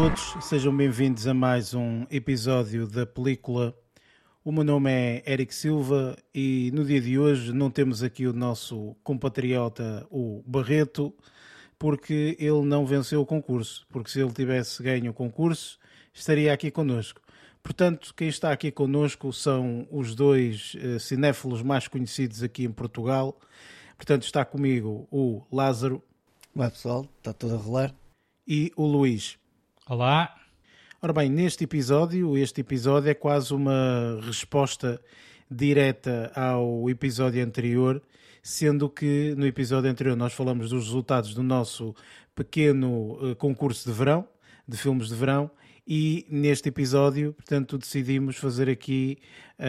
todos, sejam bem-vindos a mais um episódio da película. O meu nome é Eric Silva e no dia de hoje não temos aqui o nosso compatriota, o Barreto, porque ele não venceu o concurso, porque se ele tivesse ganho o concurso, estaria aqui connosco. Portanto, quem está aqui connosco são os dois cinéfilos mais conhecidos aqui em Portugal. Portanto, está comigo o Lázaro. Olá pessoal, está tudo a rolar? E o Luís. Olá. Ora bem, este episódio é quase uma resposta direta ao episódio anterior, sendo que no episódio anterior nós falamos dos resultados do nosso pequeno concurso de verão, de filmes de verão, e neste episódio, portanto, decidimos fazer aqui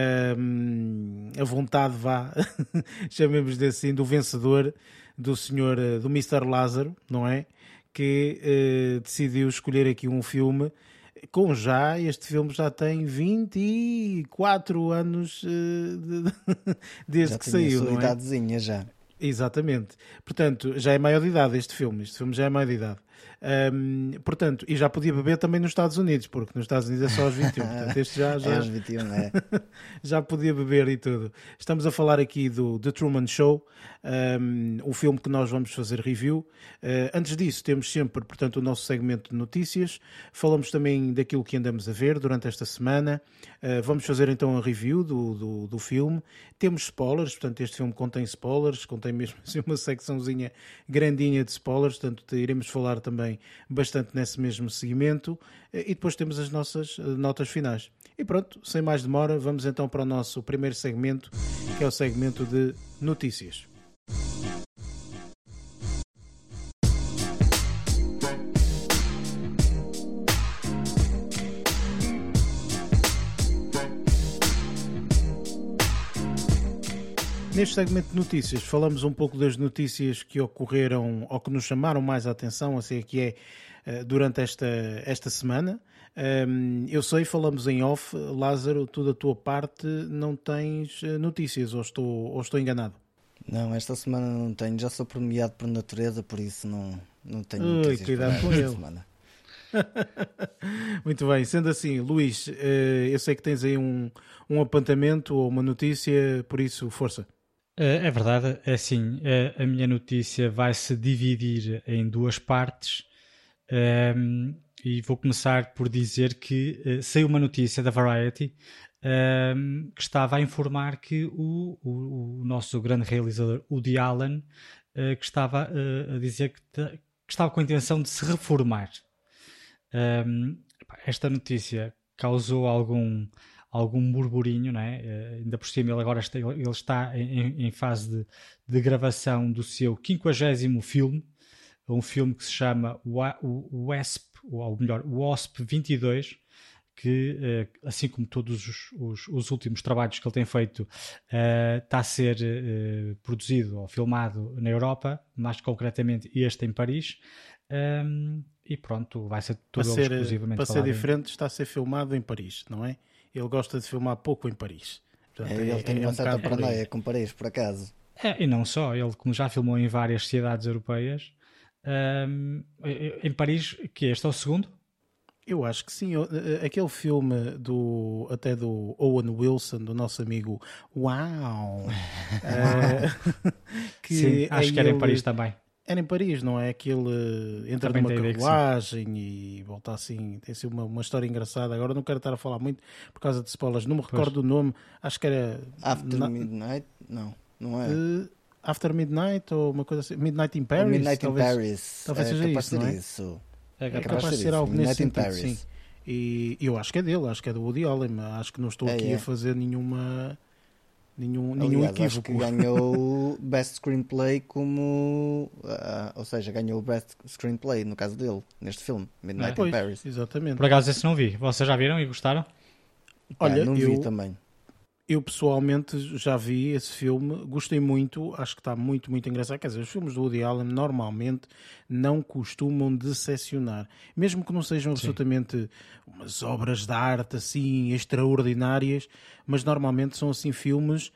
a vontade, chamemos-lhe assim, do vencedor, do senhor, do Mr. Lázaro, não é? Que decidiu escolher aqui um filme este filme já tem 24 anos desde já que saiu, não é? idadezinha já. Exatamente. Portanto, já é maior de idade este filme já é maior de idade. Portanto, e já podia beber também nos Estados Unidos, porque nos Estados Unidos é só aos 21. Portanto, este já é aos 21, é. Já podia beber e tudo. Estamos a falar aqui do The Truman Show, o filme que nós vamos fazer review. Antes disso, temos sempre, portanto, o nosso segmento de notícias. Falamos também daquilo que andamos a ver durante esta semana. Vamos fazer então a review do filme. Temos spoilers, portanto, este filme contém spoilers, contém mesmo assim uma secçãozinha grandinha de spoilers, portanto, iremos falar também bastante nesse mesmo segmento, e depois temos as nossas notas finais. E pronto, sem mais demora, vamos então para o nosso primeiro segmento, que é o segmento de notícias. Neste segmento de notícias, falamos um pouco das notícias que ocorreram ou que nos chamaram mais a atenção, assim que é, durante esta semana. Eu sei, falamos em off, Lázaro, tu da tua parte não tens notícias, ou estou enganado? Não, esta semana não tenho, já sou premiado por natureza, por isso não tenho notícias. Cuidado com ele. Semana. Muito bem, sendo assim, Luís, eu sei que tens aí um apontamento ou uma notícia, por isso, força. É verdade, é assim, a minha notícia vai se dividir em duas partes, e vou começar por dizer que saiu uma notícia da Variety que estava a informar que o nosso grande realizador, Woody Allen, que estava a dizer que estava com a intenção de se reformar. Esta notícia causou algum burburinho, não é? Ainda por cima ele agora está em fase de gravação do seu 50º filme, um filme que se chama o Wasp 22, que, assim como todos os últimos trabalhos que ele tem feito, está a ser produzido ou filmado na Europa, mais concretamente este em Paris, e pronto, vai ser tudo exclusivamente para ser diferente, está a ser filmado em Paris, não é? Ele gosta de filmar pouco em Paris. Portanto, ele tem uma certa paranoia com Paris, por acaso. E não só, ele como já filmou em várias cidades europeias, em Paris, que este é o segundo? Eu acho que sim. Aquele filme até do Owen Wilson, do nosso amigo Uau! Que sim, acho que era em Paris também. Era em Paris, não é? Que ele entra numa carruagem e volta assim. Tem assim uma história engraçada. Agora não quero estar a falar muito por causa de spoilers. Não me recordo do nome. Acho que era... After Midnight? Não é. After Midnight ou uma coisa assim. Midnight in Paris? Midnight in Paris. Talvez seja isso, não é? Isso. É capaz de ser algo nesse sentido, sim. E eu acho que é dele. Acho que é do Woody Allen. Acho que não estou aqui a fazer nenhum equívoco. Acho que ganhou Best Screenplay ou seja, ganhou o Best Screenplay no caso dele, neste filme, Midnight in Paris. Exatamente. Por acaso esse não vi. Vocês já viram e gostaram? Olha, não vi também. Eu pessoalmente já vi esse filme, gostei muito, acho que está muito, muito engraçado. Quer dizer, os filmes do Woody Allen normalmente não costumam decepcionar, mesmo que não sejam absolutamente umas obras de arte assim extraordinárias, mas normalmente são assim filmes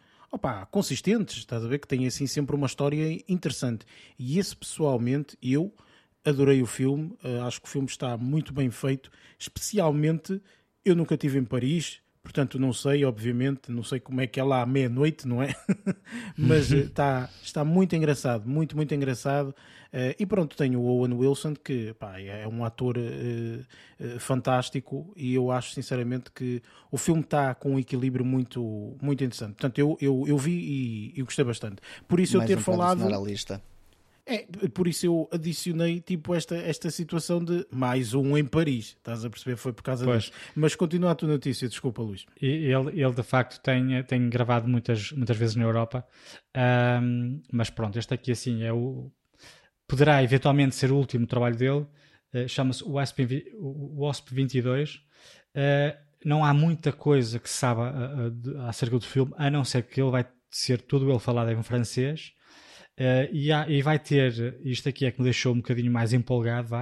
consistentes, estás a ver, que têm assim sempre uma história interessante. E esse pessoalmente eu adorei o filme, acho que o filme está muito bem feito, especialmente eu nunca estive em Paris, portanto não sei, obviamente, não sei como é que é lá à meia-noite, não é? Mas está muito engraçado, muito, muito engraçado. E pronto, tenho o Owen Wilson, que pá, é um ator fantástico, e eu acho sinceramente que o filme está com um equilíbrio muito, muito interessante. Portanto, eu vi e gostei bastante. Por isso Mais eu ter um para falado... adicionar à lista. Por isso eu adicionei tipo esta situação de mais um em Paris, estás a perceber? Foi por causa disso. Mas continua a tua notícia, desculpa, Luís. Ele de facto tem gravado muitas vezes na Europa, mas pronto, este aqui assim poderá eventualmente ser o último trabalho dele. Chama-se o Wasp 22. Não há muita coisa que se sabe acerca do filme, a não ser que ele vai ser todo ele falado em francês. E vai ter, isto aqui é que me deixou um bocadinho mais empolgado,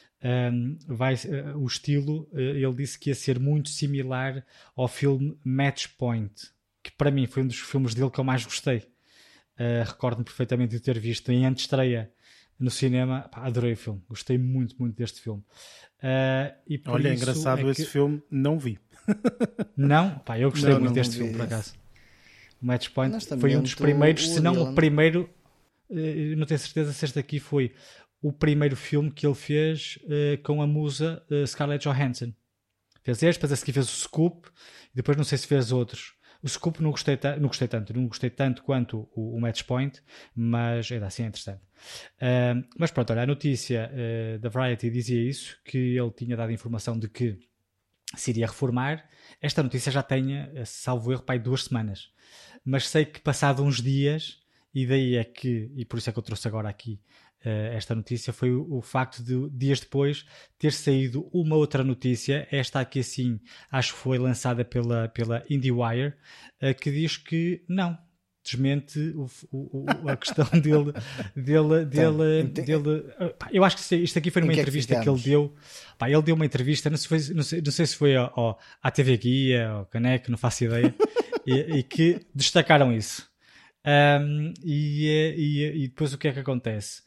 o estilo, ele disse que ia ser muito similar ao filme Match Point, que para mim foi um dos filmes dele que eu mais gostei. Recordo-me perfeitamente de ter visto em antestreia no cinema. Pá, adorei o filme, gostei muito, muito deste filme. E por Olha, isso engraçado, esse filme não vi. Não? Pá, eu gostei muito deste filme, por acaso. O Match Point foi um dos primeiros, se não o primeiro. Não tenho certeza se este aqui foi o primeiro filme que ele fez com a musa Scarlett Johansson. Fez este, depois a seguir fez o Scoop, e depois não sei se fez outros. O Scoop não gostei tanto quanto o Match Point, mas ainda assim é interessante. Mas pronto, olha, a notícia da Variety dizia isso, que ele tinha dado informação de que se iria reformar. Esta notícia já tem, salvo erro, pai, 2 semanas. Mas sei que passado uns dias... E daí é que, e por isso é que eu trouxe agora aqui esta notícia, foi o facto de dias depois ter saído uma outra notícia, esta aqui assim, acho que foi lançada pela IndieWire, que diz que não, desmente a questão dele. Eu acho que isto aqui foi numa entrevista que ele deu. Ele deu uma entrevista, não sei se foi à TV Guia, ao Caneco, não faço ideia, e que destacaram isso. E depois o que é que acontece?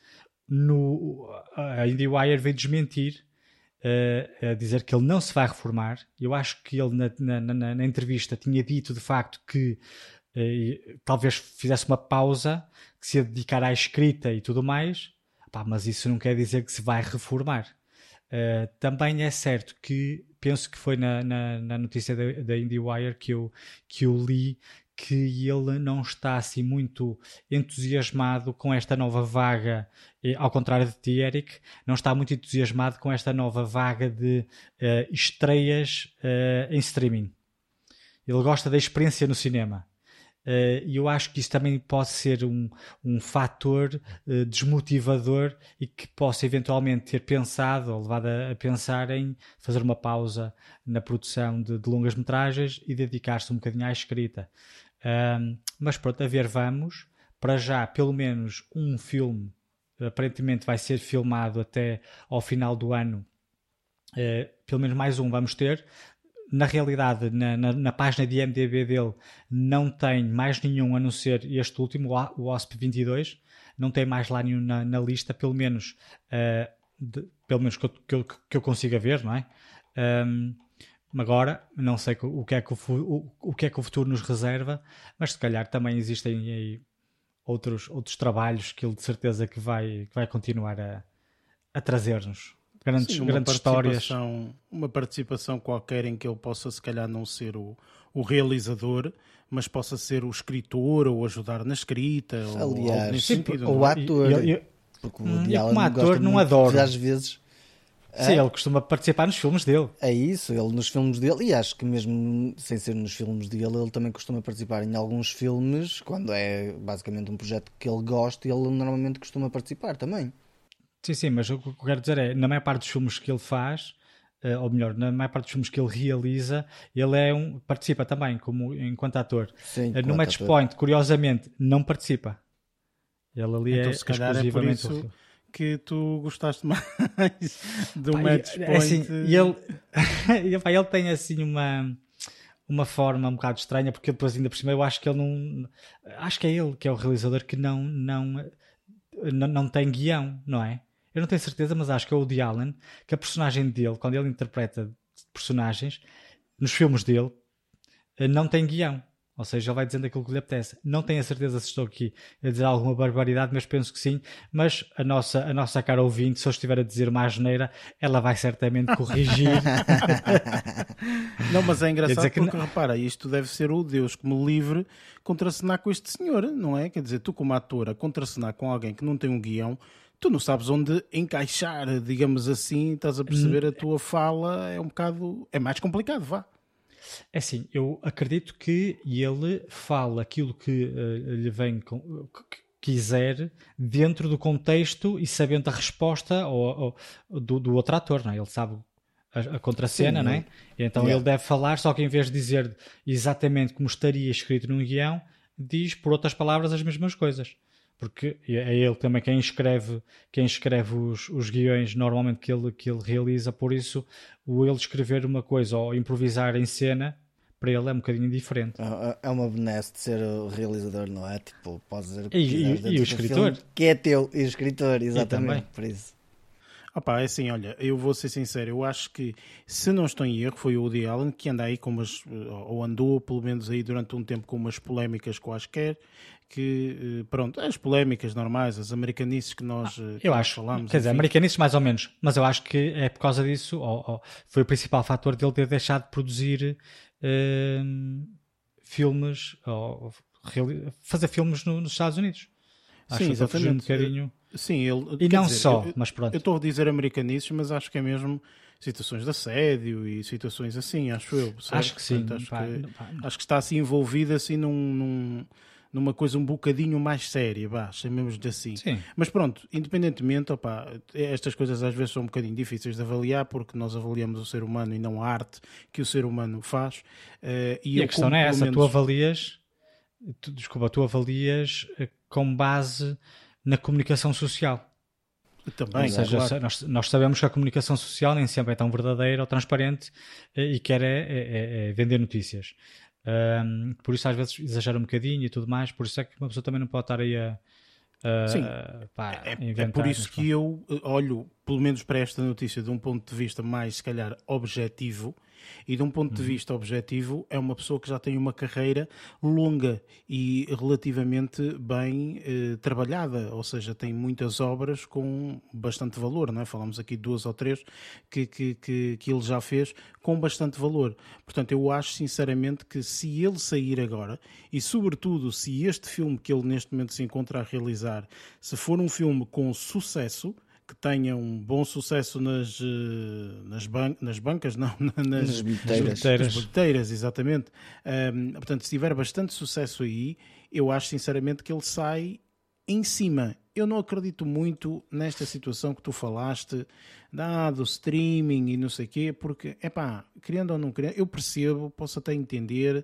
A IndieWire veio desmentir, a dizer que ele não se vai reformar. Eu acho que ele na entrevista tinha dito de facto que talvez fizesse uma pausa, que se ia dedicar à escrita e tudo mais. Mas isso não quer dizer que se vai reformar. Também é certo que penso que foi na notícia da IndieWire que eu li, que ele não está assim muito entusiasmado com esta nova vaga, ao contrário de ti, Eric, não está muito entusiasmado com esta nova vaga de estreias em streaming. Ele gosta da experiência no cinema. E eu acho que isso também pode ser um fator desmotivador, e que possa eventualmente ter pensado ou levado a pensar em fazer uma pausa na produção de longas metragens e dedicar-se um bocadinho à escrita. Mas pronto, a ver, vamos. Para já, pelo menos um filme aparentemente vai ser filmado até ao final do ano. Pelo menos mais um vamos ter. Na realidade, na página de IMDb dele não tem mais nenhum a não ser este último, o Wasp 22. Não tem mais lá nenhum na lista, pelo menos que eu consiga ver, não é? Agora, não sei o que é que o futuro nos reserva, mas se calhar também existem aí outros trabalhos que ele de certeza que vai continuar a trazer-nos. Grandes histórias. Uma participação qualquer em que ele possa, se calhar, não ser o realizador, mas possa ser o escritor ou ajudar na escrita. Aliás, ou nesse sentido, o ator. Porque como ator não adoro. Às vezes... Sim, ele costuma participar nos filmes dele. É isso, ele nos filmes dele, e acho que mesmo sem ser nos filmes dele, ele também costuma participar em alguns filmes, quando é basicamente um projeto que ele gosta, ele normalmente costuma participar também. Sim, mas o que eu quero dizer é, na maior parte dos filmes que ele faz, ou melhor, na maior parte dos filmes que ele realiza, ele participa também enquanto ator. Sim, no Match Point, curiosamente, não participa. Ele ali então, é se calhar exclusivamente é por isso que tu gostaste mais do Match Point. Assim, ele tem assim uma forma um bocado estranha, porque depois ainda por cima eu acho que ele não... Acho que é ele que é o realizador que não tem guião, não é? eu não tenho certeza, mas acho que é o Woody Allen, que a personagem dele, quando ele interpreta personagens, nos filmes dele, não tem guião. Ou seja, ele vai dizendo aquilo que lhe apetece. Não tenho a certeza se estou aqui a dizer alguma barbaridade, mas penso que sim. Mas a nossa cara ouvinte, se eu estiver a dizer uma asneira, ela vai certamente corrigir. Não, mas é engraçado porque, repara, isto deve ser o Deus que me livre contracenar com este senhor, não é? Quer dizer, tu como ator a contracenar com alguém que não tem um guião, tu não sabes onde encaixar, digamos assim, estás a perceber, a tua fala é um bocado... é mais complicado, vá. É assim, eu acredito que ele fala aquilo que lhe vem que quiser dentro do contexto e sabendo a resposta do outro ator, não é? Ele sabe a contracena, não é? Então ele deve falar, só que em vez de dizer exatamente como estaria escrito num guião, diz por outras palavras as mesmas coisas. Porque é ele também quem escreve os guiões normalmente que ele realiza, por isso ele escrever uma coisa ou improvisar em cena para ele é um bocadinho diferente. É uma benesse de ser o realizador, não é? Tipo, podes dizer o que e o escritor que é teu, e o escritor, exatamente, por isso. Opa, é assim, olha, eu vou ser sincero, eu acho que, se não estou em erro, foi o Woody Allen que anda aí com ou andou pelo menos aí durante um tempo com umas polémicas quaisquer, que, pronto, as polémicas normais, as americanices que nós falámos. Quer dizer, americanices mais ou menos, mas eu acho que é por causa disso, foi o principal fator dele ter deixado de produzir filmes, ou fazer filmes nos Estados Unidos. Acho sim, que exatamente. Um bocadinho... Sim, ele, e não dizer, só, mas pronto. Eu estou a dizer americanices, mas acho que é mesmo situações de assédio e situações assim, acho eu. Certo? Acho que sim. Portanto, acho que está assim envolvido assim numa coisa um bocadinho mais séria, chamemos de assim. Sim. Mas pronto, independentemente, estas coisas às vezes são um bocadinho difíceis de avaliar, porque nós avaliamos o ser humano e não a arte que o ser humano faz. E a questão não é essa, menos... tu avalias com base na comunicação social. Também, ou seja, claro. nós sabemos que a comunicação social nem sempre é tão verdadeira ou transparente e quer vender notícias. Por isso às vezes exagera um bocadinho e tudo mais, por isso é que uma pessoa também não pode estar aí é por isso que eu olho pelo menos para esta notícia de um ponto de vista mais, se calhar, objetivo. E de um ponto de vista objetivo, é uma pessoa que já tem uma carreira longa e relativamente bem trabalhada, ou seja, tem muitas obras com bastante valor, não é? Falamos aqui de 2 ou 3 que ele já fez com bastante valor. Portanto, eu acho sinceramente que se ele sair agora, e sobretudo se este filme que ele neste momento se encontra a realizar, se for um filme com sucesso, que tenha um bom sucesso nas bancas, não, nas bilheteiras, exatamente. Portanto, se tiver bastante sucesso aí, eu acho sinceramente que ele sai em cima. Eu não acredito muito nesta situação que tu falaste, do streaming e não sei o quê, porque, querendo ou não querendo, eu percebo, posso até entender,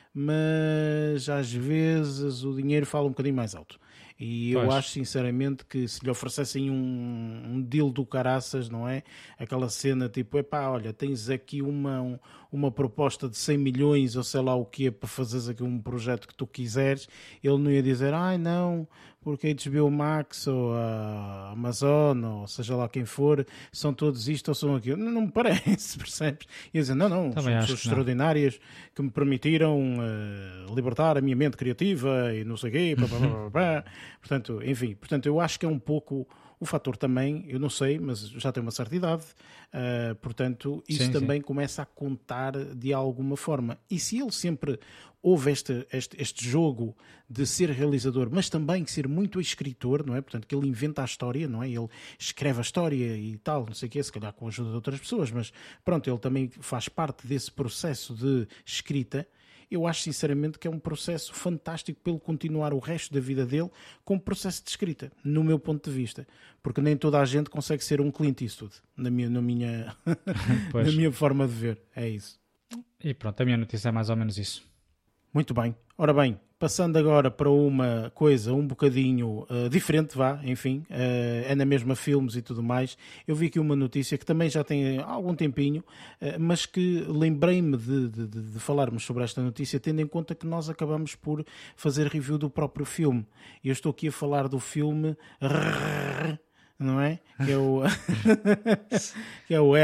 mas às vezes o dinheiro fala um bocadinho mais alto. E eu acho sinceramente que se lhe oferecessem um deal do caraças, não é? Aquela cena tipo, olha, tens aqui uma proposta de 100 milhões ou sei lá o que é para fazeres aqui um projeto que tu quiseres, ele não ia dizer, não, porque a HBO Max ou a Amazon ou seja lá quem for, são todos isto ou são aquilo. Não me parece, percebes? Ia dizer, não, são pessoas extraordinárias que me permitiram libertar a minha mente criativa e não sei o quê, Portanto, enfim, eu acho que é um pouco o fator também, eu não sei, mas já tenho uma certa idade, portanto, isso também começa a contar de alguma forma. E se ele sempre houve este jogo de ser realizador, mas também ser muito escritor, não é? Portanto, que ele inventa a história, não é? Ele escreve a história e tal, não sei o quê, se calhar com a ajuda de outras pessoas, mas pronto, ele também faz parte desse processo de escrita. Eu acho sinceramente que é um processo fantástico para ele continuar o resto da vida dele com o processo de escrita, no meu ponto de vista. Porque nem toda a gente consegue ser um Clint Eastwood, na minha forma de ver. É isso. E pronto, a minha notícia é mais ou menos isso. Muito bem. Ora bem, passando agora para uma coisa um bocadinho diferente, enfim, é na mesma filmes e tudo mais. Eu vi aqui uma notícia que também já tem algum tempinho, mas que lembrei-me de falarmos sobre esta notícia, tendo em conta que nós acabamos por fazer review do próprio filme. Eu estou aqui a falar do filme não é? Que é o, que é o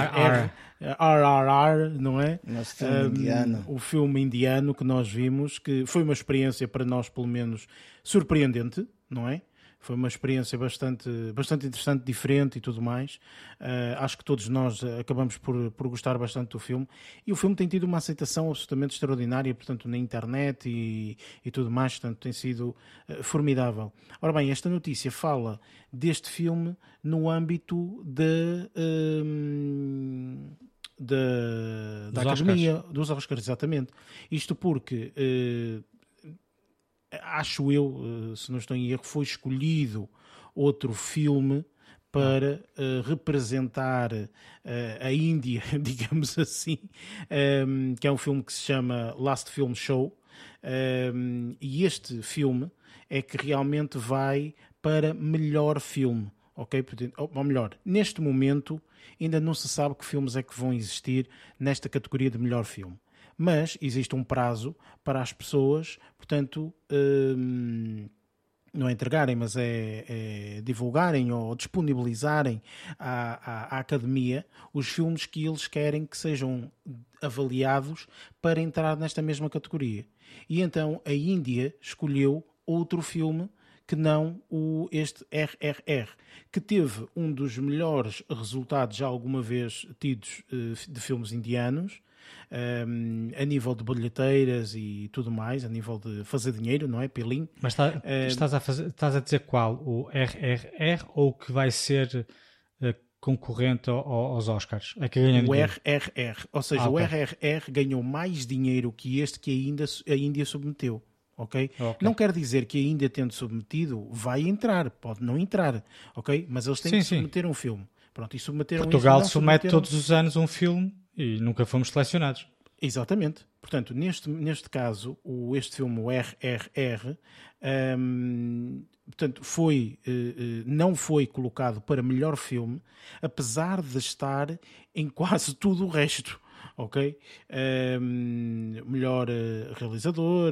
RRR, não é? Nosso filme indiano. O filme indiano que nós vimos, que foi uma experiência para nós, pelo menos, surpreendente, não é? Foi uma experiência bastante interessante, diferente e tudo mais. Acho que todos nós acabamos por gostar bastante do filme. E o filme tem tido uma aceitação absolutamente extraordinária, portanto, na internet e tudo mais. Portanto, tem sido formidável. Ora bem, esta notícia fala deste filme no âmbito da Academia dos Oscars, exatamente. Isto porque... acho eu, se não estou em erro, foi escolhido outro filme para representar a Índia, digamos assim, que é um filme que se chama Last Film Show, e este filme é que realmente vai para melhor filme, ok? Ou melhor, neste momento ainda não se sabe que filmes é que vão existir nesta categoria de melhor filme. Mas existe um prazo para as pessoas, portanto, não é entregarem, mas é divulgarem ou disponibilizarem à Academia os filmes que eles querem que sejam avaliados para entrar nesta mesma categoria. E então a Índia escolheu outro filme que não este RRR, que teve um dos melhores resultados já alguma vez tidos de filmes indianos, a nível de bilheteiras e tudo mais, a nível de fazer dinheiro, não é? Pilim. Mas estás a dizer qual? O RRR ou o que vai ser concorrente aos Oscars? É que ganha o dinheiro. RRR. Ou seja, o RRR ganhou mais dinheiro que este que a Índia submeteu. Okay? Não quer dizer que a Índia, tendo submetido, vai entrar. Pode não entrar. Ok? Mas eles têm que submeter um filme. Pronto, e submeteram Portugal submete todos os anos um filme e nunca fomos selecionados. Exatamente. Portanto, neste caso, este filme, o RRR, portanto, não foi colocado para melhor filme, apesar de estar em quase tudo o resto. Ok? Melhor realizador,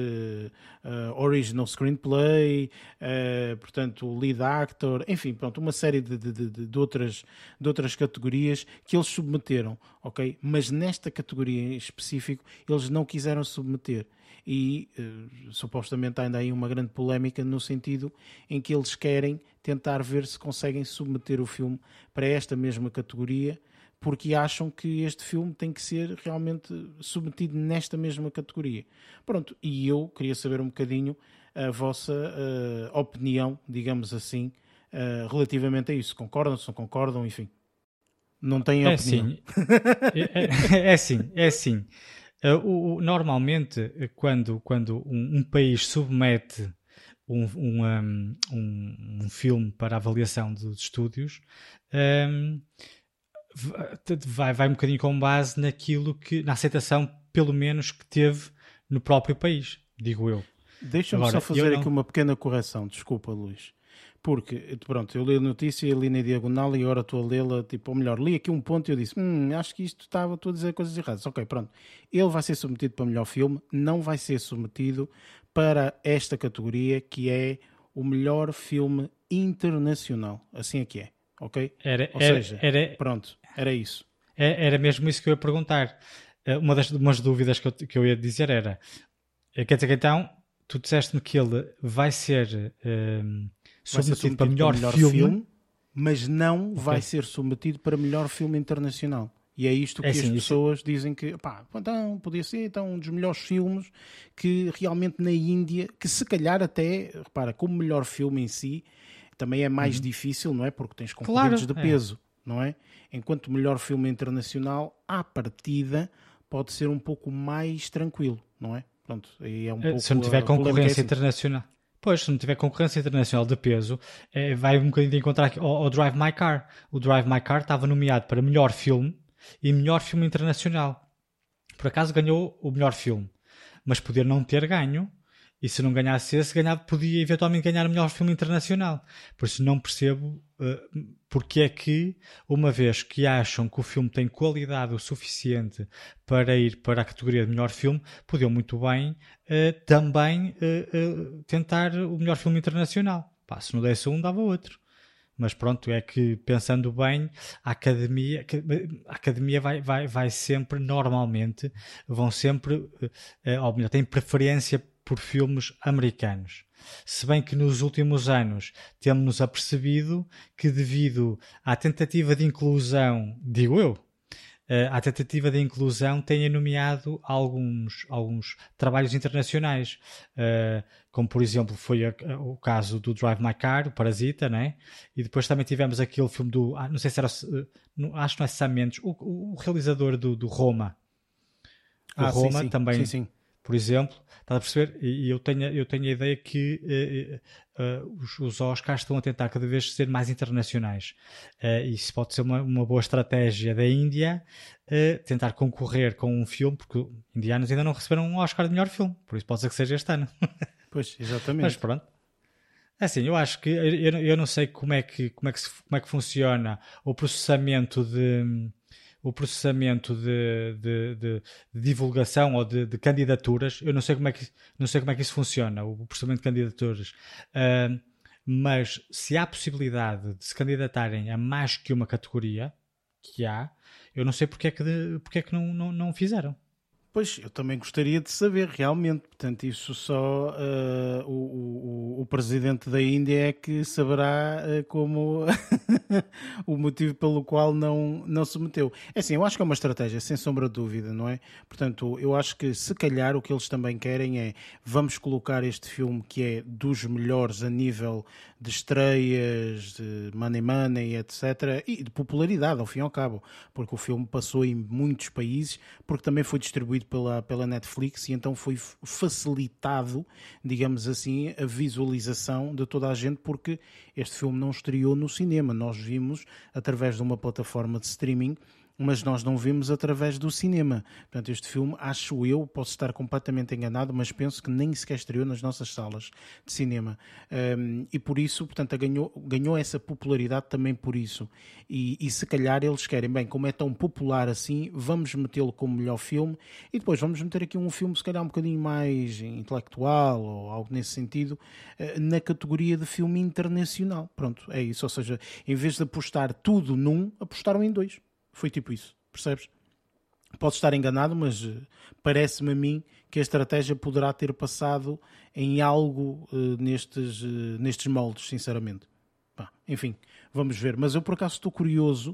original screenplay, portanto, lead actor, enfim, pronto, uma série de outras categorias que eles submeteram, ok? Mas nesta categoria em específico, eles não quiseram submeter. E supostamente ainda há aí uma grande polémica no sentido em que eles querem tentar ver se conseguem submeter o filme para esta mesma categoria, porque acham que este filme tem que ser realmente submetido nesta mesma categoria. Pronto, e eu queria saber um bocadinho a vossa opinião, digamos assim, relativamente a isso. Concordam, se não concordam, enfim. Não têm opinião. Sim. É assim. Normalmente, quando um país submete um filme para avaliação dos estúdios, vai um bocadinho com base na aceitação, pelo menos, que teve no próprio país, digo eu. Deixa-me só fazer aqui uma pequena correção, desculpa, Luís. Porque, pronto, eu li a notícia, li na diagonal e agora estou a lê-la, tipo, ou melhor, li aqui um ponto e eu disse, acho que estou a dizer coisas erradas. Ok, pronto. Ele vai ser submetido para melhor filme, não vai ser submetido para esta categoria, que é o melhor filme internacional. Assim é que é, ok? Pronto, era isso. Era mesmo isso que eu ia perguntar. Umas dúvidas que eu ia dizer era, quer dizer que então, tu disseste-me que ele vai ser submetido para melhor filme, mas não vai ser submetido para melhor filme internacional. E é isto que as pessoas dizem que, então, podia ser então, um dos melhores filmes que realmente na Índia, que se calhar até, repara, como melhor filme em si, também é mais difícil, não é? Porque tens concorrentes de peso, não é? Enquanto melhor filme internacional, à partida, pode ser um pouco mais tranquilo, não é? Pronto, aí é um pouco se não tiver concorrência internacional. Pois, se não tiver concorrência internacional de peso, vai um bocadinho de encontrar aqui ao Drive My Car. O Drive My Car estava nomeado para melhor filme e melhor filme internacional. Por acaso ganhou o melhor filme, mas poder não ter ganho, e se não ganhasse esse, podia eventualmente ganhar o melhor filme internacional. Por isso não percebo porque é que, uma vez que acham que o filme tem qualidade o suficiente para ir para a categoria de melhor filme, podiam muito bem também tentar o melhor filme internacional. Se não desse um, dava outro. Mas pronto, é que pensando bem, a academia vai sempre, normalmente, vão sempre, ou melhor, tem preferência por filmes americanos. Se bem que nos últimos anos temos-nos apercebido que, devido à tentativa de inclusão, digo eu, a tentativa de inclusão tem nomeado alguns trabalhos internacionais, como por exemplo foi o caso do Drive My Car, o Parasita, né? E depois também tivemos aquele filme do, não sei se era, acho que não é Sam Mendes, o realizador do Roma. O Roma sim, também, sim. Por exemplo, estás a perceber? E eu tenho a ideia que os Oscars estão a tentar cada vez ser mais internacionais. Isso pode ser uma boa estratégia da Índia, tentar concorrer com um filme, porque indianos ainda não receberam um Oscar de melhor filme, por isso pode ser que seja este ano. Pois, exatamente. Mas pronto. Assim, eu acho que eu não sei como é que funciona o processamento de divulgação ou de candidaturas. Eu não sei como é que isso funciona, o processamento de candidaturas. Mas se há possibilidade de se candidatarem a mais que uma categoria, que há, eu não sei porque é que não fizeram. Pois, eu também gostaria de saber, realmente. Portanto, isso só o presidente da Índia é que saberá como o motivo pelo qual não se meteu. É assim, eu acho que é uma estratégia, sem sombra de dúvida, não é? Portanto, eu acho que se calhar o que eles também querem é vamos colocar este filme que é dos melhores a nível de estreias, de money, etc. E de popularidade, ao fim e ao cabo. Porque o filme passou em muitos países, porque também foi distribuído pela Netflix e então foi facilitado, digamos assim, a visualização de toda a gente, porque este filme não estreou no cinema. Nós vimos através de uma plataforma de streaming, mas nós não vimos através do cinema. Portanto, este filme, acho eu, posso estar completamente enganado, mas penso que nem sequer estreou nas nossas salas de cinema. E por isso, portanto, ganhou essa popularidade também por isso. E se calhar eles querem, bem, como é tão popular assim, vamos metê-lo como melhor filme e depois vamos meter aqui um filme, se calhar um bocadinho mais intelectual ou algo nesse sentido, na categoria de filme internacional. Pronto, é isso. Ou seja, em vez de apostar tudo num, apostaram em dois. Foi tipo isso, percebes? Posso estar enganado, mas parece-me a mim que a estratégia poderá ter passado em algo nestes moldes, sinceramente. Enfim, vamos ver. Mas eu por acaso estou curioso,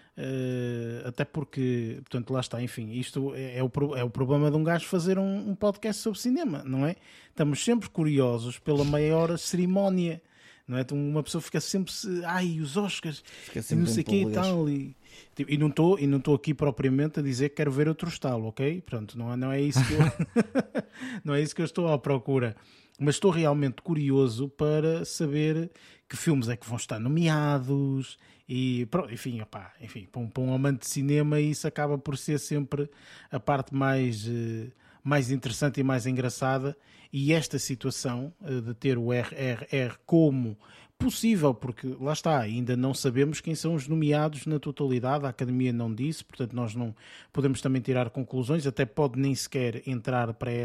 até porque, portanto, lá está, enfim, isto é o problema de um gajo fazer um podcast sobre cinema, não é? Estamos sempre curiosos pela maior cerimónia. Não é? Uma pessoa fica sempre os Oscars, não sei o que e tal, e não estou aqui propriamente a dizer que quero ver outro estalo, ok? Pronto, não é isso que eu não é isso que eu estou à procura, mas estou realmente curioso para saber que filmes é que vão estar nomeados e pronto, enfim, para um amante de cinema isso acaba por ser sempre a parte mais interessante e mais engraçada. E esta situação de ter o RRR como possível, porque lá está, ainda não sabemos quem são os nomeados na totalidade, a Academia não disse, portanto nós não podemos também tirar conclusões, até pode nem sequer entrar para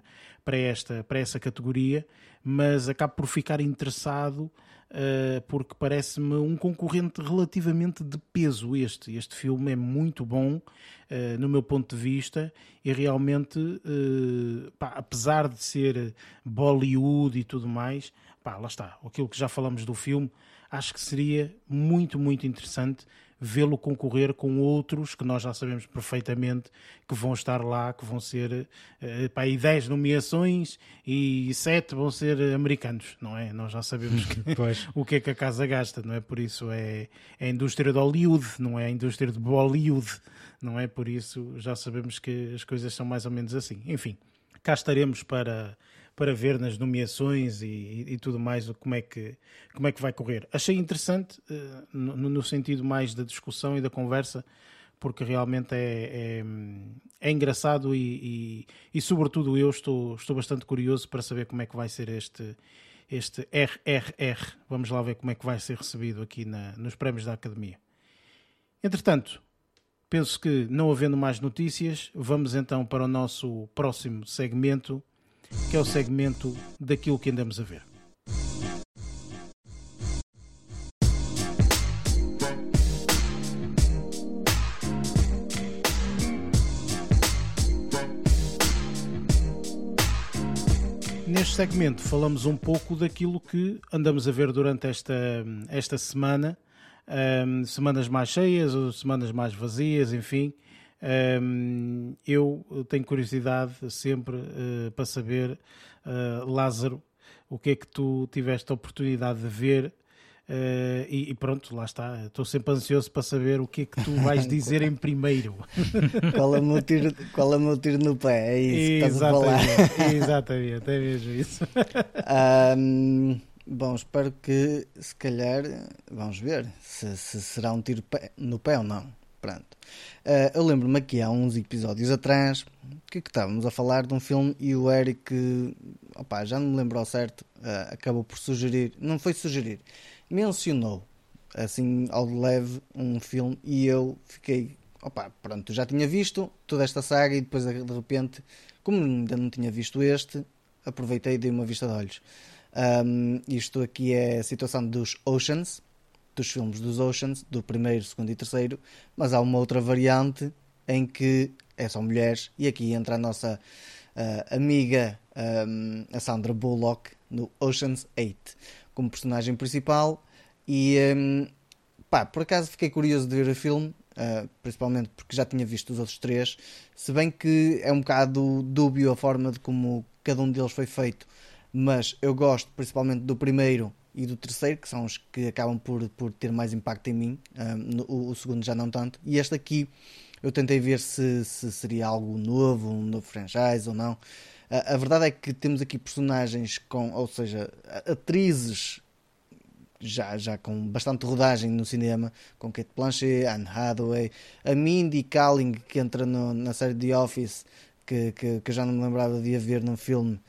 essa categoria, mas acabo por ficar interessado porque parece-me um concorrente relativamente de peso. Este filme é muito bom no meu ponto de vista e realmente apesar de ser Bollywood e tudo mais, lá está, aquilo que já falamos do filme, acho que seria muito, muito interessante vê-lo concorrer com outros que nós já sabemos perfeitamente que vão estar lá, que vão ser e 10 nomeações e 7 vão ser americanos, não é? Nós já sabemos o que é que a casa gasta, não é? Por isso é a indústria de Hollywood, não é a indústria de Bollywood, não é? Por isso já sabemos que as coisas são mais ou menos assim. Enfim, cá estaremos para ver nas nomeações e tudo mais como é que vai correr. Achei interessante no sentido mais da discussão e da conversa, porque realmente é engraçado e sobretudo eu estou bastante curioso para saber como é que vai ser este RRR. Vamos lá ver como é que vai ser recebido aqui nos prémios da Academia. Entretanto, penso que não havendo mais notícias, vamos então para o nosso próximo segmento, que é o segmento daquilo que andamos a ver. neste segmento falamos um pouco daquilo que andamos a ver durante esta semana, semanas mais cheias ou semanas mais vazias, enfim. Eu tenho curiosidade sempre para saber, Lázaro, o que é que tu tiveste a oportunidade de ver. E pronto, lá está. Estou sempre ansioso para saber o que é que tu vais dizer em primeiro. Qual é o meu tiro no pé? É isso que estás a falar. Exatamente, é mesmo isso. Bom, espero que, se calhar, vamos ver se será um tiro no pé ou não. Pronto. Eu lembro-me aqui há uns episódios atrás que estávamos a falar de um filme e o Eric, já não me lembro ao certo, acabou por sugerir, não foi sugerir, mencionou assim ao de leve um filme e eu fiquei, pronto, já tinha visto toda esta saga e depois de repente, como ainda não tinha visto este, aproveitei e dei uma vista de olhos. Isto aqui é a situação dos Oceans, dos filmes dos Oceans, do primeiro, segundo e terceiro, mas há uma outra variante em que são mulheres e aqui entra a nossa amiga, a Sandra Bullock, no Oceans 8 como personagem principal e por acaso fiquei curioso de ver o filme, principalmente porque já tinha visto os outros três, se bem que é um bocado dúbio a forma de como cada um deles foi feito, mas eu gosto principalmente do primeiro e do terceiro, que são os que acabam por ter mais impacto em mim, o segundo já não tanto, e este aqui eu tentei ver se seria algo novo, um novo franchise ou não. A verdade é que temos aqui personagens ou seja, atrizes já com bastante rodagem no cinema, com Cate Blanchett, Anne Hathaway, a Mindy Kaling, que entra na série The Office, que eu já não me lembrava de a ver num filme,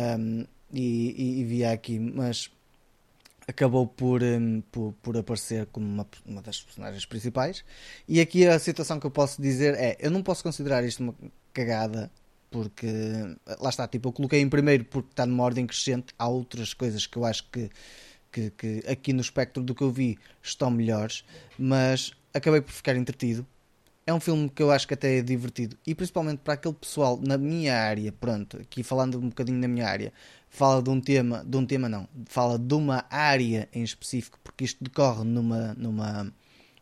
e via aqui, mas acabou por aparecer como uma das personagens principais. E aqui a situação que eu posso dizer é, eu não posso considerar isto uma cagada, porque lá está, eu coloquei em primeiro porque está numa ordem crescente. Há outras coisas que eu acho que aqui no espectro do que eu vi estão melhores, mas acabei por ficar entretido. É um filme que eu acho que até é divertido, e principalmente para aquele pessoal na minha área, pronto, aqui falando um bocadinho na minha área, fala de um tema não, fala de uma área em específico, porque isto decorre num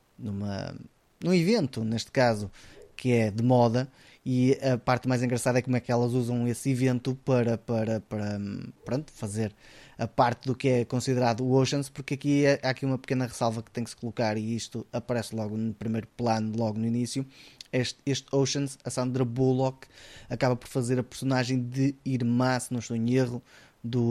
evento, neste caso, que é de moda, e a parte mais engraçada é como é que elas usam esse evento para pronto, fazer a parte do que é considerado o Oceans, porque aqui há aqui uma pequena ressalva que tem que se colocar, e isto aparece logo no primeiro plano, logo no início. Este Oceans, a Sandra Bullock acaba por fazer a personagem de irmã, se não estou em erro, do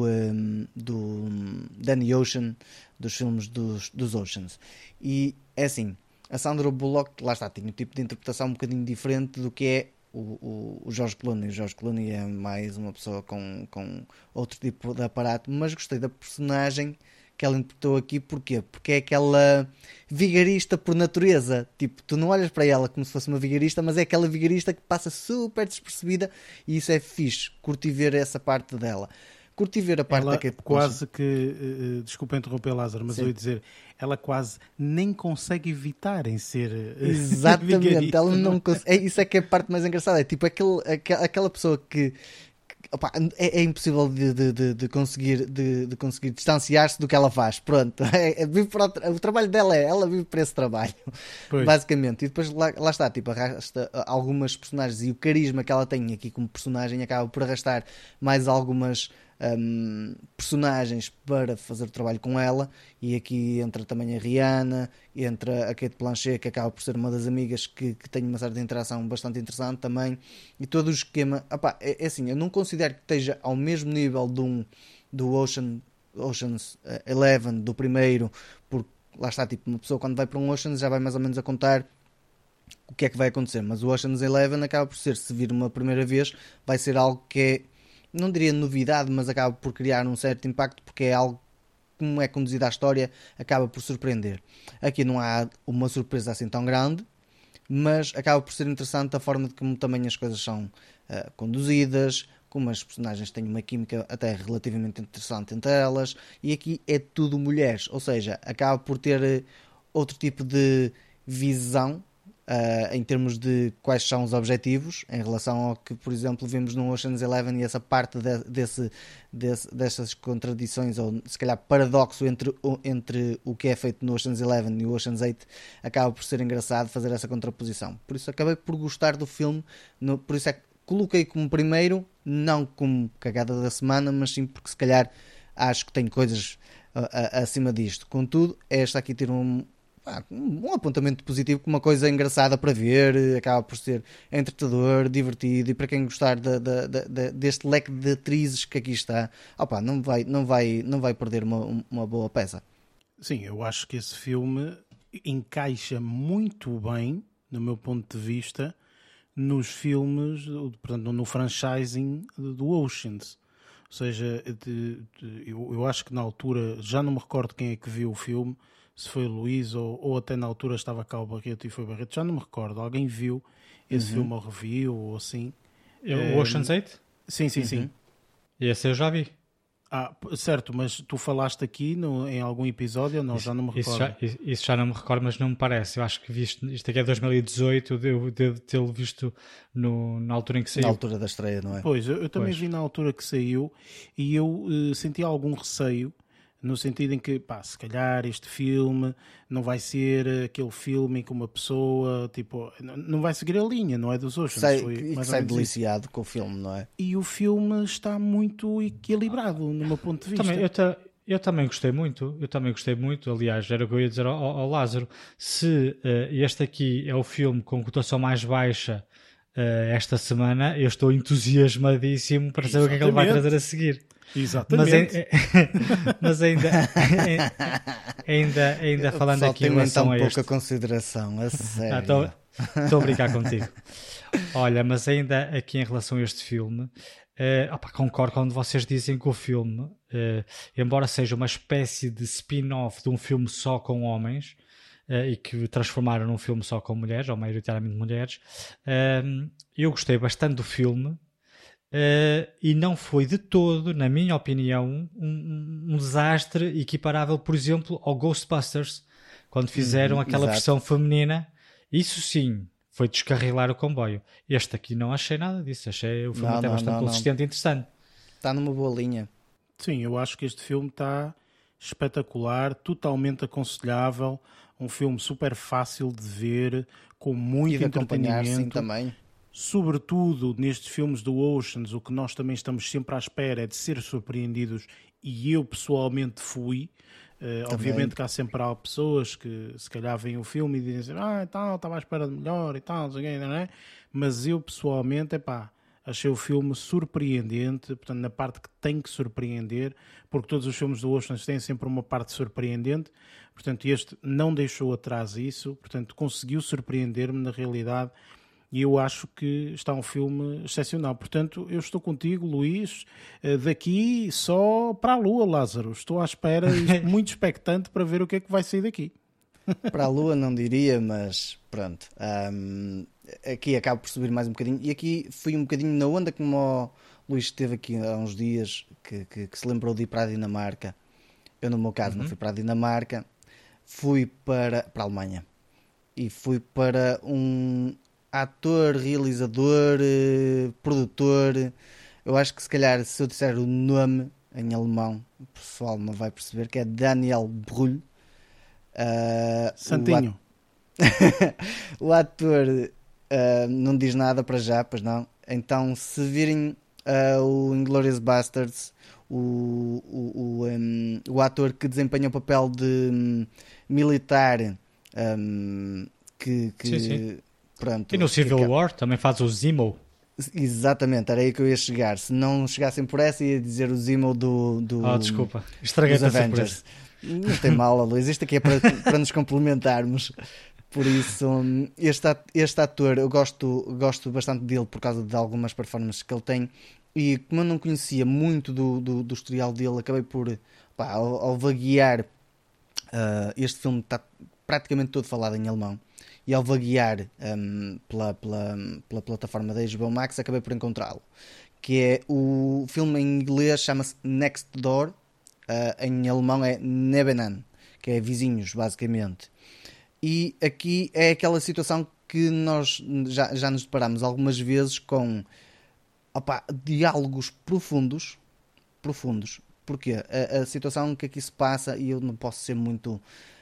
Danny Ocean, dos filmes dos Oceans. E é assim, a Sandra Bullock, lá está, tem um tipo de interpretação um bocadinho diferente do que é o George Clooney. O George Clooney é mais uma pessoa com outro tipo de aparato, mas gostei da personagem que ela interpretou aqui. Porquê? Porque é aquela vigarista por natureza. Tu não olhas para ela como se fosse uma vigarista, mas é aquela vigarista que passa super despercebida, e isso é fixe. Curti ver essa parte dela. Curti ver a parte ela da Kate quase que, desculpa interromper, Lázaro, mas sim, eu ia dizer, ela quase nem consegue evitar em ser exatamente, ela não consegue. Isso é que é a parte mais engraçada. É aquela pessoa que é impossível de conseguir distanciar-se do que ela faz. Pronto, vive o trabalho dela, ela vive para esse trabalho, pois, basicamente. E depois lá está, arrasta algumas personagens, e o carisma que ela tem aqui como personagem acaba por arrastar mais algumas personagens para fazer o trabalho com ela. E aqui entra também a Rihanna, entra a Cate Blanchett, que acaba por ser uma das amigas que tem uma certa interação bastante interessante também, e todo o esquema é assim, eu não considero que esteja ao mesmo nível do Ocean's 11, do primeiro, porque lá está, uma pessoa quando vai para um Ocean's já vai mais ou menos a contar o que é que vai acontecer, mas o Ocean's 11 acaba por ser, se vir uma primeira vez, vai ser algo que é, não diria novidade, mas acaba por criar um certo impacto, porque é algo, como é conduzida a história, acaba por surpreender. Aqui não há uma surpresa assim tão grande, mas acaba por ser interessante a forma de como também as coisas são conduzidas, como as personagens têm uma química até relativamente interessante entre elas, e aqui é tudo mulheres, ou seja, acaba por ter outro tipo de visão em termos de quais são os objetivos, em relação ao que, por exemplo, vimos no Ocean's 11, e essa parte dessas contradições, ou se calhar paradoxo entre o que é feito no Ocean's 11 e o Ocean's 8, acaba por ser engraçado fazer essa contraposição. Por isso acabei por gostar do filme, por isso é que coloquei como primeiro, não como cagada da semana, mas sim porque se calhar acho que tem coisas acima disto. Contudo, esta aqui ter um apontamento positivo, com uma coisa engraçada para ver, acaba por ser entretador, divertido, e para quem gostar deste leque de atrizes que aqui está, não vai perder uma boa peça. Sim, eu acho que esse filme encaixa muito bem, no meu ponto de vista, nos filmes, portanto, no franchising do Oceans. Ou seja, eu acho que na altura, já não me recordo quem é que viu o filme, se foi o Luís ou até na altura estava cá o Barreto e foi o Barreto, já não me recordo. Alguém viu esse filme ao review ou assim? O Ocean's 8? Sim, sim, sim. Esse eu já vi. Certo, mas tu falaste aqui em algum episódio ou não? Já não me recordo. Isso já não me recordo, mas não me parece. Eu acho que isto aqui é 2018, eu devo tê-lo visto na altura em que saiu. Na altura da estreia, não é? Pois, eu também vi na altura que saiu, e eu senti algum receio, no sentido em que, se calhar este filme não vai ser aquele filme em que uma pessoa, tipo, não vai seguir a linha, não é, dos Oceans. Sai deliciado com o filme, não é? E o filme está muito equilibrado, no meu ponto de vista. Eu também gostei muito. Aliás, era o que eu ia dizer ao Lázaro. Se este aqui é o filme com cotação mais baixa esta semana, eu estou entusiasmadíssimo para saber o que é que ele vai trazer a seguir. Exatamente. Mas ainda falando aqui em relação a pouca consideração, a sério. Estou a brincar contigo. Olha, mas ainda aqui em relação a este filme, concordo quando vocês dizem que o filme, embora seja uma espécie de spin-off de um filme só com homens, e que transformaram num filme só com mulheres, ou maioritariamente mulheres, eu gostei bastante do filme. E não foi de todo, na minha opinião, um desastre equiparável, por exemplo, ao Ghostbusters, quando fizeram aquela versão feminina. Isso sim, foi descarrilar o comboio. Este aqui não achei nada disso. Achei o filme até bastante consistente e interessante. Está numa boa linha. Sim, eu acho que este filme está espetacular, totalmente aconselhável, um filme super fácil de ver, com muito entretenimento. Sim, também. Sobretudo nestes filmes do Oceans, o que nós também estamos sempre à espera é de ser surpreendidos, e eu pessoalmente fui. Obviamente que há sempre pessoas que se calhar veem o filme e dizem estava à espera de melhor e tal, não é? Mas eu pessoalmente, achei o filme surpreendente, portanto, na parte que tem que surpreender, porque todos os filmes do Oceans têm sempre uma parte surpreendente, portanto, este não deixou atrás isso, portanto, conseguiu surpreender-me na realidade. E eu acho que está um filme excepcional. Portanto, eu estou contigo, Luís, daqui só para a Lua, Lázaro. Estou à espera e muito expectante para ver o que é que vai sair daqui. Para a Lua não diria, mas pronto. Aqui acabo por subir mais um bocadinho. E aqui fui um bocadinho na onda, como o Luís esteve aqui há uns dias, que se lembrou de ir para a Dinamarca. Eu, no meu caso, não fui para a Dinamarca. Fui para a Alemanha. E fui para um ator, realizador, produtor. Eu acho que se calhar, se eu disser o nome em alemão, o pessoal não vai perceber, que é Daniel Brühl. Santinho. O ator não diz nada para já, pois não. Então, se virem o Inglourious Basterds, o ator que desempenha o papel de militar, sim. Pronto, e no Civil War também faz o Zemo. Exatamente, era aí que eu ia chegar. Se não chegassem por essa, ia dizer o Zemo do desculpa, estraguei-te a surpresa. Não tem mal, Luís, isto aqui é para nos complementarmos. Por isso, este ator, eu gosto bastante dele por causa de algumas performances que ele tem. E como eu não conhecia muito do historial dele, acabei por, ao vaguear, este filme está praticamente todo falado em alemão. E ao vaguear pela plataforma da HBO Max, acabei por encontrá-lo. Que é o filme em inglês, chama-se Next Door, em alemão é Nebenan, que é vizinhos, basicamente. E aqui é aquela situação que nós já nos deparamos algumas vezes com diálogos profundos. Porque a situação que aqui se passa, e eu não posso ser muito...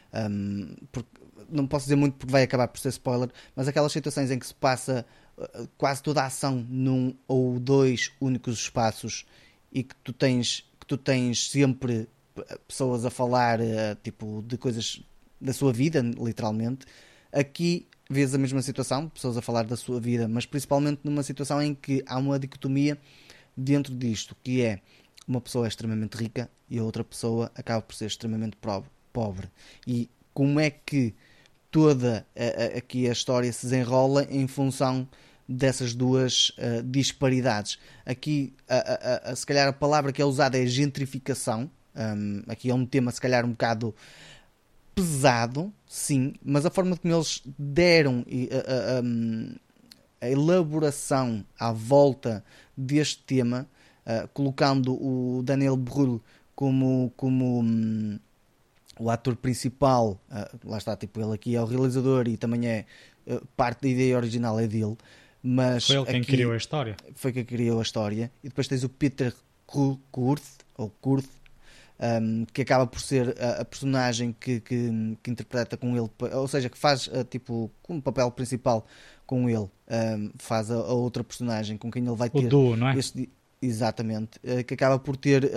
não posso dizer muito porque vai acabar por ser spoiler, mas aquelas situações em que se passa quase toda a ação num ou dois únicos espaços e que tu tens sempre pessoas a falar tipo de coisas da sua vida, literalmente. Aqui vês a mesma situação, pessoas a falar da sua vida, mas principalmente numa situação em que há uma dicotomia dentro disto, que é uma pessoa é extremamente rica e a outra pessoa acaba por ser extremamente pobre. E como é que toda aqui a história se desenrola em função dessas duas disparidades. Aqui, se calhar a palavra que é usada é gentrificação. Aqui é um tema se calhar um bocado pesado, sim, mas a forma como eles deram a elaboração à volta deste tema, colocando o Daniel Brühl como o ator principal, lá está, tipo, ele aqui é o realizador e também é parte da ideia original é dele, mas foi ele quem criou a história. Foi quem criou a história. E depois tens o Peter Kurth, que acaba por ser a personagem que interpreta com ele, ou seja, que faz tipo um papel principal com ele, faz a outra personagem com quem ele vai ter o duo, não é? Exatamente, que acaba por ter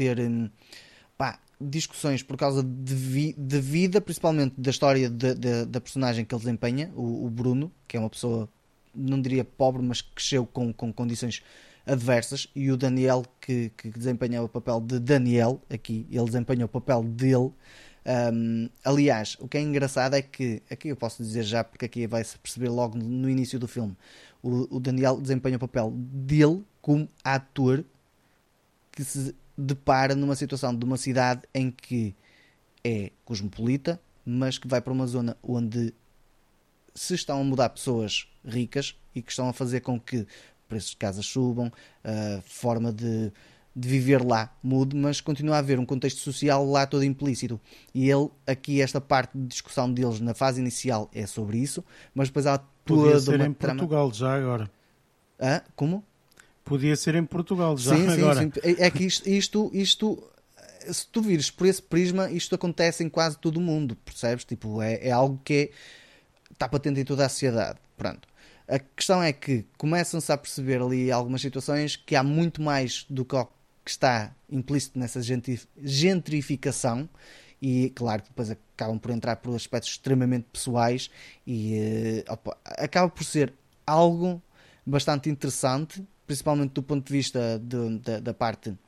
discussões por causa de vida, principalmente da história da personagem que ele desempenha, o Bruno, que é uma pessoa, não diria pobre, mas que cresceu com condições adversas, e o Daniel que desempenha o papel de Daniel, aqui ele desempenha o papel dele. Aliás, o que é engraçado é que, aqui eu posso dizer já, porque aqui vai-se perceber logo no início do filme, o Daniel desempenha o papel dele como ator que se depara numa situação de uma cidade em que é cosmopolita, mas que vai para uma zona onde se estão a mudar pessoas ricas e que estão a fazer com que preços de casas subam, a forma de viver lá mude, mas continua a haver um contexto social lá todo implícito. E ele, aqui, esta parte de discussão deles na fase inicial é sobre isso, mas depois há toda Podia ser uma em Portugal já agora. Como? Podia ser em Portugal já sim, agora. Sim. É que isto, se tu vires por esse prisma, isto acontece em quase todo o mundo, percebes? Tipo, é algo que está patente em toda a sociedade. Pronto. A questão é que começam-se a perceber ali algumas situações que há muito mais do que está implícito nessa gentrificação, e claro que depois acabam por entrar por aspectos extremamente pessoais e acaba por ser algo bastante interessante, principalmente do ponto de vista da parte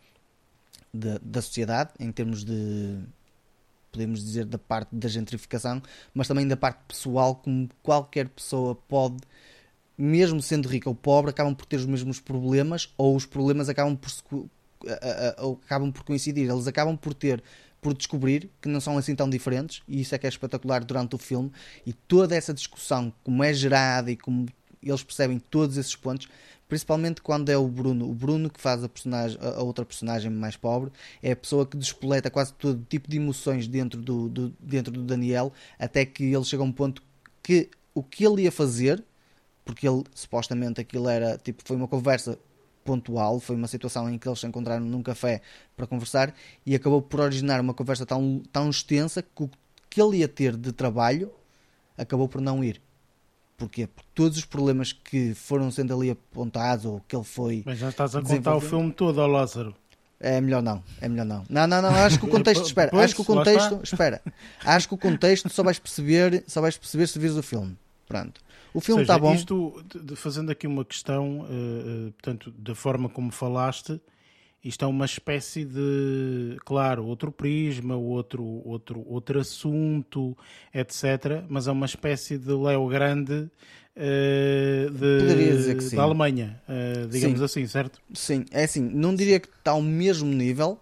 da sociedade, em termos de, podemos dizer, da parte da gentrificação, mas também da parte pessoal, como qualquer pessoa pode, mesmo sendo rica ou pobre, acabam por ter os mesmos problemas, ou os problemas acabam por coincidir. Eles acabam por descobrir que não são assim tão diferentes, e isso é que é espetacular durante o filme. E toda essa discussão, como é gerada e como eles percebem todos esses pontos, principalmente quando é o Bruno que faz a outra personagem mais pobre, é a pessoa que despoleta quase todo tipo de emoções dentro do Daniel, até que ele chega a um ponto que o que ele ia fazer, porque ele, supostamente, aquilo era, tipo, foi uma conversa pontual, foi uma situação em que eles se encontraram num café para conversar, e acabou por originar uma conversa tão extensa que o que ele ia ter de trabalho acabou por não ir. Porquê? Porque todos os problemas que foram sendo ali apontados, ou que ele foi... Mas já estás a contar o filme todo, ao Lázaro. É melhor não. Não, acho que o contexto, espera, acho que o contexto só vais perceber se vires o filme. Pronto. O filme está bom. Isto, fazendo aqui uma questão, portanto, da forma como falaste, isto é uma espécie de, claro, outro prisma, outro assunto, etc. Mas é uma espécie de Léo Grande da Alemanha, digamos assim, certo? Sim, é assim, não diria que está ao mesmo nível,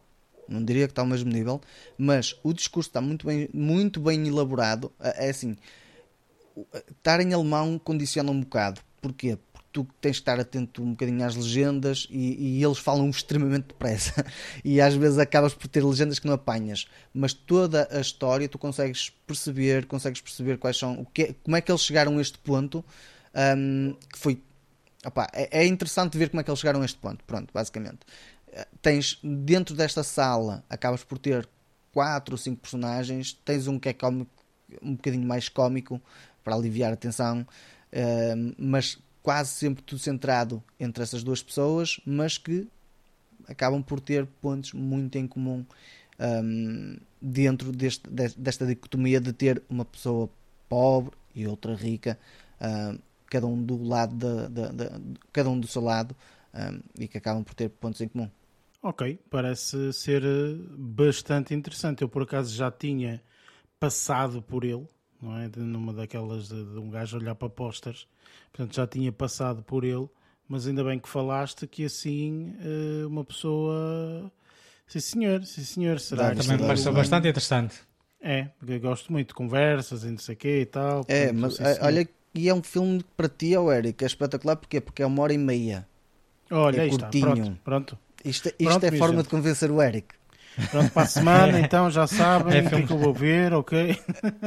mas o discurso está muito bem elaborado. É assim, estar em alemão condiciona um bocado. Porquê? Porque tu tens que estar atento um bocadinho às legendas e eles falam extremamente depressa e às vezes acabas por ter legendas que não apanhas, mas toda a história tu consegues perceber quais são, como é que eles chegaram a este ponto, que foi, opá, é interessante ver como é que eles chegaram a este ponto. Pronto, basicamente tens dentro desta sala, acabas por ter 4 ou 5 personagens, tens um que é cómico, um bocadinho mais cómico para aliviar a tensão, mas quase sempre tudo centrado entre essas duas pessoas, mas que acabam por ter pontos muito em comum, dentro desta dicotomia de ter uma pessoa pobre e outra rica, cada um do lado cada um do seu lado, e que acabam por ter pontos em comum. Ok, parece ser bastante interessante. Eu por acaso já tinha passado por ele, não é? Numa daquelas de um gajo olhar para posters, portanto já tinha passado por ele, mas ainda bem que falaste que assim uma pessoa, sim senhor, será que também me pareceu bastante interessante. É, eu gosto muito de conversas e não sei o quê e tal. É, portanto, mas sim, senhor. olha, e é um filme que para ti, Eric, é espetacular. Porquê? Porque é 1h30. Olha, é aí está, curtinho. pronto. Isto Pronto, é minha forma gente. de convencer o Eric. Pronto, para a semana, então já sabem o que é filme. que eu vou ver, ok?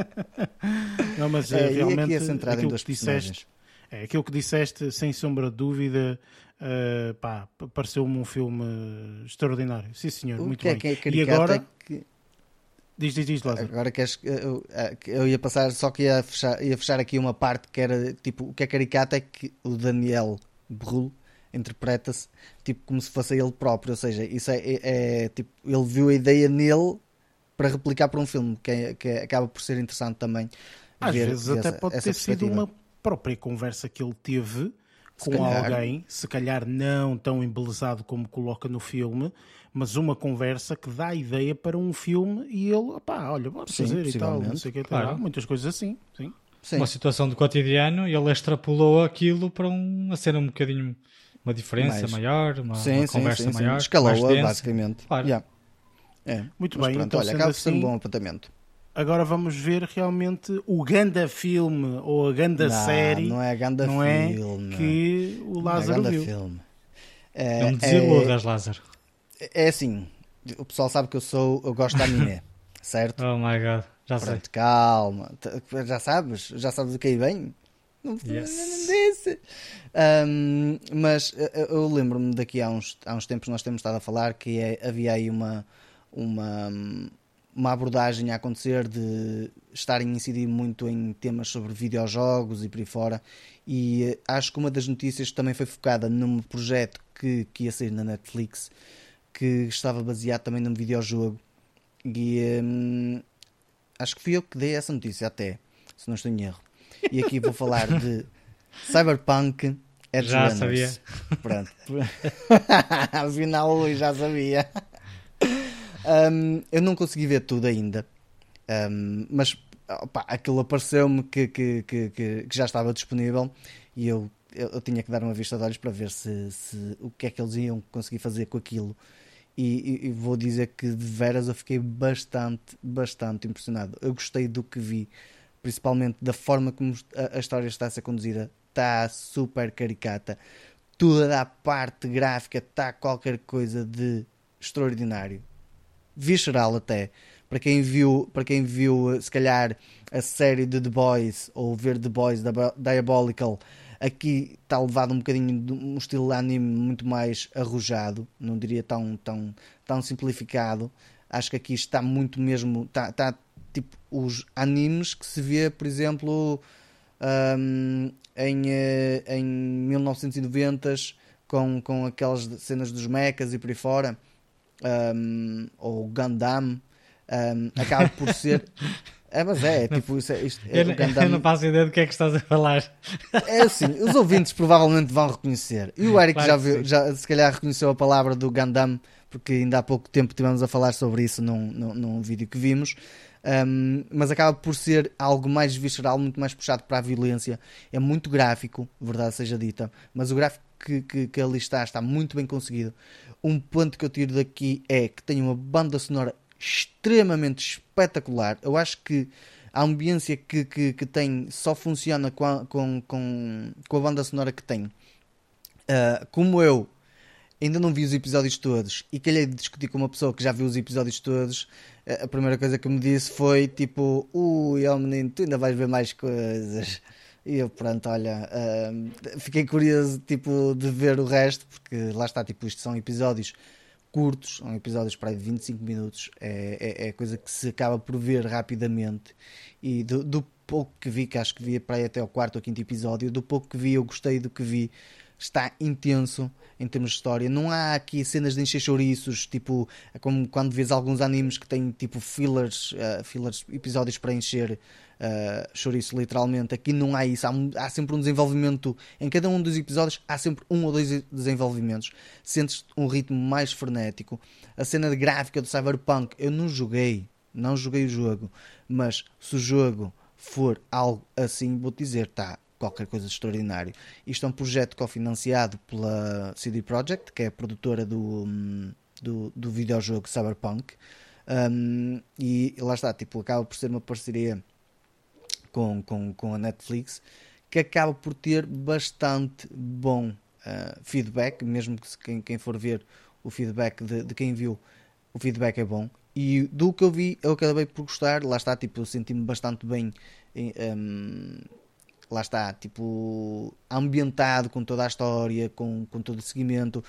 Não, mas E aqui realmente é centrado em aquilo dois que disseste, personagens. aquilo que disseste, sem sombra de dúvida, pareceu-me um filme extraordinário. Sim, senhor, O muito que é bem. que é E caricato agora, é que... diz, Lázaro. Agora queres eu ia passar, só que ia fechar aqui uma parte que era tipo, o que é caricato é que o Daniel Brühl interpreta-se tipo como se fosse ele próprio, ou seja, isso é tipo, ele viu a ideia nele para replicar para um filme, que acaba por ser interessante também. Às vezes ver até pode ter sido perspectiva. uma própria conversa que ele teve Se com calhar. alguém, se calhar não tão embelezado como coloca no filme, mas uma conversa que dá ideia para um filme e ele, opá, olha, vamos Sim, fazer e tal, não possivelmente. sei o que, Claro. muitas coisas assim, sim. Sim. Uma situação do cotidiano e ele extrapolou aquilo para uma cena um bocadinho, uma diferença Mais. maior, uma Sim, conversa sim. maior, mais Escalou-a, densa. basicamente. Claro. Yeah. É. Muito Mas bem, pronto, então olha, sendo acaba por ser um assim, bom apontamento. agora vamos ver realmente o ganda filme ou a ganda série, Não é ganda não é, filme. que o Lázaro não é ganda viu. filme. Não me desiludas, Lázaro. É assim, o pessoal sabe que eu gosto de anime, certo? Oh my god, já sei. Pronto, calma. Já sabes o que aí vem? Não disse. Mas eu lembro-me daqui há uns tempos nós temos estado a falar que havia aí uma abordagem a acontecer de estarem a incidir muito em temas sobre videojogos e por aí fora, e acho que uma das notícias também foi focada num projeto que ia sair na Netflix, que estava baseado também num videojogo, e acho que fui eu que dei essa notícia até, se não estou em erro. E aqui vou falar de Cyberpunk Edge Já Runners. sabia. Pronto. Afinal, Luís já sabia. Eu não consegui ver tudo ainda, mas opa, aquilo apareceu-me que já estava disponível e eu tinha que dar uma vista de olhos para ver se o que é que eles iam conseguir fazer com aquilo. E vou dizer que de veras eu fiquei bastante impressionado. Eu gostei do que vi, principalmente da forma como a história está a ser conduzida. Está super caricata, toda a parte gráfica está qualquer coisa de extraordinário, visceral até. Para quem viu se calhar a série de The Boys ou ver The Boys da Diabolical, aqui está levado um bocadinho de um estilo de anime muito mais arrojado, não diria tão simplificado. Acho que aqui está muito mesmo, está tipo os animes que se vê, por exemplo, em 1990s com aquelas cenas dos mechas e por aí fora, ou Gundam, acaba por ser mas tipo isto o Gundam. Eu não faço ideia do que é que estás a falar. É assim, os ouvintes provavelmente vão reconhecer, e o Eric Claro já que viu, sim. já se calhar reconheceu a palavra do Gundam, porque ainda há pouco tempo estivemos a falar sobre isso num vídeo que vimos. Mas acaba por ser algo mais visceral, muito mais puxado para a violência. É muito gráfico, verdade seja dita, mas o gráfico que ali está muito bem conseguido. Um ponto que eu tiro daqui é que tem uma banda sonora extremamente espetacular. Eu acho que a ambiência que tem só funciona com a banda sonora que tem, Como eu ainda não vi os episódios todos e calhei de discutir com uma pessoa que já viu os episódios todos, a primeira coisa que me disse foi tipo, ui, ó menino, tu ainda vais ver mais coisas. E eu, pronto, olha, fiquei curioso tipo, de ver o resto, porque lá está, tipo, isto são episódios curtos, são episódios para aí de 25 minutos, é coisa que se acaba por ver rapidamente. E do pouco que vi, que acho que vi para aí até ao quarto ou quinto episódio, do pouco que vi, eu gostei do que vi. Está intenso em termos de história. Não há aqui cenas de encher chouriços, tipo, é como quando vês alguns animes que têm tipo fillers, episódios para encher chouriço, literalmente. Aqui não há isso. Há sempre um desenvolvimento. Em cada um dos episódios há sempre um ou dois desenvolvimentos. Sentes um ritmo mais frenético. A cena de gráfica do Cyberpunk, eu não joguei o jogo, mas se o jogo for algo assim, vou-te dizer, tá qualquer coisa de extraordinário. Isto é um projeto cofinanciado pela CD Projekt, que é a produtora do videojogo Cyberpunk, e lá está, tipo, acaba por ser uma parceria com a Netflix, que acaba por ter bastante bom feedback, mesmo que quem for ver o feedback de quem viu, o feedback é bom. E do que eu vi, eu acabei por gostar. Lá está, tipo, eu senti-me bastante bem lá está, tipo, ambientado com toda a história, com todo o seguimento.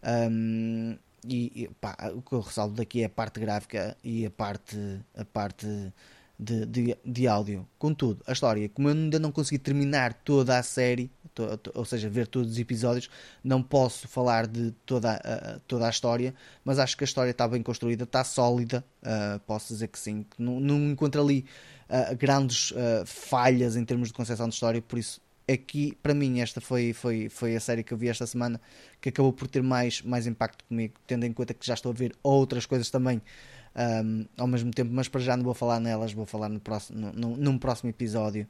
Pá, o que eu ressalto daqui é a parte gráfica e a parte de áudio. Contudo, a história, como eu ainda não consegui terminar toda a série, ou seja, ver todos os episódios, não posso falar de toda a história, mas acho que a história está bem construída, está sólida, posso dizer que sim, que não encontro ali grandes falhas em termos de concepção de história, por isso aqui, para mim, esta foi a série que eu vi esta semana que acabou por ter mais impacto comigo, tendo em conta que já estou a ver outras coisas também ao mesmo tempo, mas para já não vou falar nelas, vou falar num próximo episódio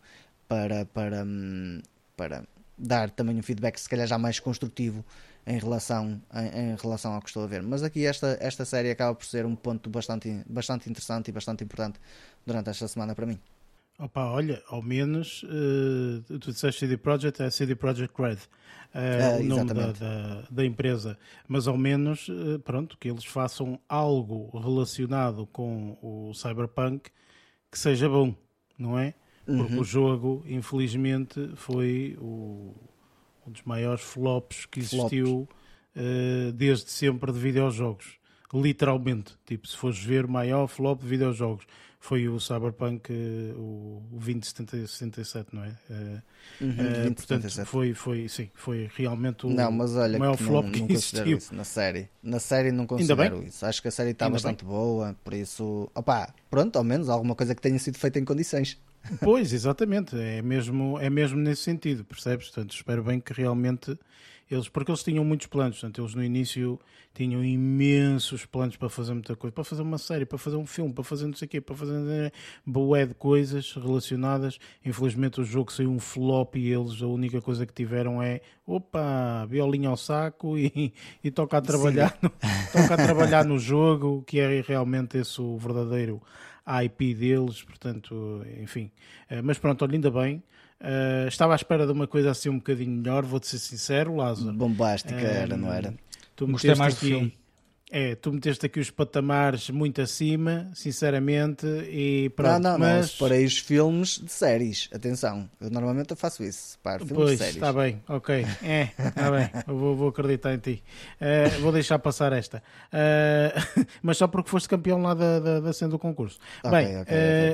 para dar também um feedback se calhar já mais construtivo em relação ao que estou a ver. Mas aqui esta série acaba por ser um ponto bastante interessante e bastante importante durante esta semana para mim. Opa, olha, ao menos tu disseste CD Projekt, é CD Projekt Red, o nome da empresa, mas ao menos pronto, que eles façam algo relacionado com o Cyberpunk que seja bom, não é? Porque o jogo, infelizmente, foi um dos maiores flops que existiu desde sempre de videojogos. Literalmente, tipo, se fores ver, maior flop de videojogos foi o Cyberpunk, o 2077, não é? 2077. Portanto, foi realmente o maior flop que existiu. Isso na série não considero isso. Acho que a série está bastante boa, por isso, opá, pronto, ao menos alguma coisa que tenha sido feita em condições. Pois, exatamente, é mesmo nesse sentido, percebes? Portanto, espero bem que realmente porque eles tinham muitos planos, portanto, eles no início tinham imensos planos para fazer muita coisa, para fazer uma série, para fazer um filme, para fazer não sei o quê, para fazer bué de coisas relacionadas. Infelizmente o jogo saiu um flop e eles a única coisa que tiveram é violinho ao saco e toca a trabalhar toca a trabalhar no jogo, que é realmente esse o verdadeiro IP deles, portanto, enfim. Mas pronto, olha, ainda bem. Estava à espera de uma coisa assim um bocadinho melhor, vou-te ser sincero, Lázaro. Bombástica era, não era? Gostei mais do filme. Tu meteste aqui os patamares muito acima, sinceramente, e pronto. Não, separei os filmes de séries, atenção, eu normalmente faço isso, filmes de séries. Está bem, ok, está bem, eu vou acreditar em ti. Vou deixar passar esta, mas só porque foste campeão lá da cena do concurso. Okay.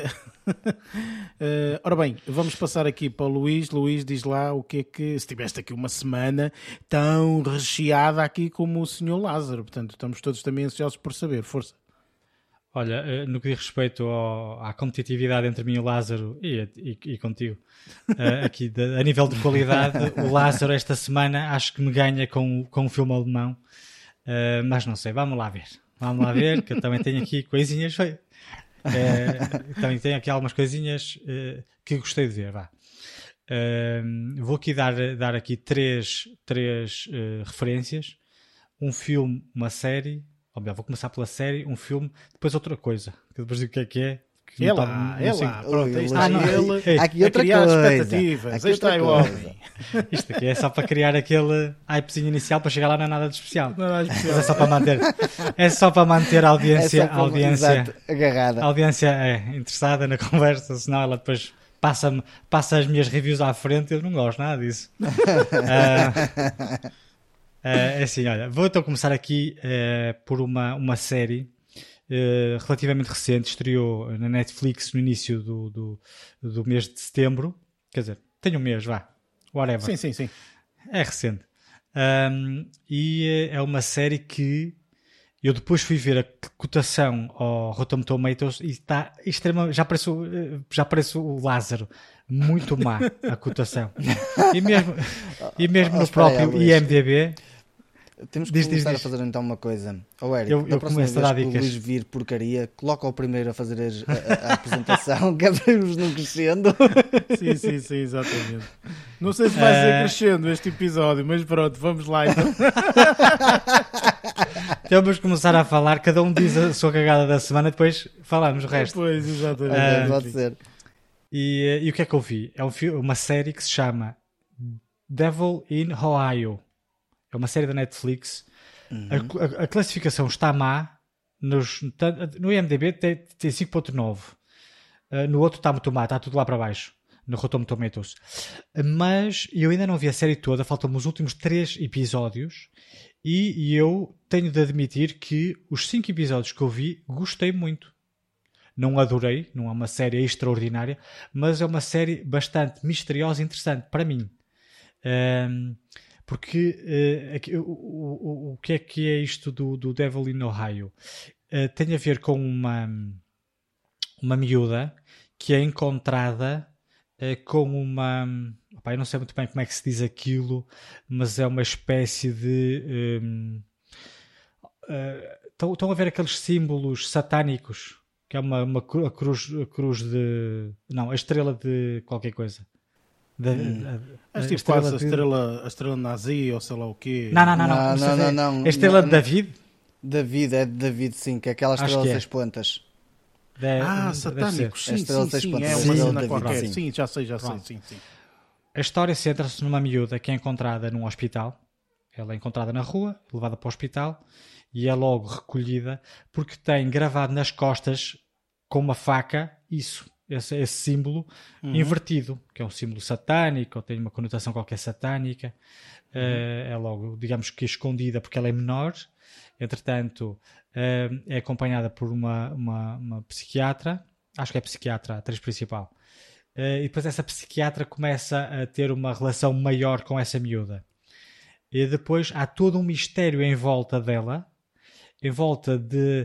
Ora bem, vamos passar aqui para o Luís. Luís, diz lá o que é que, se tiveste aqui uma semana tão recheada aqui como o senhor Lázaro, portanto estamos todos também ansiosos por saber, força. Olha, no que diz respeito à competitividade entre mim e o Lázaro e contigo, aqui a nível de qualidade, o Lázaro esta semana acho que me ganha com o filme alemão, mas não sei, vamos lá ver, que eu também tenho aqui coisinhas, também tenho aqui algumas coisinhas que gostei de ver, vá. Vou aqui dar aqui três referências, um filme, uma série. Vou começar pela série, um filme, depois outra coisa, que depois digo o que é, que É não lá, estava- não sei- pronto, aí está Ah, não, ele há aqui a outra criar coisa. expectativas, Aqui aí está outra o coisa. homem. Isto aqui é só para criar aquele hypezinho inicial para chegar lá não é nada de especial. Não é Mas especial. é só para manter a audiência, É só para- exato, agarrada. a audiência interessada na conversa, senão ela depois passa as minhas reviews à frente e eu não gosto nada disso. É assim, olha, vou então começar aqui por uma série relativamente recente, estreou na Netflix no início do mês de setembro, quer dizer, tem um mês, vá, whatever. Sim, sim, sim. É recente. E é uma série que eu depois fui ver a cotação ao Rotten Tomatoes e está extremamente. Já parece o Lázaro. Muito má a cotação. E mesmo no espera aí, próprio Luís. IMDb. Temos que Diz, começar diz. a fazer então uma coisa. Ó Eric, Eu da próxima começo a dar vez que o dicas. Luís vir porcaria, coloca o primeiro a fazer a apresentação, que é para irmos não crescendo. Sim, exatamente. Não sei se vai ser crescendo este episódio, mas pronto, vamos lá então. Temos que começar a falar, cada um diz a sua cagada da semana, depois falamos o resto. Pois, exatamente. Pode ser. E o que é que eu vi? É uma série que se chama Devil in Ohio. É uma série da Netflix. A classificação está má. No IMDb tem 5.9. No outro está muito má, está tudo lá para baixo. No Rotten Tomatoes. Mas eu ainda não vi a série toda, faltam-me os últimos 3 episódios. E eu tenho de admitir que os 5 episódios que eu vi, gostei muito. Não adorei, não é uma série extraordinária, mas é uma série bastante misteriosa e interessante para mim. Porque o que é isto do Devil in Ohio? Tem a ver com uma miúda que é encontrada com uma... Opa, eu não sei muito bem como é que se diz aquilo, mas é uma espécie de... Estão a ver aqueles símbolos satânicos? Que é a cruz de... Não, a estrela de qualquer coisa. Mas tipo quase a estrela nazi ou sei lá o quê. Não. Não. A estrela de David? David, é de David, sim, que é aquela estrela de 6 pontas. Satânicos, sim, A estrela de sim, seis sim, pontas, é a uma estrela cena de David, qualquer. sim. Sim, já sei, Pronto. sim. A história centra-se numa miúda que é encontrada num hospital. Ela é encontrada na rua, levada para o hospital e é logo recolhida porque tem gravado nas costas com uma faca esse símbolo invertido, que é um símbolo satânico, ou tem uma conotação qualquer satânica. É logo, digamos que escondida porque ela é menor. Entretanto, é acompanhada por uma psiquiatra, acho que é psiquiatra, a atriz principal. E depois essa psiquiatra começa a ter uma relação maior com essa miúda. E depois há todo um mistério em volta dela, em volta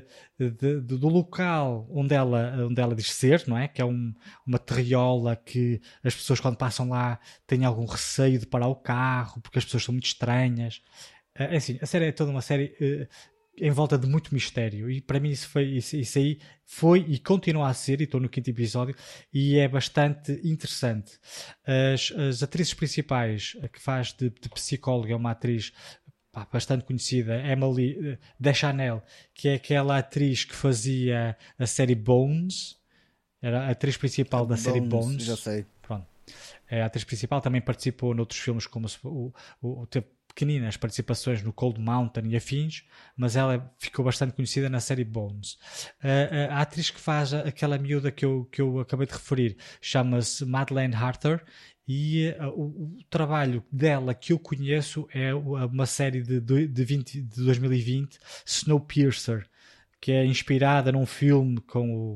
do local onde ela diz ser, não é? Que é uma terriola que as pessoas quando passam lá têm algum receio de parar o carro porque as pessoas são muito estranhas. Assim, a série é toda uma série em volta de muito mistério e para mim isso aí foi e continua a ser, e estou no 5º episódio e é bastante interessante. As atrizes principais, a que faz de psicóloga, é uma atriz bastante conhecida, Emily Deschanel, que é aquela atriz que fazia a série Bones, era a atriz principal da série Bones. Já sei. Pronto. A atriz principal também participou noutros filmes, como teve pequeninas participações no Cold Mountain e afins, mas ela ficou bastante conhecida na série Bones. A atriz que faz aquela miúda que eu acabei de referir chama-se Madeleine Harter e o trabalho dela que eu conheço é uma série de 2020, Snowpiercer, que é inspirada num filme com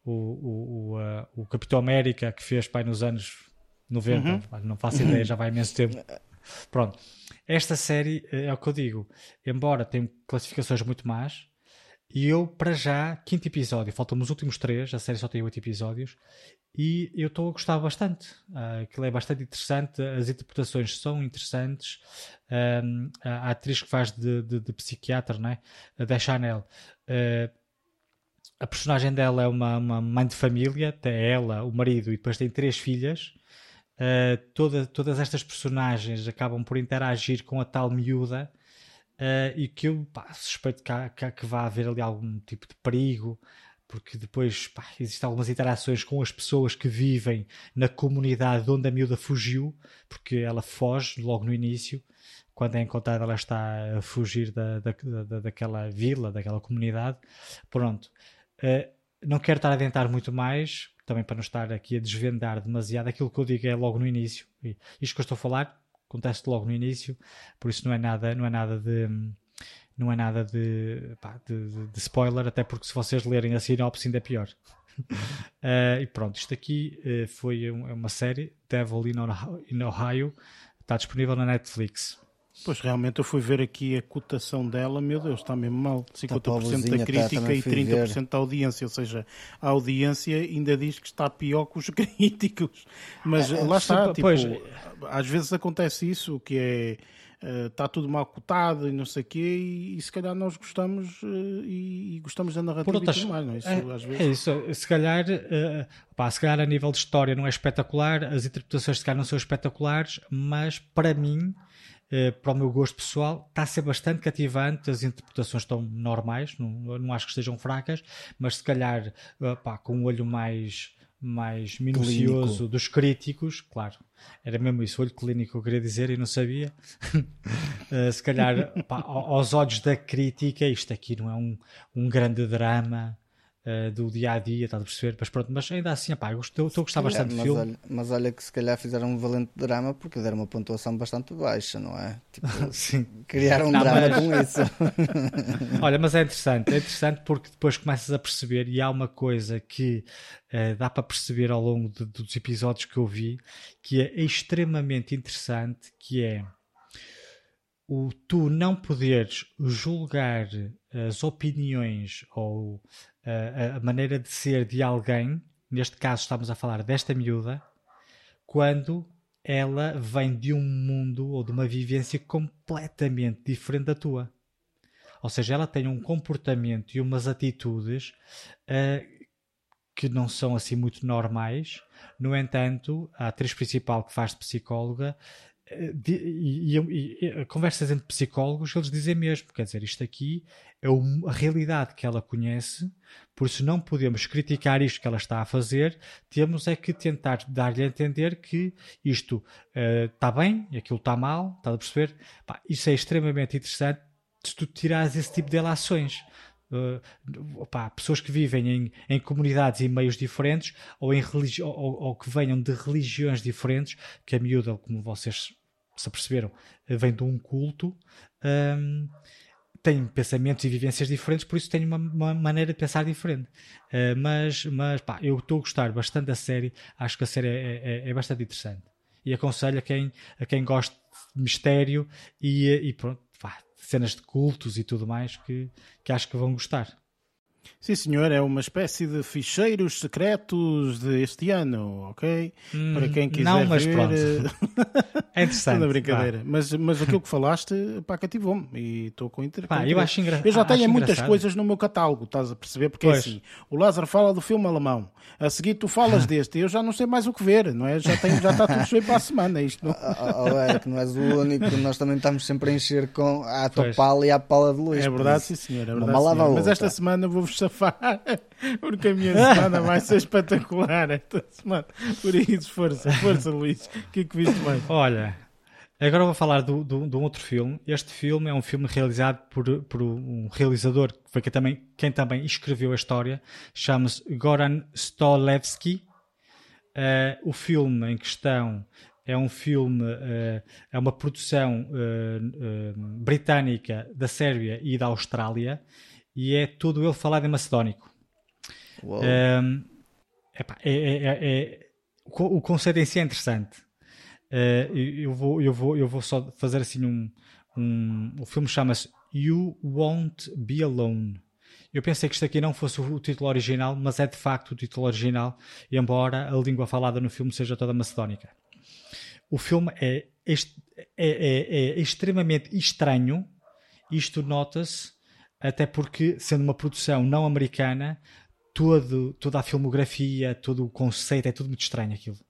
o Capitão América que fez nos anos 90, não faço ideia, já vai imenso tempo. Pronto. Esta série, é o que eu digo, embora tenha classificações muito más, e eu, para já, 5º episódio, faltam-me os últimos 3, a série só tem 8 episódios, e eu estou a gostar bastante. Aquilo é bastante interessante, as interpretações são interessantes, a atriz que faz de psiquiatra, não é? A Deschanel, a personagem dela é uma mãe de família, tem ela, o marido, e depois tem 3 filhas. Todas estas personagens acabam por interagir com a tal miúda e que eu suspeito que vá haver ali algum tipo de perigo porque depois existem algumas interações com as pessoas que vivem na comunidade onde a miúda fugiu, porque ela foge logo no início. Quando é encontrada, ela está a fugir daquela vila, daquela comunidade. Pronto. Não quero estar a adentrar muito mais, também para não estar aqui a desvendar demasiado. Aquilo que eu digo é logo no início. E isto que eu estou a falar acontece logo no início, por isso não é nada de spoiler, até porque se vocês lerem a sinopse ainda é pior. E pronto, isto aqui foi uma série, Devil in Ohio, está disponível na Netflix. Pois realmente eu fui ver aqui a cotação dela, meu Deus, está mesmo mal. 50% da crítica e 30% da audiência, ou seja, a audiência ainda diz que está pior que os críticos. Mas lá está, tipo, às vezes acontece isso, que é está tudo mal cotado e não sei o quê, e se calhar nós gostamos e gostamos da narrativa e tudo mais, não é? Isso, às vezes... É isso, se calhar a nível de história não é espetacular, as interpretações se calhar não são espetaculares, mas para mim, para o meu gosto pessoal, está a ser bastante cativante, as interpretações estão normais, não acho que estejam fracas, mas se calhar com um olho mais minucioso clínico dos críticos, claro, era mesmo isso, olho clínico que eu queria dizer e não sabia. Se calhar aos olhos da crítica isto aqui não é um grande drama do dia a dia, estás a perceber? Mas pronto, mas ainda assim, estou a gostar bastante do filme. Mas olha que se calhar fizeram um valente drama porque deram uma pontuação bastante baixa, não é? Tipo, criaram um drama com isso. Olha, mas é interessante porque depois começas a perceber, e há uma coisa que dá para perceber ao longo dos episódios que eu vi, que é extremamente interessante, que é tu não poderes julgar as opiniões ou a maneira de ser de alguém, neste caso estamos a falar desta miúda, quando ela vem de um mundo ou de uma vivência completamente diferente da tua. Ou seja, ela tem um comportamento e umas atitudes que não são assim muito normais. No entanto, a atriz principal que faz de psicóloga, e conversas entre psicólogos, eles dizem mesmo, quer dizer, isto aqui é a realidade que ela conhece, por isso não podemos criticar isto que ela está a fazer, temos é que tentar dar-lhe a entender que isto está bem e aquilo está mal, está a perceber? Isso é extremamente interessante se tu tirares esse tipo de relações. Pessoas que vivem em comunidades e meios diferentes ou que venham de religiões diferentes, que a miúda, como vocês se aperceberam, vem de um culto, tem pensamentos e vivências diferentes, por isso tem uma maneira de pensar diferente. Mas eu estou a gostar bastante da série, acho que a série é bastante interessante e aconselho a quem gosta de mistério e pronto, cenas de cultos e tudo mais que acho que vão gostar. Sim, senhor, é uma espécie de ficheiros secretos deste ano, ok? Para quem quiser não, mas ver... pronto. É interessante. Toda brincadeira. Mas aquilo que falaste, cativou-me e estou com interesse. Eu já tenho muitas engraçado. Coisas no meu catálogo, estás a perceber? Porque pois. É assim, o Lázaro fala do filme alemão, a seguir tu falas deste, eu já não sei mais o que ver, não é? Já está tudo cheio para a semana, isto não... É que não és o único, nós também estamos sempre a encher com a Topala e a Pala de Luís. É verdade, sim senhor, é verdade, senhor. Mas esta semana vou-vos safar, porque a minha semana vai ser espetacular esta semana. Por isso, força Luís, o que é que viste mais? Olha, agora vou falar de um outro filme. Este filme é um filme realizado por um realizador que foi quem também escreveu a história, chama-se Goran Stolevski. O filme em questão é um filme, é uma produção britânica da Sérvia e da Austrália, e é todo ele falado em macedónico. O conceito em si é interessante. Eu vou só fazer assim o filme chama-se You Won't Be Alone. Eu pensei que isto aqui não fosse o título original, mas é de facto o título original, embora a língua falada no filme seja toda macedónica. O filme é extremamente estranho. Isto nota-se até porque, sendo uma produção não americana, toda a filmografia, todo o conceito, é tudo muito estranho aquilo.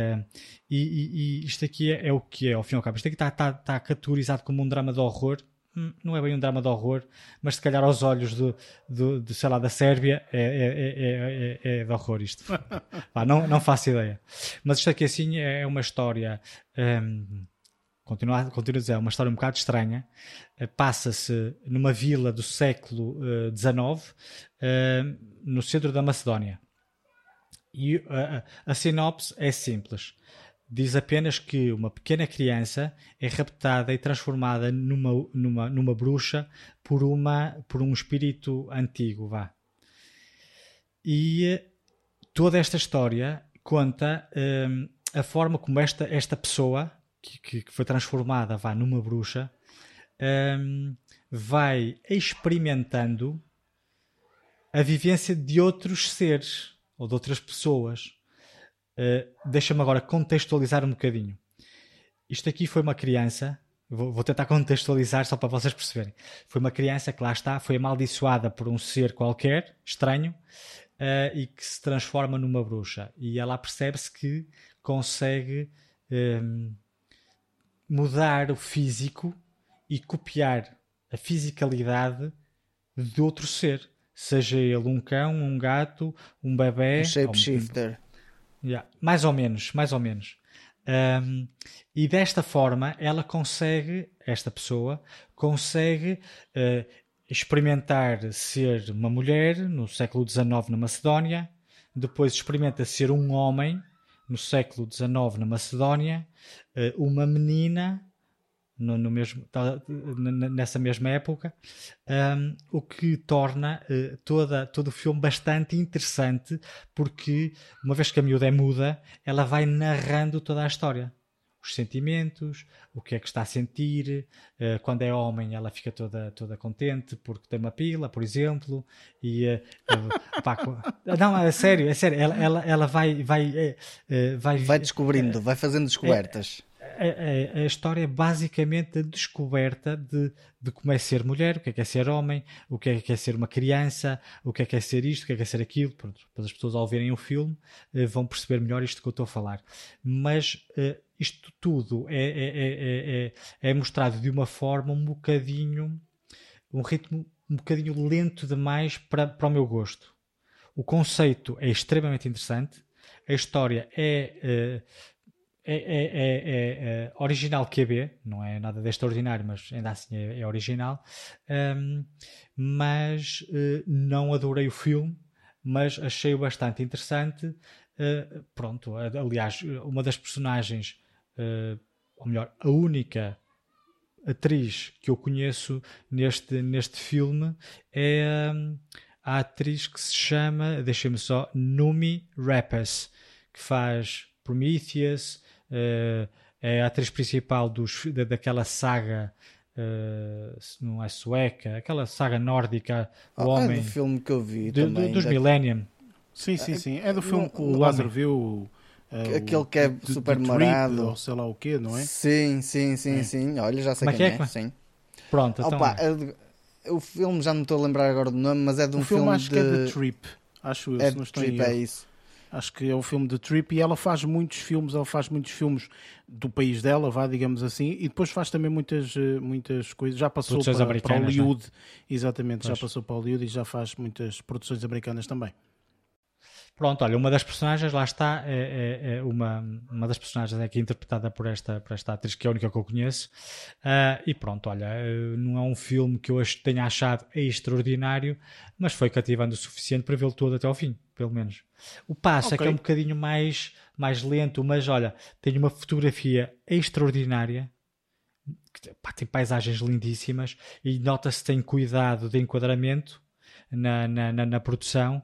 E isto aqui é o que é, ao fim e ao cabo. Isto aqui está categorizado como um drama de horror, não é bem um drama de horror, mas se calhar aos olhos sei lá, da Sérvia é de horror isto. Não faço ideia. Mas isto aqui assim é uma história, continuo a dizer, é uma história um bocado estranha. Passa-se numa vila do século XIX, no centro da Macedónia. E a sinopse é simples. Diz apenas que uma pequena criança é raptada e transformada numa bruxa por um espírito antigo, E toda esta história conta a forma como esta pessoa que foi transformada numa bruxa vai experimentando a vivência de outros seres ou de outras pessoas. Deixa-me agora contextualizar um bocadinho. Isto aqui foi uma criança, vou tentar contextualizar só para vocês perceberem. Foi uma criança que lá está, foi amaldiçoada por um ser qualquer, estranho, e que se transforma numa bruxa. E ela percebe-se que consegue mudar o físico e copiar a fisicalidade de outro ser. Seja ele um cão, um gato, um bebê... Um shapeshifter. Mais ou menos. E desta forma esta pessoa consegue experimentar ser uma mulher no século XIX na Macedónia, depois experimenta ser um homem no século XIX na Macedónia, uma menina nessa mesma época, o que torna todo o filme bastante interessante, porque uma vez que a miúda é muda, ela vai narrando toda a história, os sentimentos, o que é que está a sentir. Quando é homem ela fica toda contente porque tem uma pila, por exemplo, e não, é sério, ela vai descobrindo, vai fazendo descobertas. A história é basicamente a descoberta de como é ser mulher, o que é ser homem, o que é ser uma criança, o que é ser isto, o que é ser aquilo. Pronto, para as pessoas ao verem o filme vão perceber melhor isto que eu estou a falar. Mas isto tudo é mostrado de uma forma um ritmo um bocadinho lento demais para o meu gosto. O conceito é extremamente interessante, a história é original QB, não é nada de extraordinário, mas ainda assim é original. Mas não adorei o filme, mas achei-o bastante interessante. Pronto, aliás, uma das personagens, ou melhor, a única atriz que eu conheço neste filme é a atriz que se chama, deixem-me só, Noomi Rapace, que faz Prometheus. É a atriz principal daquela saga, não é sueca, aquela saga nórdica, o homem é do filme que eu vi também, dos Millennium. Sim, é do filme que o Lázaro viu, aquele que é super marado ou sei lá o quê, não é? Sim, olha, já sei quem é. Sim. Pronto, então o filme, já não estou a lembrar agora do nome, mas é de um filme acho que é The Trip, acho eu, se não estou em erro. É isso. Acho que é o filme de Trip, e ela faz muitos filmes do país dela, digamos assim, e depois faz também muitas coisas. Já passou para Hollywood, exatamente, já passou para Hollywood e já faz muitas produções americanas também. Pronto, olha, uma das personagens, lá está, uma das personagens é aqui interpretada por esta atriz, que é a única que eu conheço, e pronto, olha, não é um filme que eu tenha achado extraordinário, mas foi cativando o suficiente para vê-lo todo até ao fim, pelo menos. O passo é que é um bocadinho mais lento, mas olha, tem uma fotografia extraordinária, tem paisagens lindíssimas, e nota-se que tem cuidado de enquadramento na produção.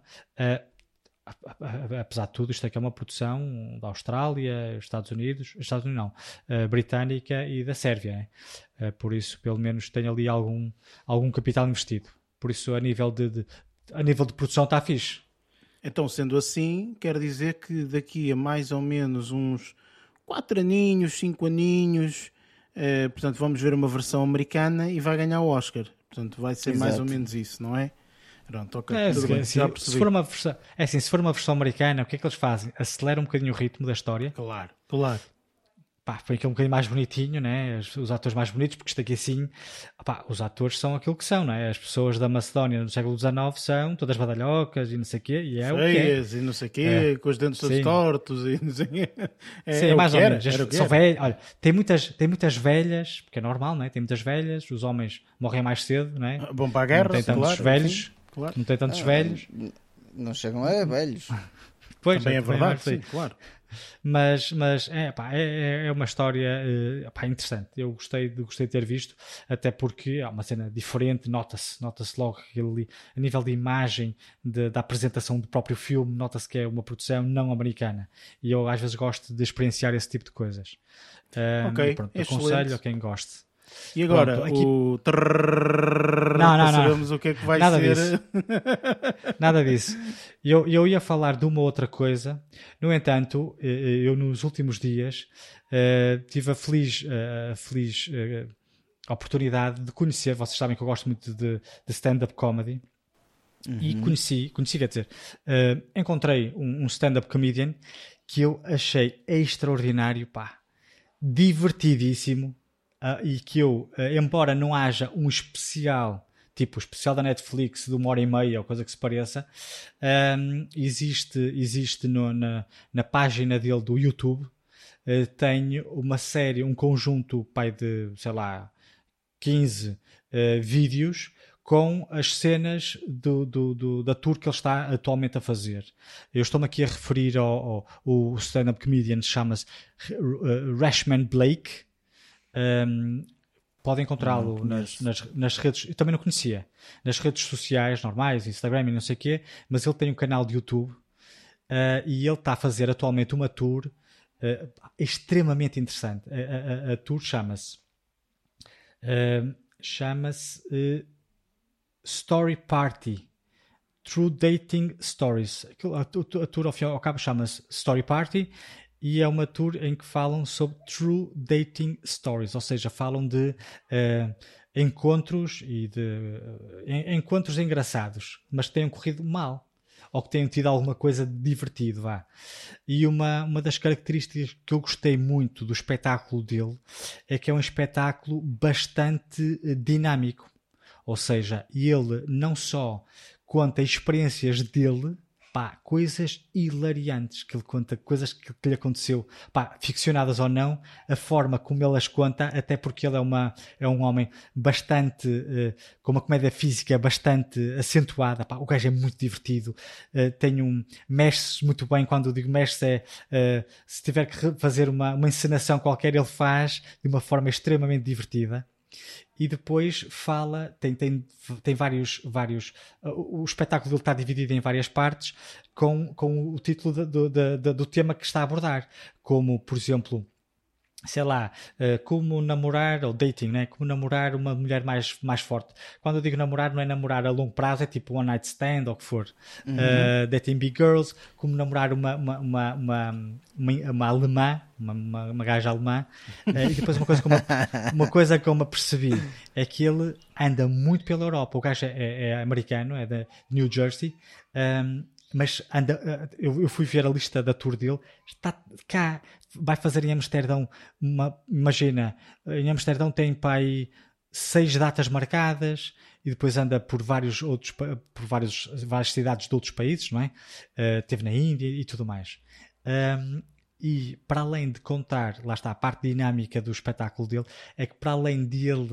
Apesar de tudo, isto aqui é uma produção da Austrália, Estados Unidos não, britânica e da Sérvia, né? Por isso, pelo menos, tem ali algum capital investido. Por isso, a nível de produção está fixe. Então, sendo assim, quer dizer que daqui a mais ou menos uns 4 aninhos, 5 aninhos, portanto, vamos ver uma versão americana e vai ganhar o Oscar. Portanto, vai ser mais ou menos isso, não é? Pronto, ok. Se for uma versão americana, o que é que eles fazem? Aceleram um bocadinho o ritmo da história. Claro. foi aquele um bocadinho mais bonitinho, né? Os atores mais bonitos, porque isto aqui assim, os atores são aquilo que são, né? As pessoas da Macedónia no século XIX são todas badalhocas e não sei o quê, e é feias, o que é. E não sei o quê, com os dentes todos tortos e não sei o quê. Sim, mais ou menos. São velhas. Olha, tem muitas velhas, porque é normal, né? Tem muitas velhas, os homens morrem mais cedo, né? Bom para a guerra, não tem tantos claro, velhos, sim, claro. Não tem tantos velhos. Não chegam a velhos. Pois, também é verdade, sim, claro. Mas é uma história interessante. Eu gostei de ter visto, até porque é uma cena diferente, nota-se logo que ali, a nível de imagem da apresentação do próprio filme, nota-se que é uma produção não americana. E eu às vezes gosto de experienciar esse tipo de coisas. Ok, pronto, aconselho a quem goste. E agora, pronto, aqui... não sabemos o que é que vai Nada ser. Disso. Nada disso. Eu ia falar de uma outra coisa. No entanto, eu nos últimos dias tive a feliz oportunidade de conhecer, vocês sabem que eu gosto muito de stand-up comedy, e conheci, quer dizer, encontrei um stand-up comedian que eu achei extraordinário, divertidíssimo. E que eu, embora não haja um especial, tipo o especial da Netflix de 1h30 ou coisa que se pareça, existe na página dele do YouTube, tem uma série, um conjunto de, sei lá, 15 vídeos com as cenas da tour que ele está atualmente a fazer. Eu estou-me aqui a referir ao stand-up comedian, chama-se Rashman Blake. Podem encontrá-lo nas redes, eu também não conhecia, nas redes sociais normais, Instagram e não sei o quê, mas ele tem um canal de YouTube e ele está a fazer atualmente uma tour extremamente interessante. A tour chama-se Story Party, True Dating Stories. A tour ao cabo chama-se Story Party. E é uma tour em que falam sobre true dating stories, ou seja, falam de encontros e de encontros engraçados, mas que tenham corrido mal, ou que tenham tido alguma coisa de divertido, vá. E uma das características que eu gostei muito do espetáculo dele é que é um espetáculo bastante dinâmico, ou seja, ele não só conta experiências dele, coisas hilariantes que ele conta, coisas que lhe aconteceu, ficcionadas ou não, a forma como ele as conta, até porque ele é um homem bastante, com uma comédia física bastante acentuada, o gajo é muito divertido, mexe-se muito bem. Quando eu digo mexe-se, se tiver que fazer uma encenação qualquer, ele faz de uma forma extremamente divertida. E depois tem vários o espetáculo dele está dividido em várias partes com o título do tema que está a abordar, como por exemplo, sei lá, como namorar, ou dating, né? Como namorar uma mulher mais forte. Quando eu digo namorar, não é namorar a longo prazo, é tipo one night stand ou o que for. Dating big girls, como namorar uma alemã, uma gaja alemã. E depois uma coisa que eu me apercebi é que ele anda muito pela Europa. O gajo é americano, é de New Jersey, mas eu fui ver a lista da tour dele, está cá, vai fazer em Amsterdão, imagina, em Amsterdão tem aí 6 datas marcadas, e depois anda por várias cidades de outros países, não é? Esteve na Índia e tudo mais. E para além de contar, lá está a parte dinâmica do espetáculo dele, é que para além dele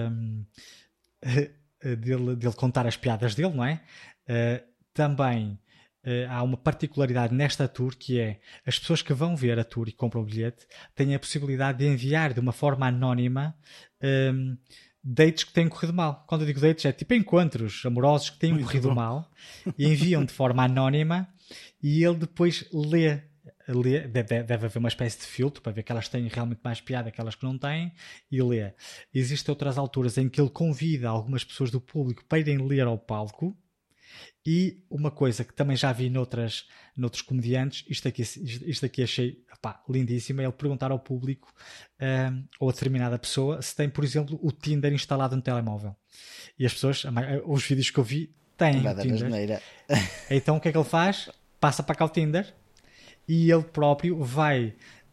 contar as piadas dele, não é? Também há uma particularidade nesta tour, que é as pessoas que vão ver a tour e compram o bilhete têm a possibilidade de enviar de uma forma anónima dates que têm corrido mal. Quando eu digo dates, é tipo encontros amorosos que têm corrido mal, e enviam de forma anónima, e ele depois lê. Deve haver uma espécie de filtro para ver que elas têm realmente mais piada, aquelas que não têm, e lê. Existem outras alturas em que ele convida algumas pessoas do público para irem ler ao palco. E uma coisa que também já vi noutros comediantes, isto aqui achei lindíssimo, é ele perguntar ao público ou a determinada pessoa se tem, por exemplo, o Tinder instalado no telemóvel. E as pessoas, os vídeos que eu vi, têm o Tinder. Então o que é que ele faz? Passa para cá o Tinder e ele próprio vai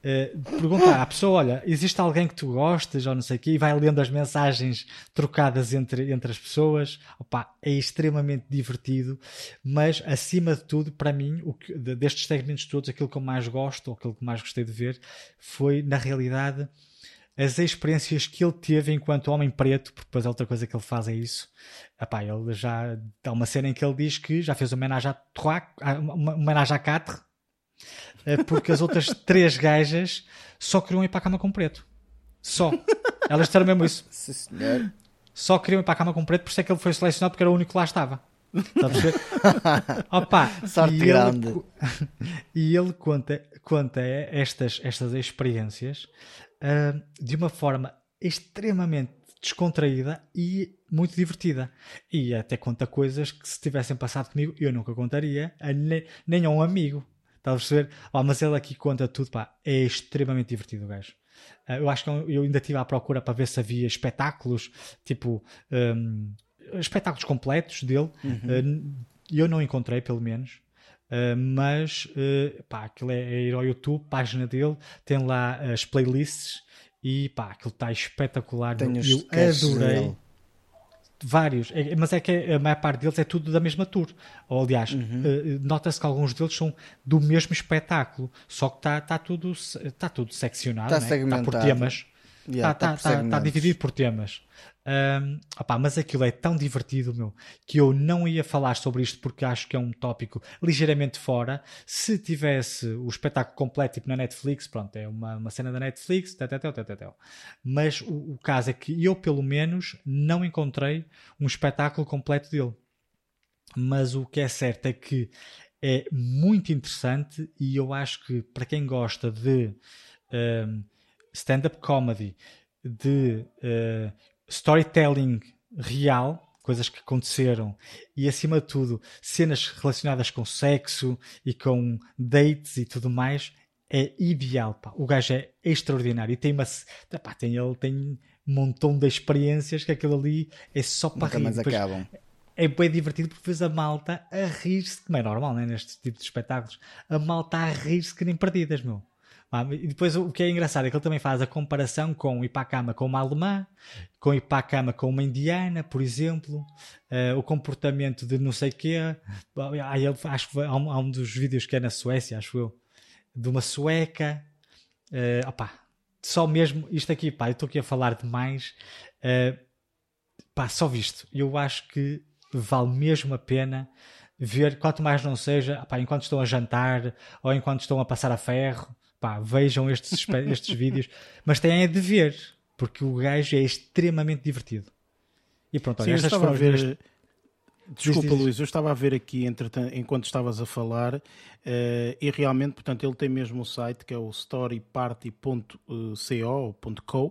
perguntar à pessoa, olha, existe alguém que tu gostes ou não sei o quê, e vai lendo as mensagens trocadas entre as pessoas. Opa, é extremamente divertido, mas acima de tudo, para mim, destes segmentos todos, aquilo que eu mais gosto, ou aquilo que mais gostei de ver, foi, na realidade, as experiências que ele teve enquanto homem preto, porque depois a outra coisa que ele faz é isso. Epá, ele já há uma cena em que ele diz que já fez uma homenagem uma homenagem à Catre, porque as outras 3 gajas só queriam ir para a cama com preto. Só. Elas disseram mesmo isso. Sim, senhor. Só queriam ir para a cama com preto, por isso é que ele foi selecionado, porque era o único que lá estava. Está a perceber? Opa, Sorte grande. E ele conta estas experiências de uma forma extremamente descontraída e muito divertida. E até conta coisas que, se tivessem passado comigo, eu nunca contaria nem a um amigo. Está a perceber? Mas ele aqui conta tudo, pá. É extremamente divertido o gajo. Eu acho que eu ainda estive à procura para ver se havia espetáculos, tipo espetáculos completos dele. E eu não encontrei, pelo menos. Mas pá, aquilo é ir ao YouTube, página dele, tem lá as playlists e pá, aquilo está espetacular. Tenho os eu sketches adorei. dele. Vários, mas é que a maior parte deles é tudo da mesma tour. Ou, aliás, nota-se que alguns deles são do mesmo espetáculo, só que está tudo seccionado, Está né? segmentado. Está por temas. Yeah, Está dividido por temas. Mas aquilo é tão divertido, meu, que eu não ia falar sobre isto porque acho que é um tópico ligeiramente fora. Se tivesse o espetáculo completo, tipo na Netflix, pronto, é uma cena da Netflix, mas o caso é que eu, pelo menos, não encontrei um espetáculo completo dele. Mas o que é certo é que é muito interessante, e eu acho que para quem gosta de stand-up comedy, de storytelling real, coisas que aconteceram, e acima de tudo cenas relacionadas com sexo e com dates e tudo mais, é ideal, pá. O gajo é extraordinário e ele tem um montão de experiências que aquilo ali é só para Nunca rir. mais Depois, acabam. é bem divertido porque vês a malta a rir-se, como é normal, né, neste tipo de espetáculos, a malta a rir-se que nem perdidas, meu. E depois o que é engraçado é que ele também faz a comparação com ir para a cama com uma alemã, com ir para a cama com uma indiana, por exemplo, o comportamento de não sei o quê. Acho que há um dos vídeos que é na Suécia, acho eu, de uma sueca. Só mesmo isto aqui, pá, eu estou aqui a falar demais. Só visto. Eu acho que vale mesmo a pena ver, quanto mais não seja, enquanto estão a jantar ou enquanto estão a passar a ferro. Vejam estes vídeos, mas têm a de ver, porque o gajo é extremamente divertido. E pronto, olha, Sim, estava a ver. Desculpa, Luís, eu estava a ver aqui enquanto estavas a falar e realmente, portanto, ele tem mesmo o site que é o storyparty.co.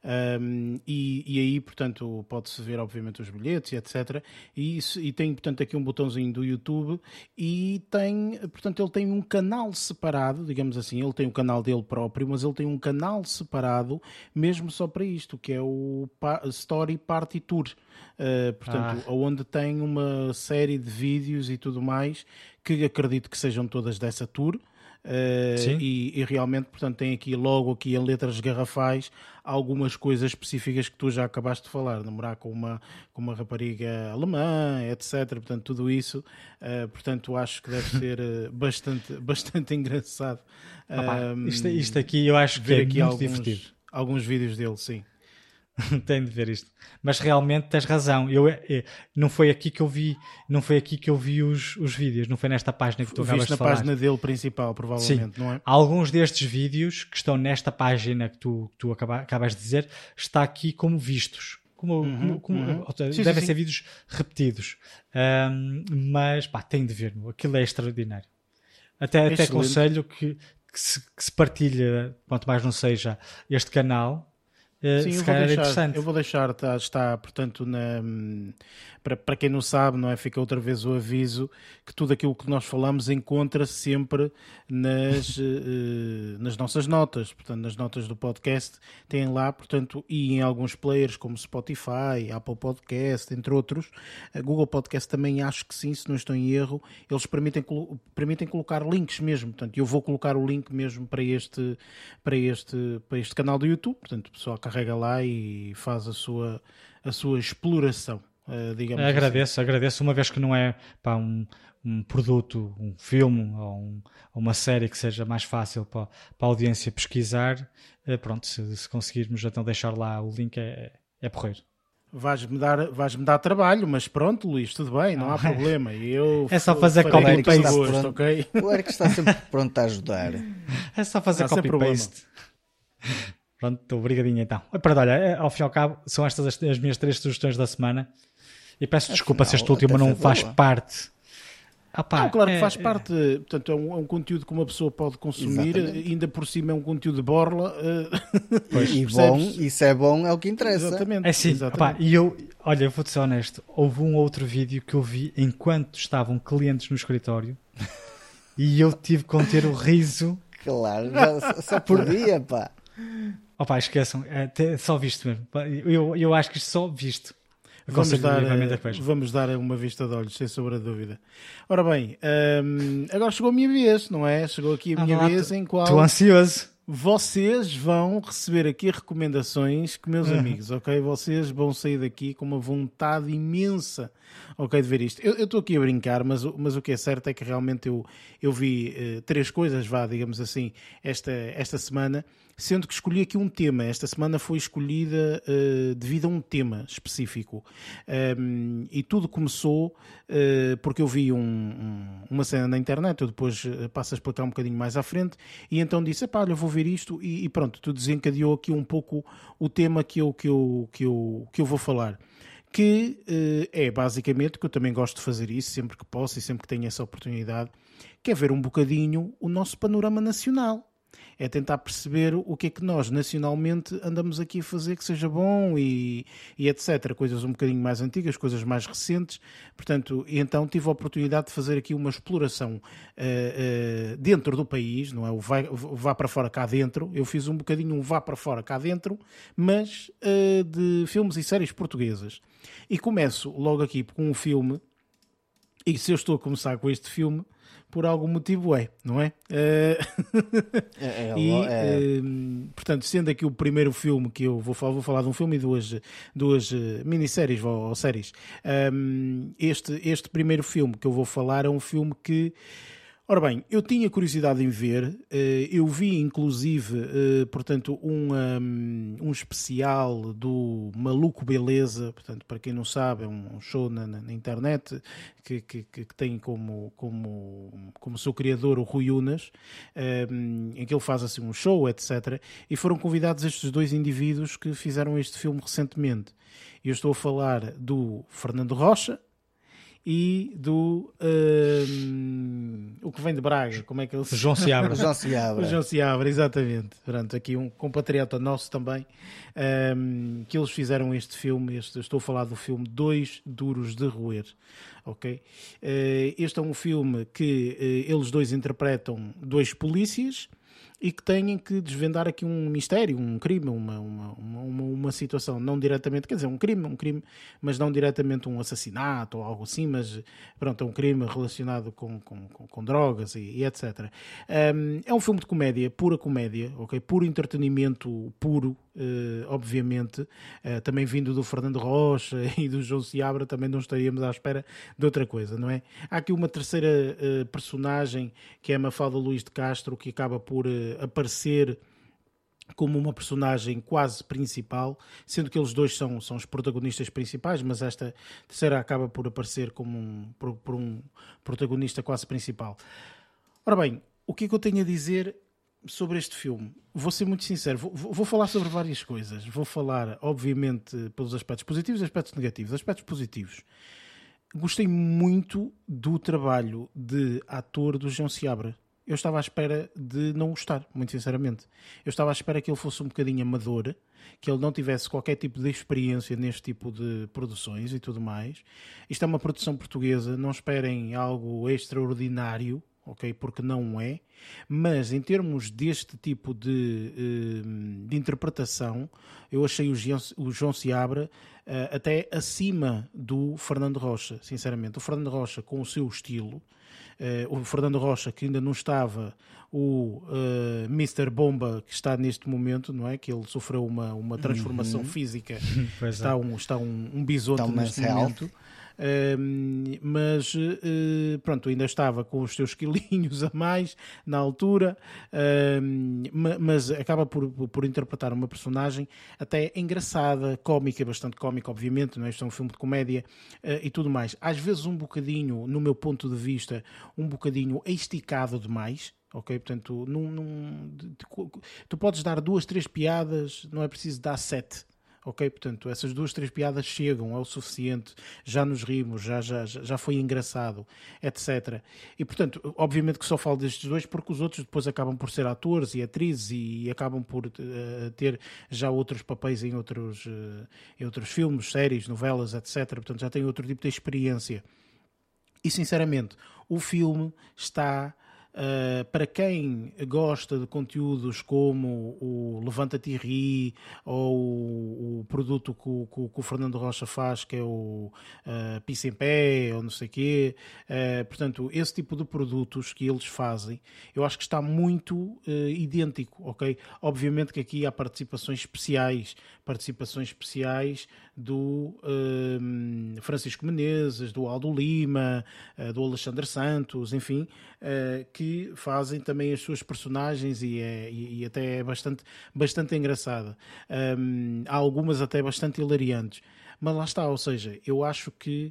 E aí, portanto, pode-se ver obviamente os bilhetes e etc. E tem, portanto, aqui um botãozinho do YouTube e tem, portanto, ele tem um canal separado, digamos assim, ele tem um canal dele próprio, mas ele tem um canal separado mesmo só para isto, que é o Story Party Tour. Portanto, onde tem uma série de vídeos e tudo mais que acredito que sejam todas dessa tour. E realmente, portanto, tem aqui logo aqui em letras garrafais algumas coisas específicas que tu já acabaste de falar, namorar com uma rapariga alemã, etc. Portanto, tudo isso, portanto, acho que deve ser bastante engraçado. Isto aqui eu acho que é muito divertido. Alguns vídeos dele, sim. Tenho de ver isto. Mas realmente tens razão. Não foi aqui que eu vi os vídeos, não foi nesta página que tu acabas de falar. Na página dele principal, provavelmente, sim. Não é? Alguns destes vídeos que estão nesta página que tu acabas de dizer, está aqui como vistos. Devem ser vídeos repetidos. Mas tem de ver, aquilo é extraordinário. Até aconselho que se partilhe, quanto mais não seja, este canal, Sim, se calhar era interessante. Eu vou deixar, está portanto, para quem não sabe, não é? Fica outra vez o aviso que tudo aquilo que nós falamos encontra-se sempre nas nossas notas, portanto, nas notas do podcast, tem lá, portanto, e em alguns players como Spotify, Apple Podcast, entre outros, a Google Podcast também acho que sim, se não estou em erro, eles permitem colocar links mesmo, portanto, eu vou colocar o link mesmo para este canal do YouTube, portanto, o pessoal carrega lá e faz a sua exploração, digamos assim. Agradeço, uma vez que não é um produto, um filme ou uma série que seja mais fácil para a audiência pesquisar, pronto, se conseguirmos então deixar lá o link é porreiro. Vais-me dar trabalho, mas pronto, Luís, tudo bem, não há problema. É só fazer copy-paste, ok? O Eric está sempre pronto a ajudar. É só fazer copy-paste. Pronto, obrigadinho então. Pronto, olha, ao fim e ao cabo, são estas as minhas 3 sugestões da semana. E peço desculpa se esta última não faz parte. Não, claro que faz parte, portanto, é um conteúdo que uma pessoa pode consumir, ainda por cima é um conteúdo de borla. Pois, e bom, isso é bom, é o que interessa. Exatamente. É sim, e eu vou-te ser honesto, houve um outro vídeo que eu vi enquanto estavam clientes no escritório e eu tive que conter o riso. Claro, só por dia, pá. Esqueçam, só visto mesmo. Eu acho que isto só visto. Vamos dar uma vista de olhos, sem sombra de dúvida. Ora bem, agora chegou a minha vez, não é? Chegou aqui a minha vez em qual... Estou ansioso. Vocês vão receber aqui recomendações que, meus amigos, ok? Vocês vão sair daqui com uma vontade imensa, ok, de ver isto. Eu estou aqui a brincar, mas o que é certo é que realmente eu vi 3 coisas, digamos assim, esta semana, sendo que escolhi aqui um tema. Esta semana foi escolhida devido a um tema específico. E tudo começou porque eu vi uma cena na internet, eu depois passo a explicar um bocadinho mais à frente, e então disse, olha, vou ver isto, e pronto, tu desencadeou aqui um pouco o tema que eu vou falar. Que é basicamente, que eu também gosto de fazer isso sempre que posso e sempre que tenho essa oportunidade, que é ver um bocadinho o nosso panorama nacional. É tentar perceber o que é que nós nacionalmente andamos aqui a fazer que seja bom e etc. Coisas um bocadinho mais antigas, coisas mais recentes. Portanto, então tive a oportunidade de fazer aqui uma exploração dentro do país, não é? O vá para fora cá dentro. Eu fiz um bocadinho um vá para fora cá dentro, mas de filmes e séries portuguesas. E começo logo aqui com um filme, e se eu estou a começar com este filme, por algum motivo não é? Portanto, sendo aqui o primeiro filme que eu vou falar de um filme e duas minisséries ou séries. Este primeiro filme que eu vou falar é um filme que... Ora bem, eu tinha curiosidade em ver, eu vi inclusive, portanto, um especial do Maluco Beleza, portanto, para quem não sabe, é um show na internet que tem como seu criador o Rui Unas, em que ele faz assim um show, etc. E foram convidados estes 2 indivíduos que fizeram este filme recentemente. Eu estou a falar do Fernando Rocha e do o que vem de Braga, como é que ele se João Seabra. O João Seabra, exatamente. Pronto, aqui um compatriota nosso também, que eles fizeram este filme. Estou a falar do filme Dois Duros de Roer. Ok? Este é um filme que eles 2 interpretam 2 polícias e que têm que desvendar aqui um mistério, um crime, uma situação, não diretamente, quer dizer, um crime, mas não diretamente um assassinato ou algo assim, mas pronto, é um crime relacionado com drogas e etc. É um filme de comédia, pura comédia, ok? Puro entretenimento, puro, obviamente, também vindo do Fernando Rocha e do João Seabra, também não estaríamos à espera de outra coisa, não é? Há aqui uma terceira personagem, que é a Mafalda Luís de Castro, que acaba por aparecer como uma personagem quase principal, sendo que eles 2 são os protagonistas principais, mas esta terceira acaba por aparecer como um protagonista quase principal. Ora bem, o que é que eu tenho a dizer sobre este filme? Vou ser muito sincero, vou falar sobre várias coisas. Vou falar, obviamente, pelos aspectos positivos e aspectos negativos. Aspectos positivos. Gostei muito do trabalho de ator do João Seabra. eu estava à espera de não gostar, muito sinceramente. Eu estava à espera que ele fosse um bocadinho amador, que ele não tivesse qualquer tipo de experiência neste tipo de produções e tudo mais. Isto é uma produção portuguesa, não esperem algo extraordinário, ok? Porque não é. Mas em termos deste tipo de interpretação, eu achei o João Seabra até acima do Fernando Rocha, sinceramente. O Fernando Rocha, com o seu estilo, o Fernando Rocha, que ainda não estava o Mr. Bomba que está neste momento, não é? Que ele sofreu uma transformação física, está um bisonte neste momento. Mas pronto, ainda estava com os seus quilinhos a mais na altura, mas acaba por interpretar uma personagem até engraçada, cómica, bastante cómica, obviamente, não é? Isto é um filme de comédia e tudo mais. Às vezes um bocadinho, no meu ponto de vista, um bocadinho esticado demais. Ok, portanto, tu podes dar 2, 3 piadas, não é preciso dar 7. Ok, portanto, essas 2, 3 piadas chegam, é o suficiente, já nos rimos, já foi engraçado, etc. E, portanto, obviamente que só falo destes dois porque os outros depois acabam por ser atores e atrizes e acabam por ter já outros papéis em outros filmes, séries, novelas, etc. Portanto, já têm outro tipo de experiência. E, sinceramente, o filme está... para quem gosta de conteúdos como o Levanta-te e Ri ou o produto que o Fernando Rocha faz, que é o Pisa em Pé ou não sei o quê, portanto, esse tipo de produtos que eles fazem, eu acho que está muito idêntico, ok? Obviamente que aqui há participações especiais do Francisco Menezes, do Aldo Lima, do Alexandre Santos, enfim, que fazem também as suas personagens e até é bastante engraçada. Há algumas até bastante hilariantes. Mas lá está, ou seja, eu acho que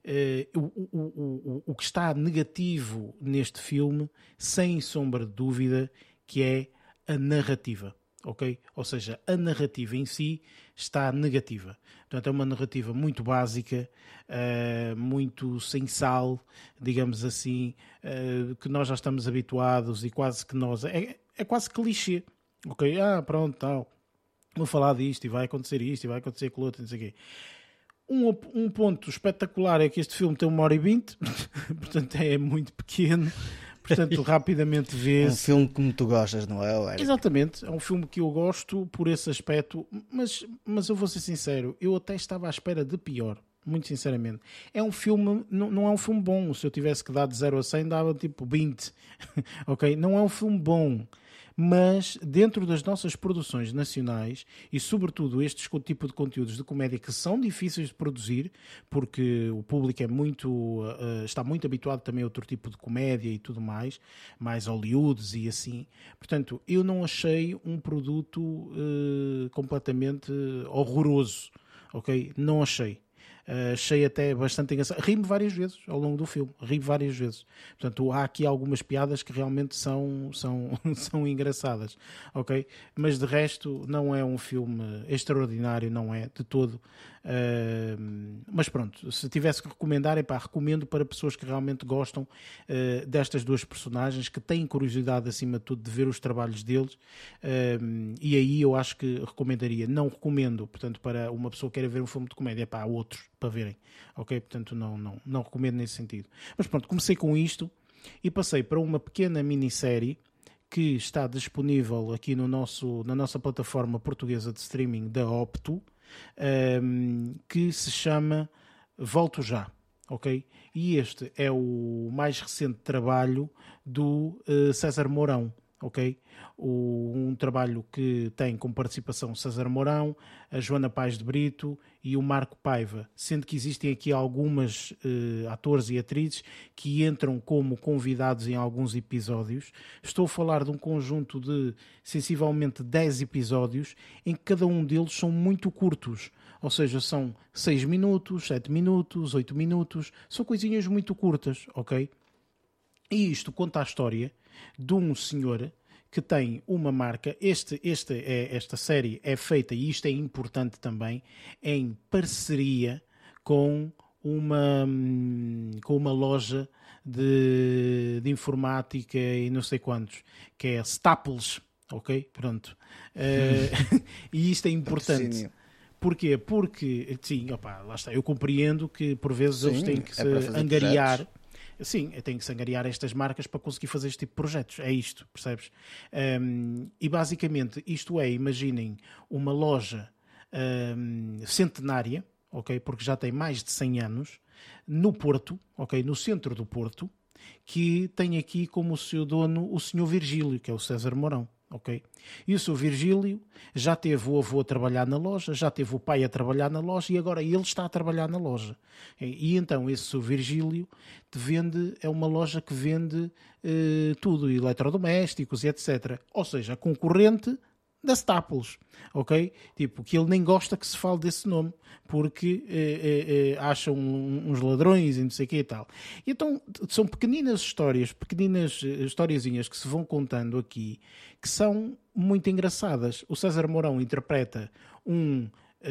o que está negativo neste filme, sem sombra de dúvida, que é a narrativa. Ok? Ou seja, a narrativa em si está negativa. Portanto, é uma narrativa muito básica, muito sem sal, digamos assim, que nós já estamos habituados e quase que nós... É quase clichê. Ok? Pronto, tal. Vou falar disto e vai acontecer isto e vai acontecer aquilo outro, não sei o quê. Um ponto espetacular é que este filme tem 1h20, portanto é muito pequeno. Portanto, rapidamente vê-se. Um filme como tu gostas, não é, Eric? Exatamente, é um filme que eu gosto por esse aspecto, mas eu vou ser sincero, eu até estava à espera de pior, muito sinceramente. É um filme, não é um filme bom. Se eu tivesse que dar de 0 a 100, dava tipo 20. Ok? Não é um filme bom. Mas dentro das nossas produções nacionais e sobretudo estes tipo de conteúdos de comédia que são difíceis de produzir porque o público está muito habituado também a outro tipo de comédia e tudo mais Hollywoods e assim, portanto eu não achei um produto completamente horroroso, ok? Não achei. Achei até bastante engraçado. Ri-me várias vezes ao longo do filme. Ri várias vezes. Portanto, há aqui algumas piadas que realmente são engraçadas. Ok? Mas de resto, não é um filme extraordinário, não é de todo. Mas pronto, se tivesse que recomendar, recomendo para pessoas que realmente gostam destas duas personagens, que têm curiosidade acima de tudo de ver os trabalhos deles, e aí eu acho que recomendaria. Não recomendo, portanto, para uma pessoa que queira ver um filme de comédia, há outros para verem, ok? Portanto, não recomendo nesse sentido. Mas pronto, comecei com isto e passei para uma pequena minissérie que está disponível aqui na nossa plataforma portuguesa de streaming da Opto, que se chama Volto Já, ok? E este é o mais recente trabalho do César Mourão, ok? Um trabalho que tem como participação César Mourão, a Joana Paz de Brito e o Marco Paiva, sendo que existem aqui algumas atores e atrizes que entram como convidados em alguns episódios. Estou a falar de um conjunto de sensivelmente 10 episódios em que cada um deles são muito curtos, ou seja, são 6 minutos, 7 minutos, 8 minutos, são coisinhas muito curtas, ok? E isto conta a história de um senhor que tem uma marca. Esta série é feita, e isto é importante também, em parceria com uma loja de informática e não sei quantos, que é Staples, ok? Pronto. E isto é importante. Sim. Porquê? Porque, sim, opa, lá está, eu compreendo que por vezes eles têm que se angariar. projetos. Sim, tem que se angariar estas marcas para conseguir fazer este tipo de projetos. É isto, percebes? E basicamente isto é, imaginem, uma loja centenária, ok? Porque já tem mais de 100 anos, no Porto, ok? No centro do Porto, que tem aqui como o seu dono o Sr. Virgílio, que é o César Mourão. Okay? E o seu Virgílio já teve o avô a trabalhar na loja, já teve o pai a trabalhar na loja e agora ele está a trabalhar na loja. E então esse seu Virgílio é uma loja que vende tudo, eletrodomésticos e etc. Ou seja, a concorrente da Staples, ok? Tipo, que ele nem gosta que se fale desse nome, porque acham uns ladrões e não sei o que e tal. E então, são pequeninas historiazinhas que se vão contando aqui, que são muito engraçadas. O César Mourão interpreta um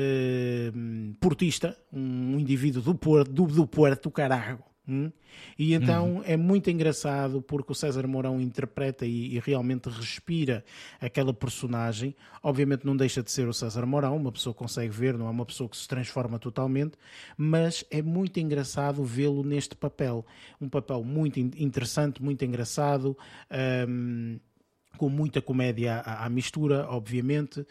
portista, um indivíduo do Porto, caralho. E então é muito engraçado porque o César Mourão interpreta e realmente respira aquela personagem. Obviamente não deixa de ser o César Mourão, uma pessoa consegue ver, não é uma pessoa que se transforma totalmente, mas é muito engraçado vê-lo neste papel. Um papel muito interessante, muito engraçado, com muita comédia à mistura, obviamente,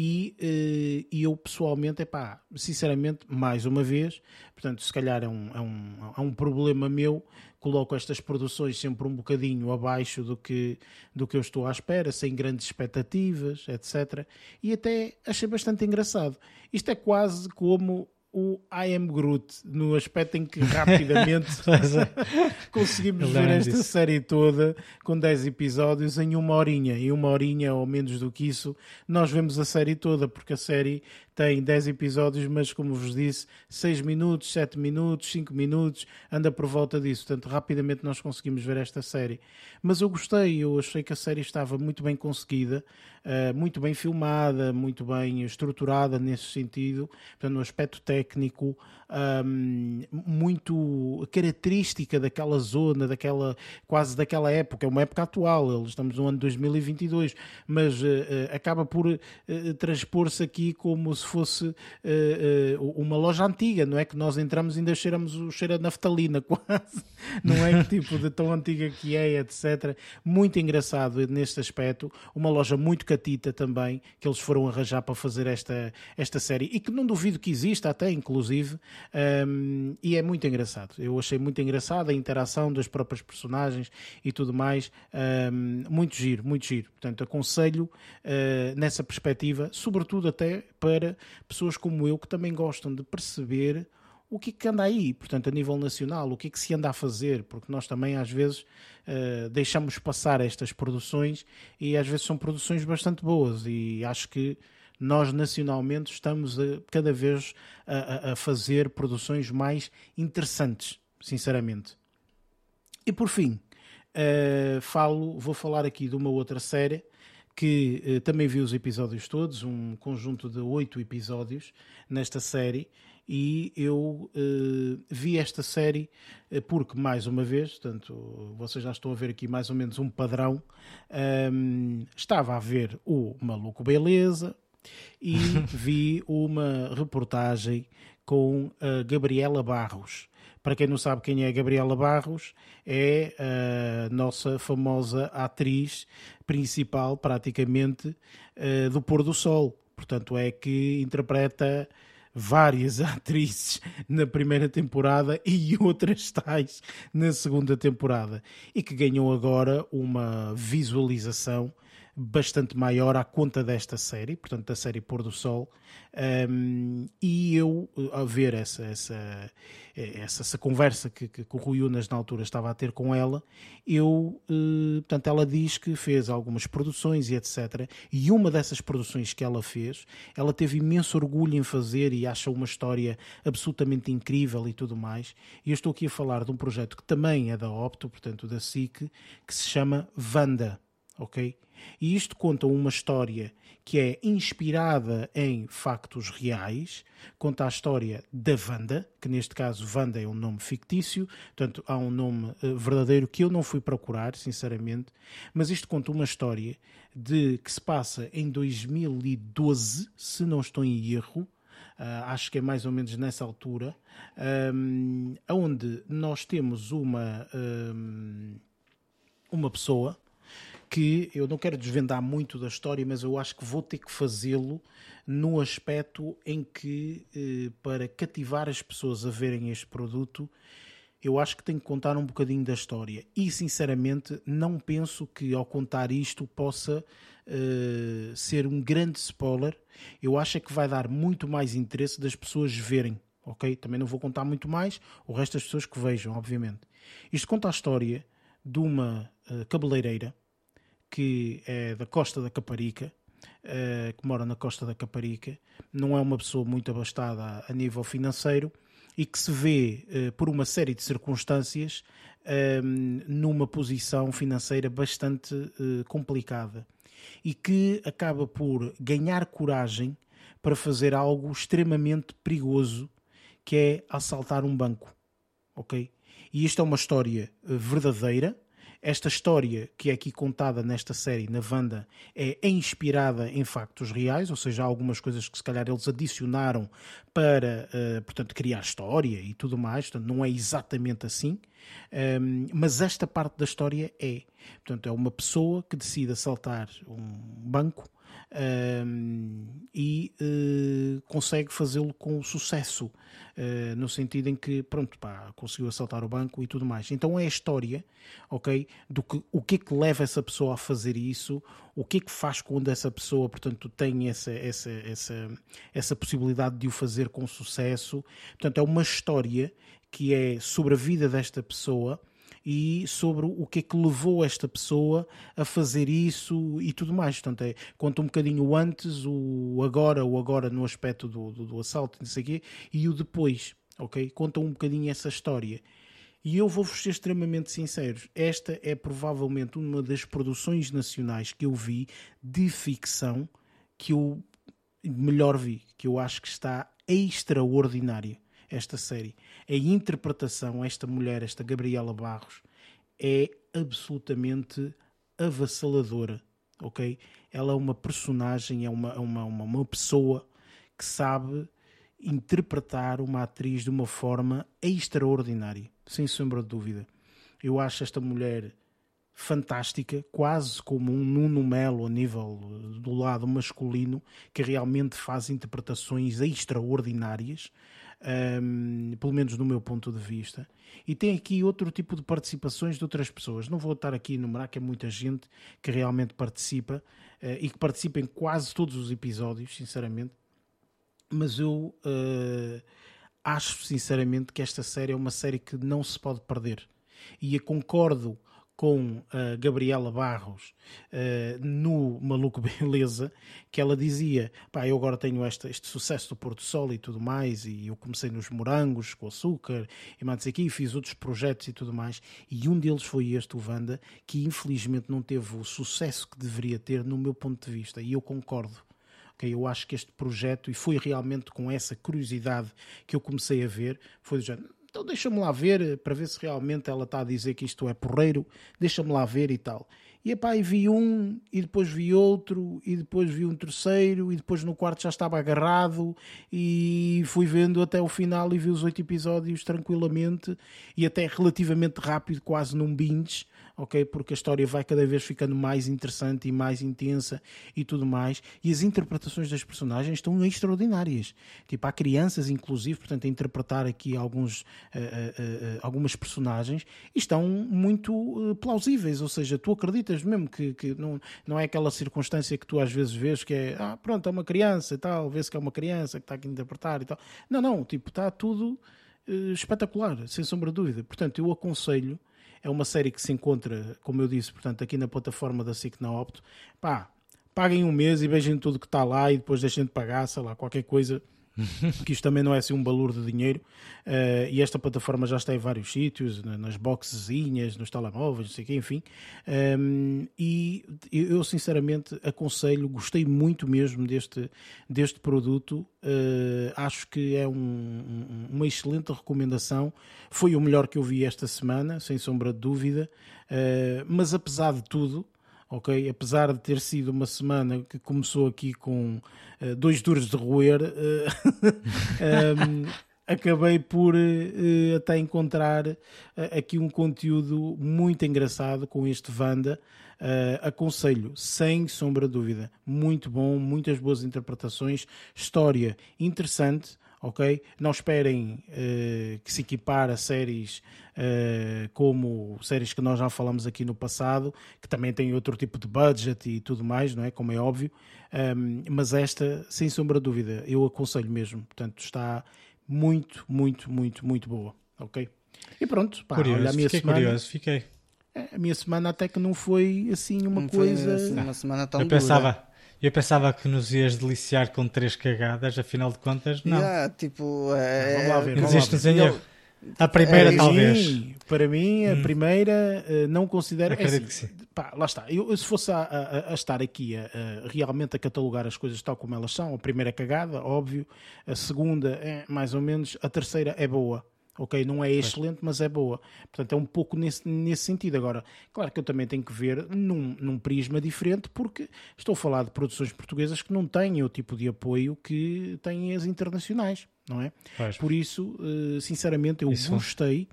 e eu pessoalmente, sinceramente, mais uma vez, portanto, se calhar é um problema meu, coloco estas produções sempre um bocadinho abaixo do que eu estou à espera, sem grandes expectativas, etc. E até achei bastante engraçado. Isto é quase como o I Am Groot, no aspecto em que rapidamente conseguimos ver esta série toda com 10 episódios em uma horinha ou menos do que isso, nós vemos a série toda, porque a série tem 10 episódios, mas como vos disse, 6 minutos, 7 minutos, 5 minutos, anda por volta disso, portanto rapidamente nós conseguimos ver esta série. Mas eu achei que a série estava muito bem conseguida, muito bem filmada, muito bem estruturada nesse sentido, portanto no aspecto técnico, muito característica daquela zona, quase daquela época, é uma época atual, estamos no ano 2022, mas acaba por transpor-se aqui como se fosse uma loja antiga, não é que nós entramos e ainda cheiramos o cheiro a naftalina quase, não é que tipo de tão antiga que é, etc. Muito engraçado neste aspecto, uma loja muito catita também, que eles foram arranjar para fazer esta série, e que não duvido que exista até, inclusive, e é muito engraçado. Eu achei muito engraçado a interação das próprias personagens e tudo mais, muito giro, muito giro. Portanto, aconselho nessa perspectiva, sobretudo até para pessoas como eu que também gostam de perceber o que anda aí, portanto, a nível nacional, o que é que se anda a fazer, porque nós também às vezes deixamos passar estas produções e às vezes são produções bastante boas, e acho que nós nacionalmente estamos cada vez a fazer produções mais interessantes, sinceramente. E por fim, vou falar aqui de uma outra série que também vi os episódios todos, um conjunto de 8 episódios nesta série, e eu vi esta série porque, mais uma vez, portanto, vocês já estão a ver aqui mais ou menos um padrão, estava a ver o Maluco Beleza e vi uma reportagem com a Gabriela Barros. Para quem não sabe quem é a Gabriela Barros, é a nossa famosa atriz principal, praticamente, do Pôr do Sol. Portanto, é que interpreta várias atrizes na primeira temporada e outras tais na segunda temporada. E que ganhou agora uma visualização bastante maior à conta desta série, portanto da série Pôr do Sol, e eu, a ver essa conversa que o Rui Unas na altura estava a ter com ela, portanto ela diz que fez algumas produções e etc, e uma dessas produções que ela fez, ela teve imenso orgulho em fazer e acha uma história absolutamente incrível e tudo mais, e eu estou aqui a falar de um projeto que também é da Opto, portanto da SIC, que se chama Wanda. ok? E isto conta uma história que é inspirada em factos reais, conta a história da Wanda, que neste caso Wanda é um nome fictício, portanto há um nome verdadeiro que eu não fui procurar, sinceramente, mas isto conta uma história que se passa em 2012, se não estou em erro, acho que é mais ou menos nessa altura, onde nós temos uma pessoa que eu não quero desvendar muito da história, mas eu acho que vou ter que fazê-lo no aspecto em que, para cativar as pessoas a verem este produto, eu acho que tenho que contar um bocadinho da história. E, sinceramente, não penso que, ao contar isto, possa ser um grande spoiler. Eu acho é que vai dar muito mais interesse das pessoas verem, ok? Também não vou contar muito mais, o resto das pessoas que vejam, obviamente. Isto conta a história de uma cabeleireira que é da Costa da Caparica, que mora na Costa da Caparica, não é uma pessoa muito abastada a nível financeiro e que se vê, por uma série de circunstâncias, numa posição financeira bastante complicada e que acaba por ganhar coragem para fazer algo extremamente perigoso, que é assaltar um banco, ok? E isto é uma história verdadeira. Esta história que é aqui contada nesta série, na Wanda, é inspirada em factos reais, ou seja, há algumas coisas que se calhar eles adicionaram para, portanto, criar história e tudo mais, portanto, não é exatamente assim, mas esta parte da história é. Portanto, é uma pessoa que decide assaltar um banco e consegue fazê-lo com sucesso, no sentido em que, pronto, pá, conseguiu assaltar o banco e tudo mais. Então é a história, ok, o que é que leva essa pessoa a fazer isso, o que é que faz quando essa pessoa, portanto, tem essa possibilidade de o fazer com sucesso. Portanto, é uma história que é sobre a vida desta pessoa e sobre o que é que levou esta pessoa a fazer isso e tudo mais. Portanto, conta um bocadinho o antes, o agora no aspecto do assalto, não sei o quê, e o depois, ok? Conta um bocadinho essa história. E eu vou-vos ser extremamente sinceros, esta é provavelmente uma das produções nacionais que eu vi de ficção que eu melhor vi, que eu acho que está extraordinária. Esta série, a interpretação, esta mulher, esta Gabriela Barros, é absolutamente avassaladora, ok? Ela é uma personagem, é uma pessoa que sabe interpretar uma atriz de uma forma extraordinária, sem sombra de dúvida. Eu acho esta mulher fantástica, quase como um Nuno Melo a nível do lado masculino, que realmente faz interpretações extraordinárias. Pelo menos do meu ponto de vista, e tem aqui outro tipo de participações de outras pessoas. Não vou estar aqui a enumerar, que é muita gente que realmente participa e que participa em quase todos os episódios, sinceramente, mas eu acho sinceramente que esta série é uma série que não se pode perder, e eu concordo com a Gabriela Barros no Maluco Beleza, que ela dizia, pá, eu agora tenho este sucesso do Porto Sol e tudo mais, e eu comecei nos morangos com açúcar e mais aqui, fiz outros projetos e tudo mais, e um deles foi este, o Wanda, que infelizmente não teve o sucesso que deveria ter no meu ponto de vista, e eu concordo. Okay, eu acho que este projeto, e foi realmente com essa curiosidade que eu comecei a ver, foi do género, então deixa-me lá ver, para ver se realmente ela está a dizer que isto é porreiro, deixa-me lá ver e tal. E epá, e vi um, e depois vi outro, e depois vi um terceiro, e depois no quarto já estava agarrado, e fui vendo até o final e vi os 8 episódios tranquilamente, e até relativamente rápido, quase num binge, ok? Porque a história vai cada vez ficando mais interessante e mais intensa e tudo mais, e as interpretações das personagens estão extraordinárias. Tipo, há crianças, inclusive, portanto, a interpretar aqui algumas personagens e estão muito plausíveis, ou seja, tu acreditas mesmo que não é aquela circunstância que tu às vezes vês que é, pronto, é uma criança e tal, vê-se que é uma criança que está aqui a interpretar e tal. Não, tipo, está tudo espetacular, sem sombra de dúvida. Portanto, eu aconselho. É uma série que se encontra, como eu disse, portanto, aqui na plataforma da SIC na Opto. Pá, paguem um mês e vejam tudo que está lá e depois deixem de pagar, sei lá, qualquer coisa. que isto também não é assim um valor de dinheiro, e esta plataforma já está em vários sítios, nas boxezinhas, nos telemóveis, não sei o quê, enfim, e eu sinceramente aconselho, gostei muito mesmo deste produto, acho que é uma excelente recomendação, foi o melhor que eu vi esta semana, sem sombra de dúvida, mas apesar de tudo, ok, apesar de ter sido uma semana que começou aqui com 2 duros de roer, acabei por até encontrar aqui um conteúdo muito engraçado com este Wanda. Aconselho, sem sombra de dúvida, muito bom, muitas boas interpretações, história interessante. Ok? Não esperem que se equipar a séries como séries que nós já falamos aqui no passado, que também têm outro tipo de budget e tudo mais, não é? Como é óbvio. Mas esta, sem sombra de dúvida, eu aconselho mesmo. Portanto, está muito, muito, muito, muito boa. Ok? E pronto, pá, Curioso, olha, a minha semana... curioso, fiquei. A minha semana até que não foi assim uma coisa... Foi uma semana tão Eu dura. pensava que nos ias deliciar com 3 cagadas, afinal de contas, não. Tipo, Vamos lá ver. Existe-nos em eu- erro. A primeira, É, talvez. Para mim, a primeira não considero... Acredito assim, que sim. pá, lá está. Eu se fosse a estar aqui realmente a catalogar as coisas tal como elas são, a primeira é cagada, óbvio. A segunda é mais ou menos. A terceira é boa. Ok? Não é excelente, mas é boa. Portanto, é um pouco nesse sentido. Agora, claro que eu também tenho que ver num prisma diferente, porque estou a falar de produções portuguesas que não têm o tipo de apoio que têm as internacionais, não é? Pois. Por isso, sinceramente, eu Isso. gostei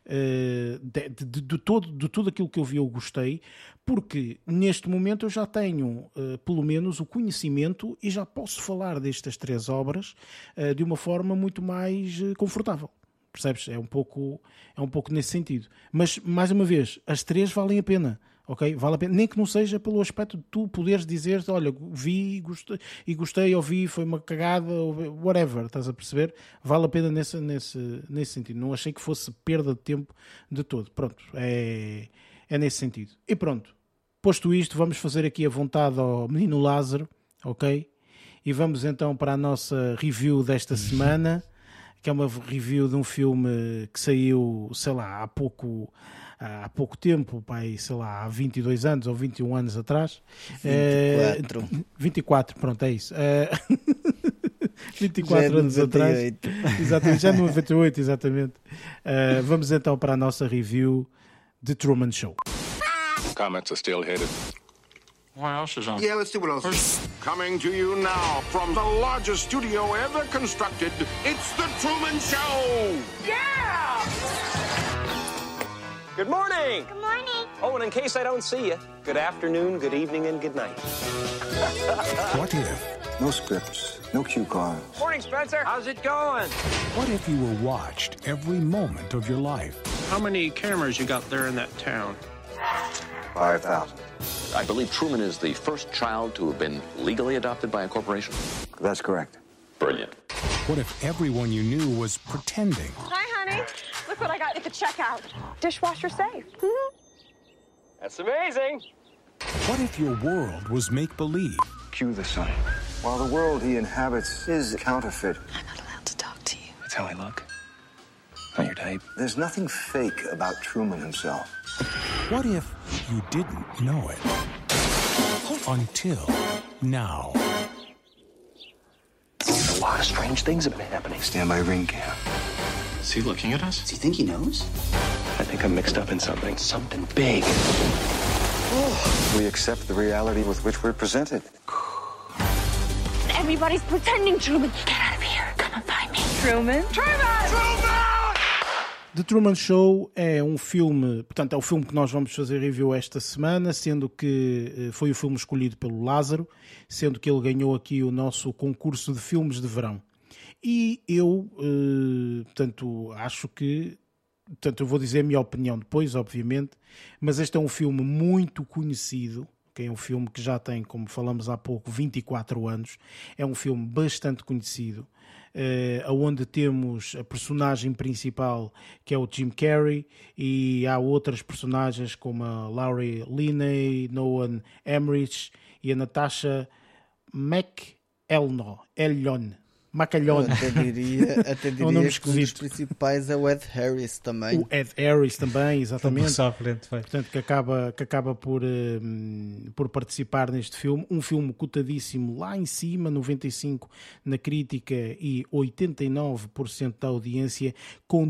de tudo aquilo que eu vi, eu gostei, porque neste momento eu já tenho pelo menos o conhecimento e já posso falar destas 3 obras de uma forma muito mais confortável. Percebes? É um pouco nesse sentido. Mas, mais uma vez, as 3 valem a pena. Ok? Vale a pena. Nem que não seja pelo aspecto de tu poderes dizer, olha, vi e gostei, ouvi, foi uma cagada, ou whatever, estás a perceber? Vale a pena nesse sentido. Não achei que fosse perda de tempo de todo. Pronto, é nesse sentido. E pronto, posto isto, vamos fazer aqui a vontade ao menino Lázaro, ok? E vamos então para a nossa review desta semana, que é uma review de um filme que saiu, sei lá, há pouco tempo, pai, sei lá, há 22 anos ou 21 anos atrás. 24. 24, pronto, é isso. 24 Já é de anos 98. atrás. Exatamente, já é no 98, exatamente. Vamos então para a nossa review de Truman Show. Comments are still headed. What else is on? Yeah, let's see what else is. Coming to you now from the largest studio ever constructed, it's The Truman Show! Good morning. Good morning. Oh, and in case I don't see you, good afternoon, good evening, and good night. What if? No scripts, no cue cards. Morning, Spencer. How's it going? What if you were watched every moment of your life? How many cameras you got there in that town? 5,000. I believe Truman is the first child to have been legally adopted by a corporation. That's correct. Brilliant. What if everyone you knew was pretending? Hi, honey. Look what I got at the checkout. Dishwasher safe. That's amazing. What if your world was make-believe? Cue the sun. While the world he inhabits is counterfeit, I'm not allowed to talk to you. That's how I look. Not your type. there's nothing fake about Truman himself. What if you didn't know it? Until now. A lot of strange things have been happening. Stand by ring cam. Is he looking at us? Does he think he knows? I think I'm mixed up in something. Something big. We accept the reality with which we're presented. Everybody's pretending, Truman. Get out of here. Come and find me. Truman? Truman! The Truman Show é um filme, portanto é o filme que nós vamos fazer review esta semana, sendo que foi o filme escolhido pelo Lázaro, sendo que ele ganhou aqui o nosso concurso de filmes de verão. E eu, portanto, acho que, portanto, eu vou dizer a minha opinião depois, obviamente, mas este é um filme muito conhecido, que é um filme que já tem, como falamos há pouco, 24 anos, é um filme bastante conhecido, onde temos a personagem principal, que é o Jim Carrey, e há outras personagens como a Laurie Linney, Noah Emmerich e a Natasha McElhone. Macalhona. Até diria um nome que um dos principais é o Ed Harris também. O Ed Harris também, exatamente. Frente, portanto, que acaba por participar neste filme. Um filme cotadíssimo lá em cima, 95% na crítica e 89% da audiência, com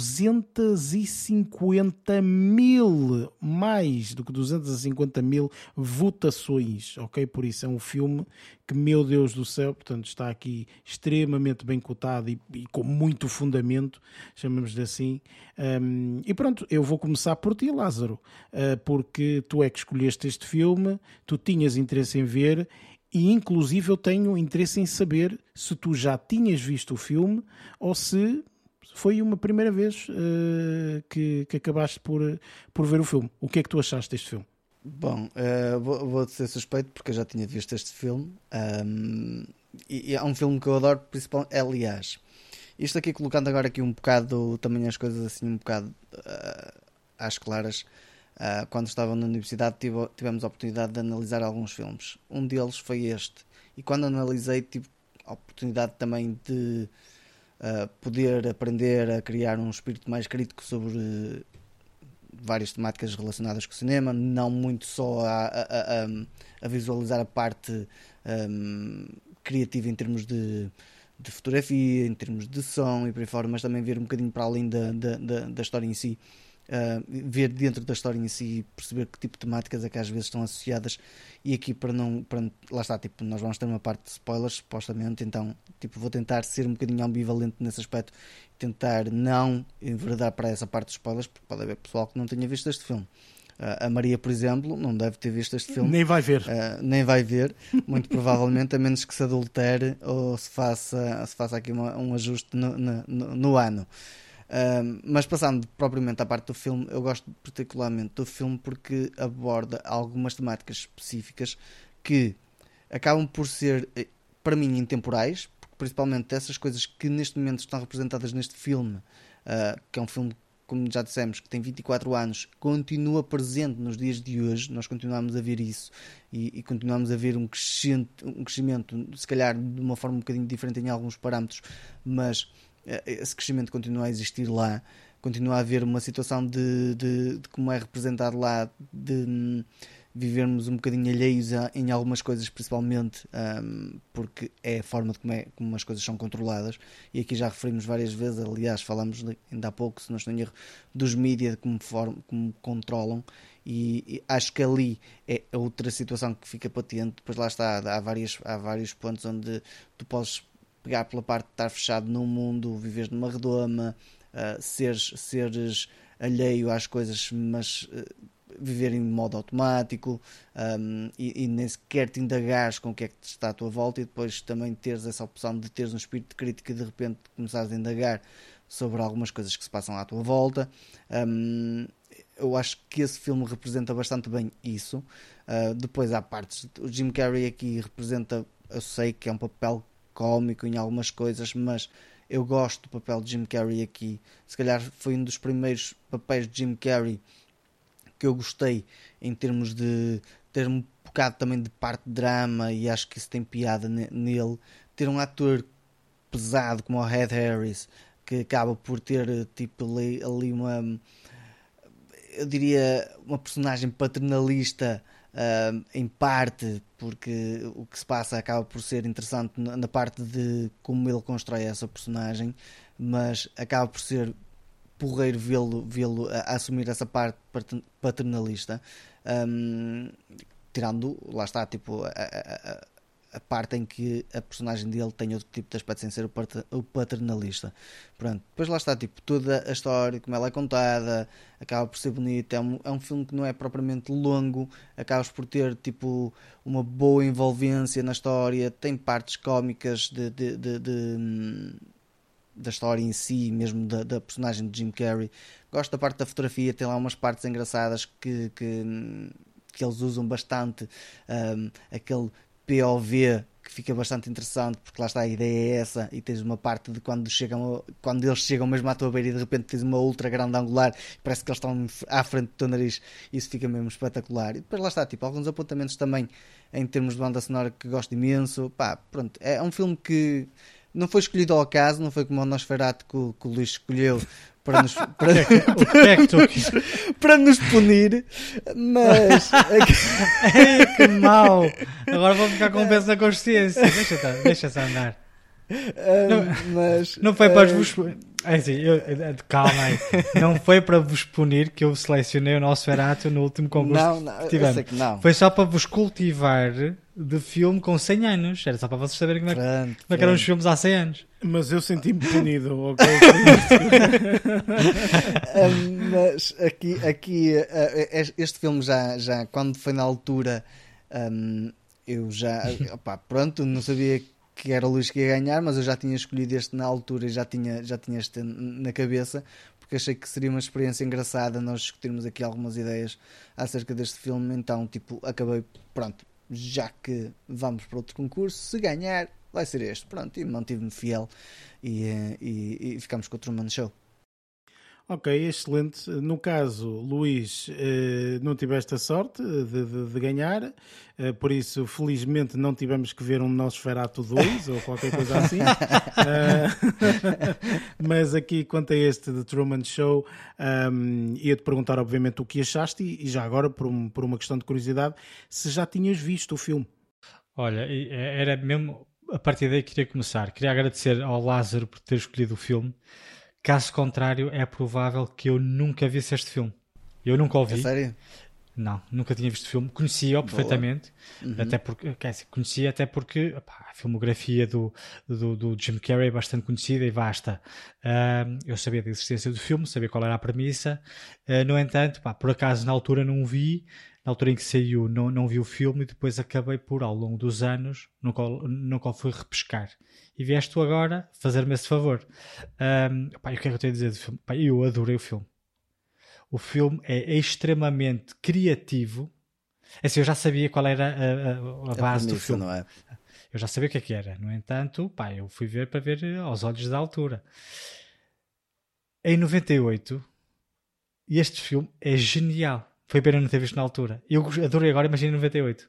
250.000, mais do que 250.000 votações, ok? Por isso é um filme que, meu Deus do céu, portanto, está aqui extremamente bem cotado e com muito fundamento, chamamos-lhe assim. E pronto, eu vou começar por ti, Lázaro, porque tu é que escolheste este filme, tu tinhas interesse em ver, e inclusive eu tenho interesse em saber se tu já tinhas visto o filme ou se foi uma primeira vez que acabaste por ver o filme. O que é que tu achaste deste filme? Bom, vou ser suspeito porque eu já tinha visto este filme, e é um filme que eu adoro, principalmente, aliás, isto aqui colocando agora aqui um bocado também as coisas assim um bocado às claras. Quando estava na universidade tivemos a oportunidade de analisar alguns filmes, um deles foi este, e quando analisei tive a oportunidade também de poder aprender a criar um espírito mais crítico sobre várias temáticas relacionadas com o cinema, não muito só a visualizar a parte criativa em termos de fotografia, em termos de som e por aí fora, mas também ver um bocadinho para além da história em si, ver dentro da história em si e perceber que tipo de temáticas é que às vezes estão associadas. E aqui lá está, tipo, nós vamos ter uma parte de spoilers supostamente, então tipo, vou tentar ser um bocadinho ambivalente nesse aspecto, tentar não enveredar para essa parte de spoilers, porque pode haver pessoal que não tenha visto este filme. A Maria, por exemplo, não deve ter visto este filme. Nem vai ver. Nem vai ver, muito provavelmente, a menos que se adultere ou se faça aqui um ajuste no ano. Mas passando propriamente à parte do filme, eu gosto particularmente do filme porque aborda algumas temáticas específicas que acabam por ser, para mim, intemporais, principalmente essas coisas que neste momento estão representadas neste filme, que é um filme, como já dissemos, que tem 24 anos, continua presente nos dias de hoje. Nós continuamos a ver isso e continuamos a ver um crescimento, se calhar de uma forma um bocadinho diferente em alguns parâmetros, mas esse crescimento continua a existir lá, continua a haver uma situação de como é representado lá, de vivermos um bocadinho alheios em algumas coisas, principalmente porque é a forma de como as coisas são controladas, e aqui já referimos várias vezes, aliás falamos ainda há pouco, se não estou em erro, dos mídias, como controlam, e acho que ali é outra situação que fica patente. Depois lá está, há vários pontos onde tu podes pegar pela parte de estar fechado num mundo, viveres numa redoma, seres alheio às coisas, mas viver em modo automático, e nem sequer te indagares com o que é que está à tua volta, e depois também teres essa opção de teres um espírito de crítica e de repente começares a indagar sobre algumas coisas que se passam à tua volta. Eu acho que esse filme representa bastante bem isso. Depois há partes, o Jim Carrey aqui representa, eu sei que é um papel cómico em algumas coisas, mas eu gosto do papel de Jim Carrey aqui. Se calhar foi um dos primeiros papéis de Jim Carrey que eu gostei, em termos de ter um bocado também de parte de drama, e acho que isso tem piada nele. Ter um ator pesado como o Ed Harris, que acaba por ter tipo ali uma, eu diria, uma personagem paternalista, em parte, porque o que se passa acaba por ser interessante na parte de como ele constrói essa personagem, mas acaba por ser porreiro vê-lo a assumir essa parte paternalista, tirando, lá está, tipo, a parte em que a personagem dele tem outro tipo de aspecto sem ser o paternalista. Pronto. Depois lá está, tipo, toda a história, como ela é contada, acaba por ser bonita. É um filme que não é propriamente longo, acabas por ter tipo uma boa envolvência na história, tem partes cómicas da história em si, mesmo da personagem de Jim Carrey. Gosto da parte da fotografia, tem lá umas partes engraçadas que eles usam bastante, aquele POV que fica bastante interessante, porque lá está, a ideia é essa, e tens uma parte de quando eles chegam mesmo à tua beira e de repente tens uma ultra grande angular, parece que eles estão à frente do teu nariz, isso fica mesmo espetacular. E depois lá está, tipo, alguns apontamentos também em termos de banda sonora que gosto imenso. Pá, pronto, é um filme que não foi escolhido ao acaso, não foi como o Nosferatu que o Luís escolheu para nos, para nos punir, mas que mau! Agora vou ficar com um peso na consciência. Deixa-se andar. Não foi para vos... calma aí. Não foi para vos punir que eu selecionei o Nosferatu no último concurso que tivemos. Eu sei que não. Foi só para vos cultivar de filme com 100 anos. Era só para vocês saberem como é que eram os filmes há 100 anos. Mas eu senti-me punido, ok? Mas aqui este filme já quando foi na altura, eu já pronto, não sabia que era o Luís que ia ganhar, mas eu já tinha escolhido este na altura e já tinha este na cabeça, porque achei que seria uma experiência engraçada nós discutirmos aqui algumas ideias acerca deste filme. Então acabei, pronto, já que vamos para outro concurso, se ganhar vai ser este, pronto, e mantive-me fiel e ficamos com o Truman Show. Ok, excelente. No caso, Luís, não tiveste a sorte de ganhar, por isso, felizmente, não tivemos que ver um Nosferatu 2 ou qualquer coisa assim. Mas aqui, quanto a este de Truman Show, ia-te perguntar, obviamente, o que achaste e já agora, por uma questão de curiosidade, se já tinhas visto o filme. Olha, era mesmo a partir daí que queria começar. Queria agradecer ao Lázaro por ter escolhido o filme. Caso contrário, é provável que eu nunca visse este filme. Eu nunca o vi. É sério? Não, nunca tinha visto o filme. Conhecia-o perfeitamente. Conhecia até porque a filmografia do Jim Carrey é bastante conhecida e vasta. Eu sabia da existência do filme, sabia qual era a premissa. No entanto, por acaso na altura não o vi. Na altura em que saiu não vi o filme e depois acabei por, ao longo dos anos, nunca o fui repescar. E vieste tu agora fazer-me esse favor. O que é que eu tenho a dizer do filme? Eu adorei o filme. O filme é extremamente criativo. Assim, eu já sabia qual era a base do filme. Não é? Eu já sabia o que era. No entanto, eu fui ver para ver aos olhos da altura. Em 98, este filme é genial. Foi pena não ter visto na altura. Eu adorei agora, imagina em 98.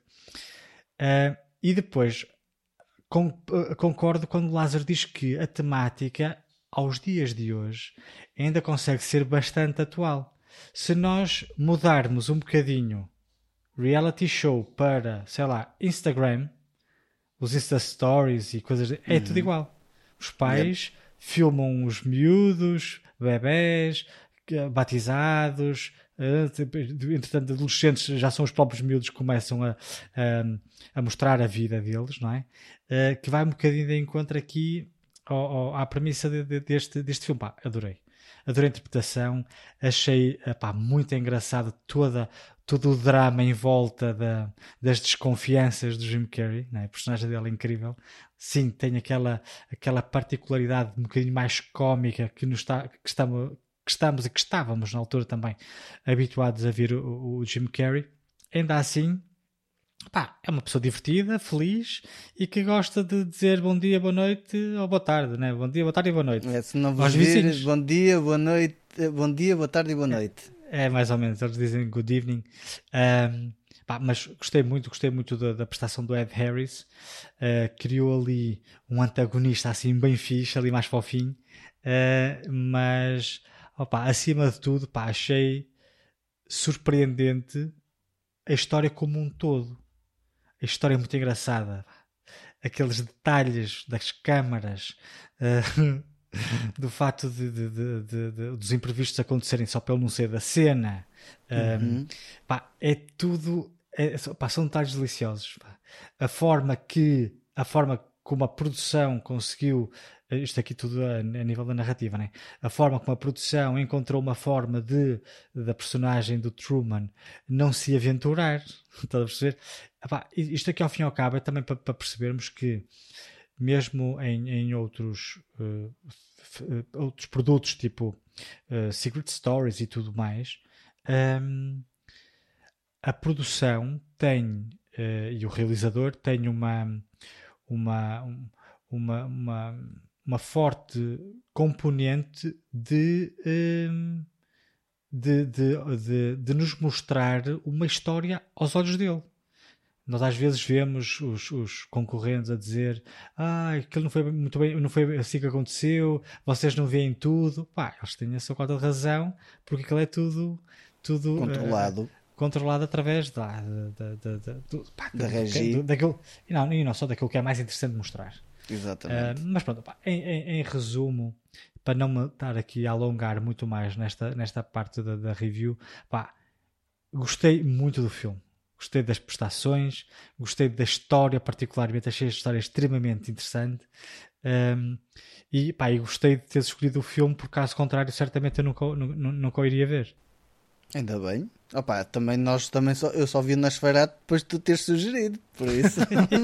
E depois, concordo quando o Lázaro diz que a temática, aos dias de hoje, ainda consegue ser bastante atual. Se nós mudarmos um bocadinho reality show para, sei lá, Instagram, os Insta Stories e coisas... É tudo igual. Os pais filmam os miúdos, bebés, batizados... entretanto, adolescentes já são os próprios miúdos que começam a mostrar a vida deles, não é? Que vai um bocadinho de encontro aqui à premissa deste filme. Adorei a interpretação, achei muito engraçado todo o drama em volta das desconfianças do Jim Carrey, não é? A personagem dele é incrível. Sim, tem aquela particularidade um bocadinho mais cómica que estávamos na altura também habituados a ver o Jim Carrey. Ainda assim, é uma pessoa divertida, feliz e que gosta de dizer bom dia, boa noite ou boa tarde, né? Bom dia, boa tarde e boa noite. Se não vos vir, bom dia, boa noite, bom dia, boa tarde e boa noite. É mais ou menos, eles dizem good evening. Mas gostei muito da prestação do Ed Harris. Criou ali um antagonista assim bem fixe, ali mais fofinho. Mas acima de tudo, achei surpreendente a história como um todo. A história é muito engraçada. Aqueles detalhes das câmaras, do facto dos imprevistos acontecerem só pelo não ser da cena. É tudo... são detalhes deliciosos. A forma como a produção conseguiu... Isto aqui tudo a nível da narrativa, né? A forma como a produção encontrou uma forma da personagem do Truman não se aventurar. Estás a perceber? Isto aqui ao fim e ao cabo é também para percebermos que mesmo em outros produtos tipo Secret Stories e tudo mais, a produção tem e o realizador tem uma forte componente de nos mostrar uma história aos olhos dele. Nós às vezes vemos os concorrentes a dizer aquilo não foi muito bem, não foi assim que aconteceu, vocês não veem tudo. Pá, eles têm a sua cota de razão, porque aquilo é tudo controlado através da regi. E não só daquilo que é mais interessante mostrar. Exatamente. Mas pronto, pá, em resumo, para não me estar aqui a alongar muito mais nesta parte da review, pá, gostei muito do filme. Gostei das prestações, gostei da história, particularmente achei a história extremamente interessante, e gostei de ter escolhido o filme, porque caso contrário certamente eu nunca o iria ver. Ainda bem. Eu só vi na Nosferatu depois de tu teres sugerido, por isso.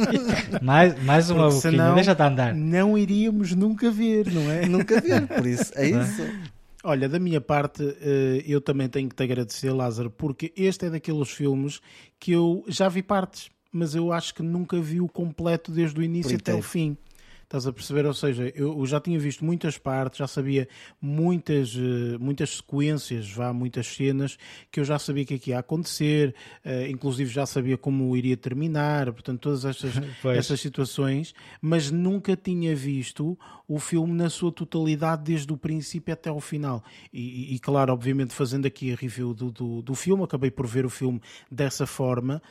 mais uma boquinha, deixa-te andar. Não iríamos nunca ver, não é? Nunca ver, por isso, é isso. Olha, da minha parte, eu também tenho que te agradecer, Lázaro, porque este é daqueles filmes que eu já vi partes, mas eu acho que nunca vi o completo desde o início até o fim. Estás a perceber? Ou seja, eu já tinha visto muitas partes, já sabia muitas sequências, muitas cenas que eu já sabia que aqui ia acontecer, inclusive já sabia como iria terminar, portanto, todas estas situações, mas nunca tinha visto o filme na sua totalidade, desde o princípio até ao final. E claro, obviamente, fazendo aqui a review do filme, acabei por ver o filme dessa forma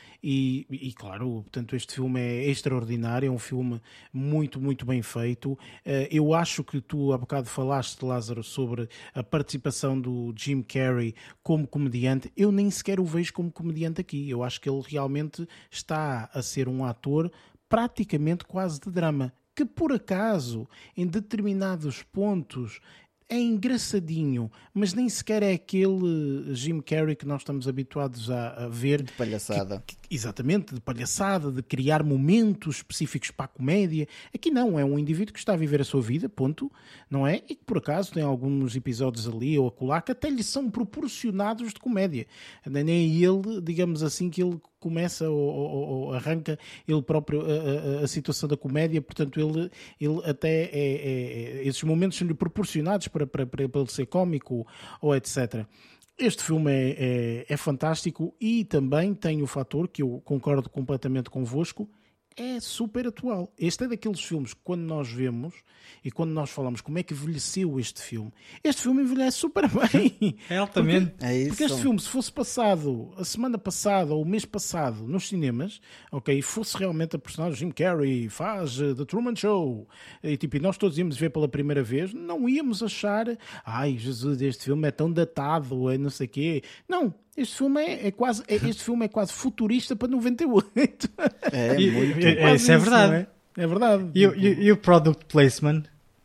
e claro, portanto, este filme é extraordinário, é um filme muito, muito bem feito. Eu acho que tu há bocado falaste, Lázaro, sobre a participação do Jim Carrey como comediante. Eu nem sequer o vejo como comediante aqui. Eu acho que ele realmente está a ser um ator praticamente quase de drama, que por acaso, em determinados pontos, é engraçadinho, mas nem sequer é aquele Jim Carrey que nós estamos habituados a ver. De palhaçada. Exatamente, de palhaçada, de criar momentos específicos para a comédia. Aqui não, é um indivíduo que está a viver a sua vida, ponto, não é? E que por acaso tem alguns episódios ali ou acolá que até lhe são proporcionados de comédia. Nem ele, digamos assim, que ele começa ou arranca ele próprio a situação da comédia, portanto ele até esses momentos são-lhe proporcionados para ele ser cómico ou etc. Este filme é fantástico e também tem o fator que eu concordo completamente convosco, é super atual. Este é daqueles filmes que quando nós vemos e quando nós falamos como é que envelheceu este filme envelhece super bem. É altamente. Porque este filme, se fosse passado a semana passada ou o mês passado nos cinemas, ok, fosse realmente a personagem Jim Carrey faz The Truman Show e nós todos íamos ver pela primeira vez, não íamos achar ai Jesus, este filme é tão datado, é não sei o quê. Não. Este filme é quase futurista para 98. Isso é verdade. Não é? É verdade. E o product placement?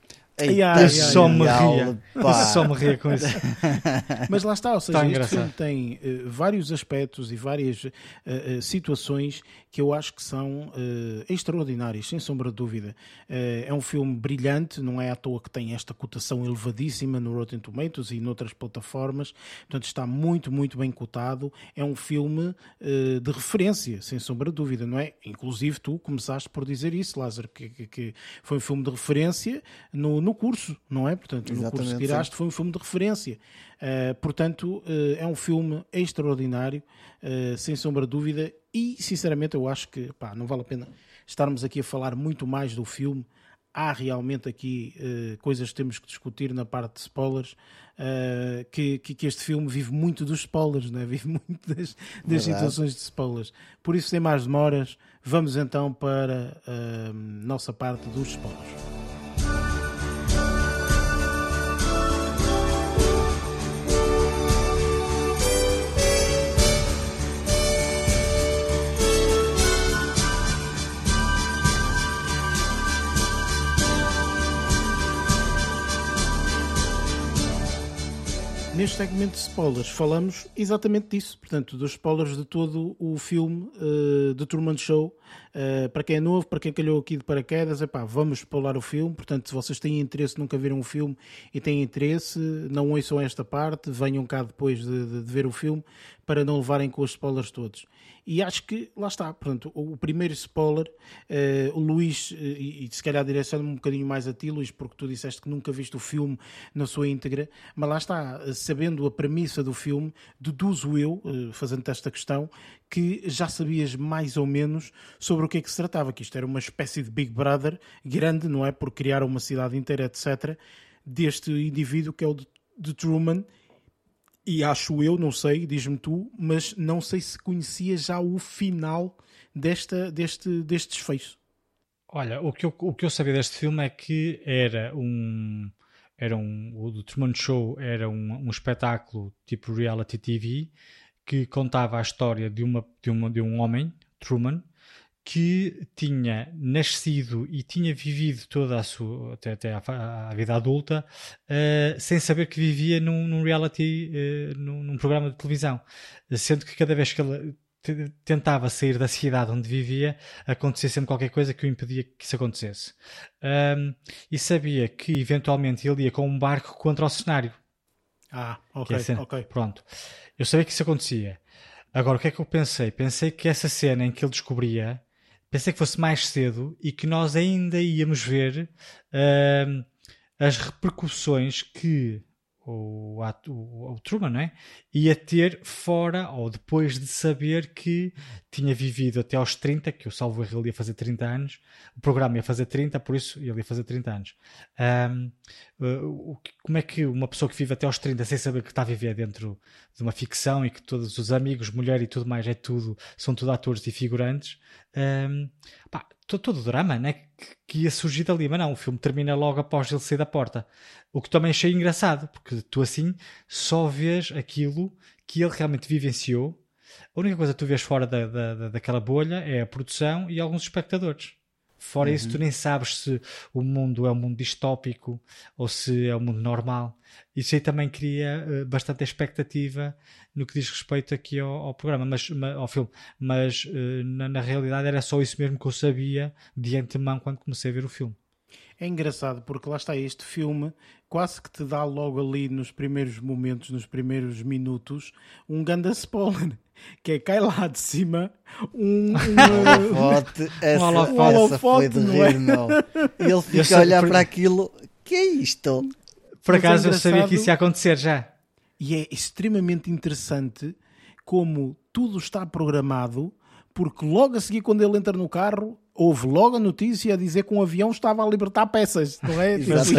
Eu só me ria com isso. Mas lá está, ou seja, este filme tem vários aspectos e várias situações que eu acho que são extraordinárias, sem sombra de dúvida. É um filme brilhante, não é à toa que tem esta cotação elevadíssima no Rotten Tomatoes e noutras plataformas, portanto está muito, muito bem cotado. É um filme de referência, sem sombra de dúvida, não é? Inclusive tu começaste por dizer isso, Lázaro, que foi um filme de referência no curso, não é? Portanto, no curso que tiraste foi um filme de referência. Portanto, é um filme extraordinário, sem sombra de dúvida, e sinceramente eu acho que não vale a pena estarmos aqui a falar muito mais do filme. Há realmente aqui coisas que temos que discutir na parte de spoilers, que este filme vive muito dos spoilers, né? Vive muito das situações de spoilers. Por isso, sem mais demoras, vamos então para a nossa parte dos spoilers. Neste segmento de spoilers falamos exatamente disso, portanto, dos spoilers de todo o filme de Truman Show. Para quem é novo, para quem calhou aqui de paraquedas, vamos spoiler o filme. Portanto, se vocês têm interesse, nunca viram um filme e têm interesse, não ouçam esta parte, venham cá depois de ver o filme, para não levarem com os spoilers todos. E acho que, lá está, portanto, o primeiro spoiler, o Luís, e se calhar direciono-me um bocadinho mais a ti, Luís, porque tu disseste que nunca viste o filme na sua íntegra, mas lá está, sabendo a premissa do filme, deduzo eu, fazendo-te esta questão, que já sabias mais ou menos sobre o que é que se tratava, que isto era uma espécie de Big Brother grande, não é? Por criar uma cidade inteira, etc., deste indivíduo que é o de Truman. E acho eu, não sei, diz-me tu, mas não sei se conhecia já o final deste desfecho. Olha, o que eu sabia deste filme é que o The Truman Show era um espetáculo tipo reality TV que contava a história de um homem, Truman, que tinha nascido e tinha vivido toda a sua até a vida adulta sem saber que vivia num reality, num programa de televisão, sendo que cada vez que ele tentava sair da cidade onde vivia, acontecia sempre qualquer coisa que o impedia que isso acontecesse, e sabia que eventualmente ele ia com um barco contra o cenário. Ok, ok. Pronto, eu sabia que isso acontecia. Agora, o que é que eu pensei? Pensei que essa cena em que ele descobria, pensei que fosse mais cedo e que nós ainda íamos ver as repercussões que o Truman, não é? Ia ter fora ou depois de saber que tinha vivido até aos 30, que eu salvo erro, ele ia fazer 30 anos, o programa ia fazer 30, por isso ele ia fazer 30 anos. Como é que uma pessoa que vive até aos 30 sem saber que está a viver dentro de uma ficção e que todos os amigos, mulher e tudo mais são tudo atores e figurantes, todo o drama, né, que ia surgir dali, mas não, o filme termina logo após ele sair da porta, o que também achei engraçado, porque tu assim só vês aquilo que ele realmente vivenciou. A única coisa que tu vês fora daquela bolha é a produção e alguns espectadores. Fora isso, tu nem sabes se o mundo é um mundo distópico ou se é um mundo normal. Isso aí também cria bastante expectativa no que diz respeito aqui ao programa, ao filme. Mas na realidade era só isso mesmo que eu sabia de antemão quando comecei a ver o filme. É engraçado porque lá está, este filme quase que te dá logo ali nos primeiros momentos, nos primeiros minutos, um ganda spoiler, que é cai lá de cima um holofote. Essa foi de rir, meu. E ele fica a olhar para aquilo, que é isto? Por acaso eu sabia que isso ia acontecer já. E é extremamente interessante como tudo está programado, porque logo a seguir quando ele entra no carro houve logo a notícia a dizer que um avião estava a libertar peças, não é?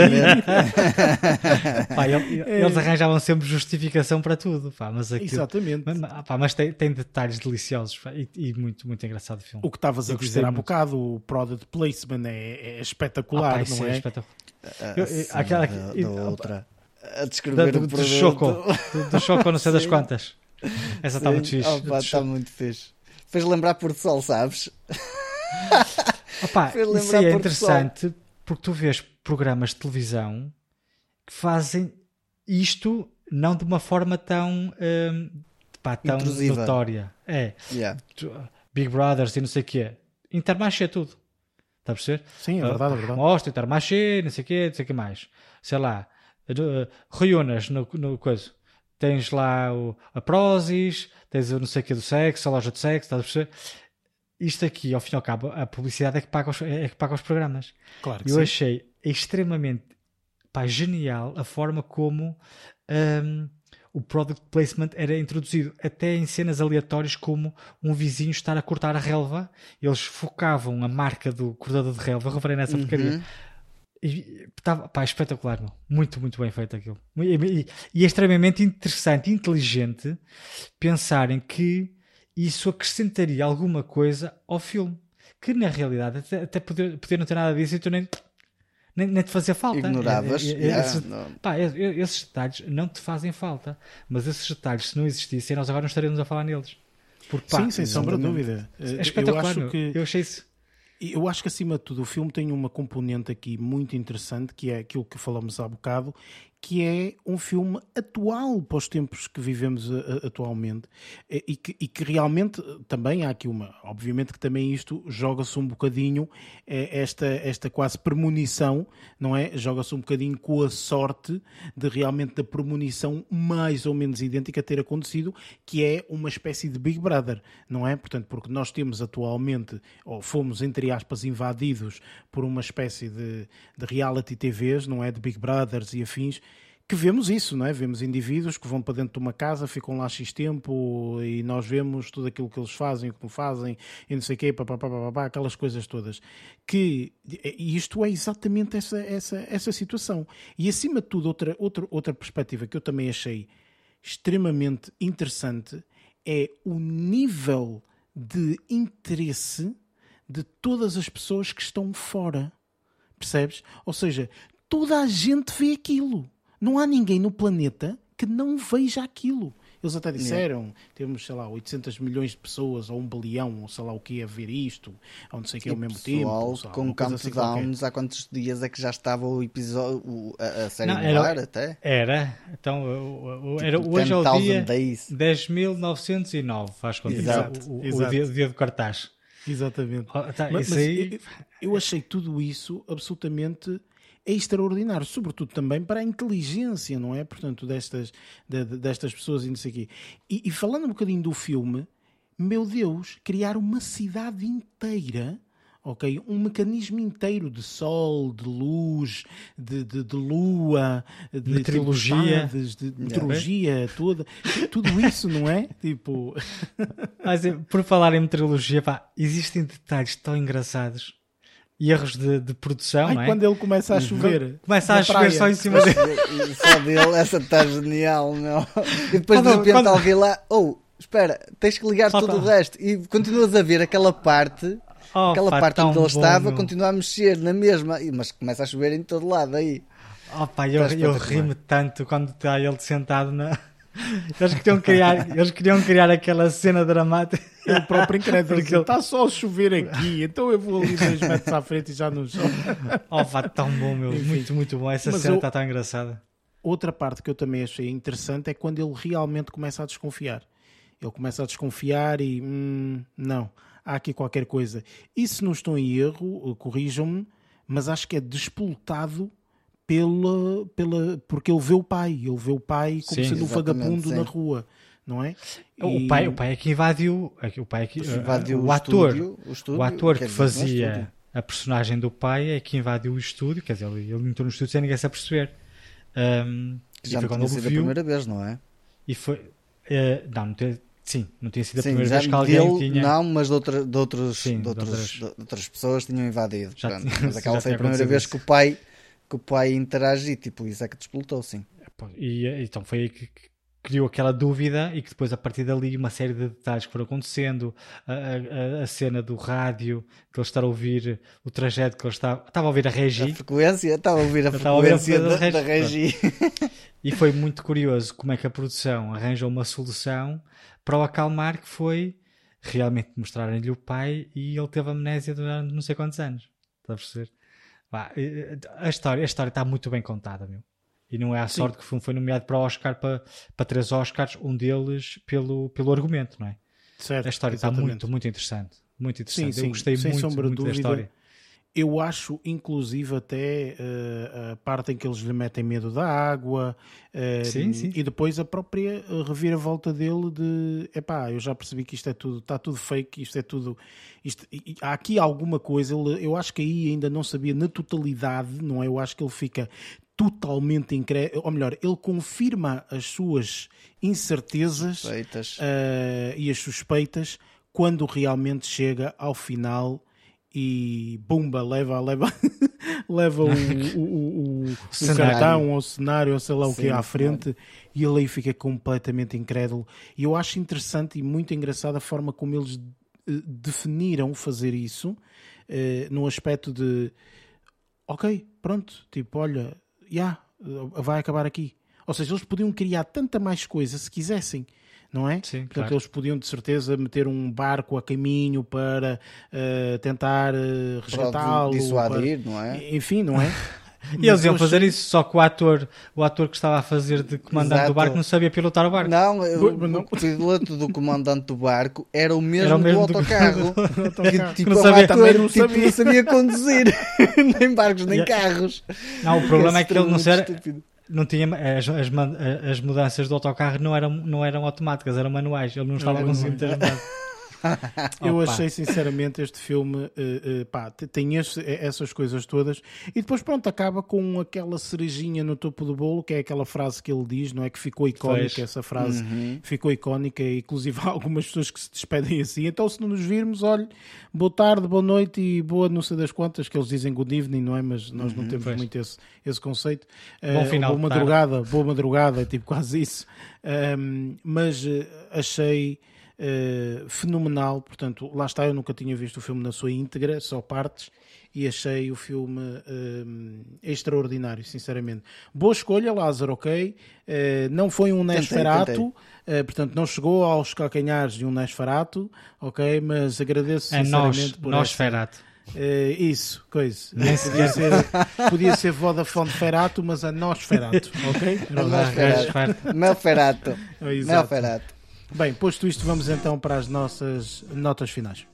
Eles arranjavam sempre justificação para tudo, mas aquilo, exatamente. Mas tem detalhes deliciosos e muito, muito engraçado o filme. O que estavas a dizer há bocado, o product placement é espetacular, não é? É espetacular. Da outra a descrever o produto do Choco, não sei das quantas. Essa está muito fixe. Está muito fixe. Fez lembrar Porto Sol, sabes? Isso é interessante porque tu vês programas de televisão que fazem isto não de uma forma tão notória. Big Brothers e não sei o quê. Intermarché é tudo. Está a perceber? Sim, é verdade, é verdade. Mostra, Intermarché, não sei o que mais. Sei lá, reúnas no coisa. Tens lá a Prozis, tens o não sei o que do sexo, a loja de sexo, estás a perceber? Isto aqui, ao fim e ao cabo, a publicidade é que paga os programas. Claro que eu sim. achei extremamente genial a forma como o product placement era introduzido, até em cenas aleatórias como um vizinho estar a cortar a relva. Eles focavam a marca do cortador de relva, eu reparei nessa porcaria. E estava espetacular, meu. Muito, muito bem feito aquilo. E é extremamente interessante e inteligente pensarem que isso acrescentaria alguma coisa ao filme, que na realidade até podia não ter nada disso e tu nem te fazia falta. Ignoravas. Esses detalhes não te fazem falta, mas esses detalhes, se não existissem, nós agora não estaríamos a falar neles. Porque, sim, sem sombra de dúvida. É espetacular. Eu achei isso. Eu acho que acima de tudo o filme tem uma componente aqui muito interessante, que é aquilo que falamos há bocado, que é um filme atual para os tempos que vivemos atualmente e que realmente também há aqui obviamente que também isto joga-se um bocadinho, esta quase premonição, não é? Joga-se um bocadinho com a sorte de realmente da premonição mais ou menos idêntica ter acontecido, que é uma espécie de Big Brother, não é? Portanto, porque nós temos atualmente, ou fomos entre aspas invadidos por uma espécie de reality TVs, não é? De Big Brothers e afins, que vemos isso, não é? Vemos indivíduos que vão para dentro de uma casa, ficam lá X tempo e nós vemos tudo aquilo que eles fazem, o que não fazem e não sei o quê, aquelas coisas todas. E isto é exatamente essa situação. E acima de tudo, outra perspectiva que eu também achei extremamente interessante é o nível de interesse de todas as pessoas que estão fora. Percebes? Ou seja, toda a gente vê aquilo. Não há ninguém no planeta que não veja aquilo. Eles até disseram, temos, sei lá, 800 milhões de pessoas, ou 1 bilhão, ou sei lá o que é ver isto, ou não sei o que ao mesmo tempo. Pessoal com countdowns, há quantos dias é que já estava o episódio, a série no ar até? Era, então, hoje é o dia 10.909, faz conta, o dia do cartaz. Exatamente. Mas eu achei tudo isso absolutamente extraordinário, sobretudo também para a inteligência, não é? Portanto, destas pessoas e não sei o quê. E falando um bocadinho do filme, meu Deus, criar uma cidade inteira, ok? Um mecanismo inteiro de sol, de luz, de lua, de meteorologia, de meteorologia toda, tudo isso, não é? Tipo... Mas, por falar em meteorologia, existem detalhes tão engraçados. E erros de produção, não é? Quando ele começa a chover. Começa a chover só em cima dele. Só dele, essa está genial, meu. E depois de repente alguém lá, espera, tens que ligar tudo o resto. E continuas a ver aquela parte parte onde ele estava, continua a mexer na mesma. Mas começa a chover em todo lado aí. Eu ri-me tanto quando está ele sentado na... Eles queriam criar aquela cena dramática. Ele próprio incrédulo, porque está só a chover aqui, então eu vou ali 2 metros à frente e já não chove. Tão bom, meu. Muito, muito bom. Essa cena está tão engraçada. Outra parte que eu também achei interessante é quando ele realmente começa a desconfiar. Ele começa a desconfiar e não, há aqui qualquer coisa. E se não estou em erro, corrijam-me, mas acho que é despoltado porque ele vê o pai como sendo um vagabundo na rua, não é? O pai é que invadiu o ator. O ator que fazia a personagem do pai é que invadiu o estúdio, quer dizer, ele entrou no estúdio sem ninguém se aperceber. Já não tinha sido a primeira vez, não é? E foi... não tinha sido a primeira vez que alguém tinha... Não, mas de outras pessoas tinham invadido. Mas aquela foi a primeira vez que o pai interage, tipo, isso é que despoltou, sim. E então foi aí que criou aquela dúvida e que depois, a partir dali, uma série de detalhes que foram acontecendo, a cena do rádio, que ele estava a ouvir o trajeto que ele estava a ouvir a Regi. A frequência, estava a ouvir a frequência da Regi. E foi muito curioso como é que a produção arranjou uma solução para o acalmar, que foi realmente mostrarem-lhe o pai e ele teve amnésia durante não sei quantos anos. Está a perceber? A história está muito bem contada, meu. E não é à sorte que o filme foi nomeado para o Oscar, para 3 Oscars, um deles pelo argumento, não é? Certo, a história está muito, muito interessante. Muito interessante. Sim, eu gostei muito da história. Eu acho, inclusive, até a parte em que eles lhe metem medo da água, e depois a própria reviravolta dele de eu já percebi que isto é tudo, está tudo fake, isto é tudo. Há aqui alguma coisa, eu acho que aí ainda não sabia na totalidade, não é? Eu acho que ele fica totalmente incrédulo, ou melhor, ele confirma as suas incertezas e as suspeitas quando realmente chega ao final. E bumba, leva o cartão ou o cenário, ou sei lá o que é à frente, e ele aí fica completamente incrédulo. E eu acho interessante e muito engraçada a forma como eles definiram fazer isso, no aspecto de ok, pronto, tipo, olha, vai acabar aqui. Ou seja, eles podiam criar tanta mais coisa se quisessem. Não é? Sim, portanto, eles podiam de certeza meter um barco a caminho para tentar resgatá-lo. Dissuadir, não é? Enfim, não é? E eles iam fazer isso, só que o ator que estava a fazer de comandante do barco não sabia pilotar o barco. Não, o piloto do comandante do barco era o mesmo do autocarro. Tipo, não sabia, ator, não sabia conduzir. Nem barcos, nem carros. Não, o problema é que ele não tinha as mudanças do autocarro não eram automáticas, eram manuais. Ele não estava conseguindo ter as mudanças. Eu achei sinceramente este filme tem essas coisas todas e depois pronto, acaba com aquela cerejinha no topo do bolo, que é aquela frase que ele diz, não é? Que ficou icónica, essa frase ficou icónica, e inclusive há algumas pessoas que se despedem assim. Então, se não nos virmos, olhe, boa tarde, boa noite e boa não sei das quantas, que eles dizem good evening, não é? Mas nós não temos muito esse conceito. Bom final, boa madrugada, é tipo quase isso. Mas achei fenomenal, portanto, lá está, eu nunca tinha visto o filme na sua íntegra, só partes, e achei o filme extraordinário, sinceramente. Boa escolha, Lázaro, ok? Não foi um Nosferatu, portanto, não chegou aos calcanhares de um Nosferatu, ok? Mas agradeço sinceramente por Nosferatu. Isso, coisa. Podia ser Vodafone Ferrato, mas a Nosferatu, ok? Nosferatu. Bem, posto isto, vamos então para as nossas notas finais.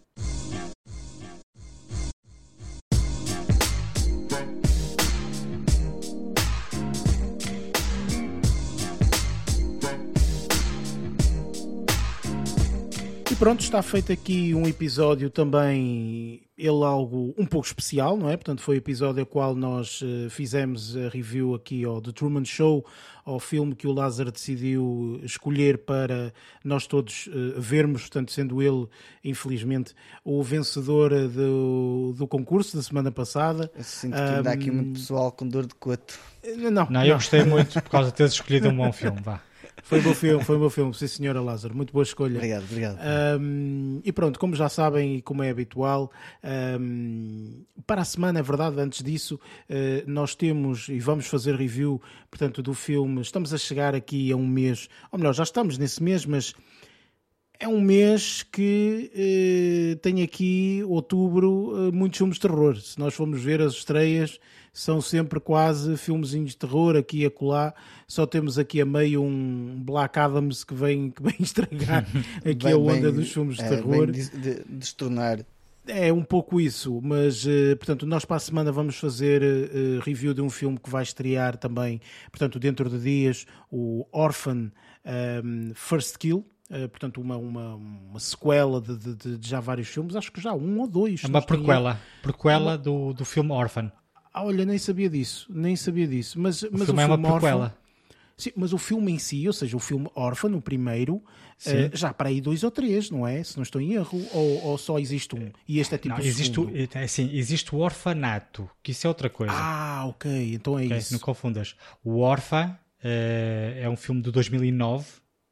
E pronto, está feito aqui um episódio também, ele algo um pouco especial, não é? Portanto, foi o episódio ao qual nós fizemos a review aqui ao The Truman Show, ao filme que o Lázaro decidiu escolher para nós todos vermos, portanto, sendo ele, infelizmente, o vencedor do concurso da semana passada. Eu sinto que ainda há aqui muito pessoal com dor de coto. Não, eu gostei muito por causa de teres escolhido um bom filme, vá. Foi um bom filme, sim senhora Lázaro, muito boa escolha. Obrigado. E pronto, como já sabem e como é habitual, para a semana, é verdade, antes disso, nós temos e vamos fazer review, portanto, do filme. Estamos a chegar aqui a um mês, ou melhor, já estamos nesse mês, mas é um mês que tem aqui, outubro, muitos filmes de terror. Se nós formos ver as estreias, são sempre quase filmezinhos de terror aqui e acolá. Só temos aqui a meio um Black Adams que vem estragar aqui a onda dos filmes de terror. Destornar. É um pouco isso, mas portanto nós para a semana vamos fazer review de um filme que vai estrear também, portanto dentro de dias, o Orphan First Kill. Portanto, uma sequela de já vários filmes, acho que já um ou dois. É uma prequela do filme Orphan. Olha, nem sabia disso. Mas o filme é uma prequela. Orphan, sim, mas o filme em si, ou seja, o filme Orphan, o primeiro, já para aí 2 ou 3, não é? Se não estou em erro, ou só existe um? E este é tipo não, existe o orfanato, que isso é outra coisa. Ah, ok, então é isso. Não confundas. O Orphan é um filme de 2009,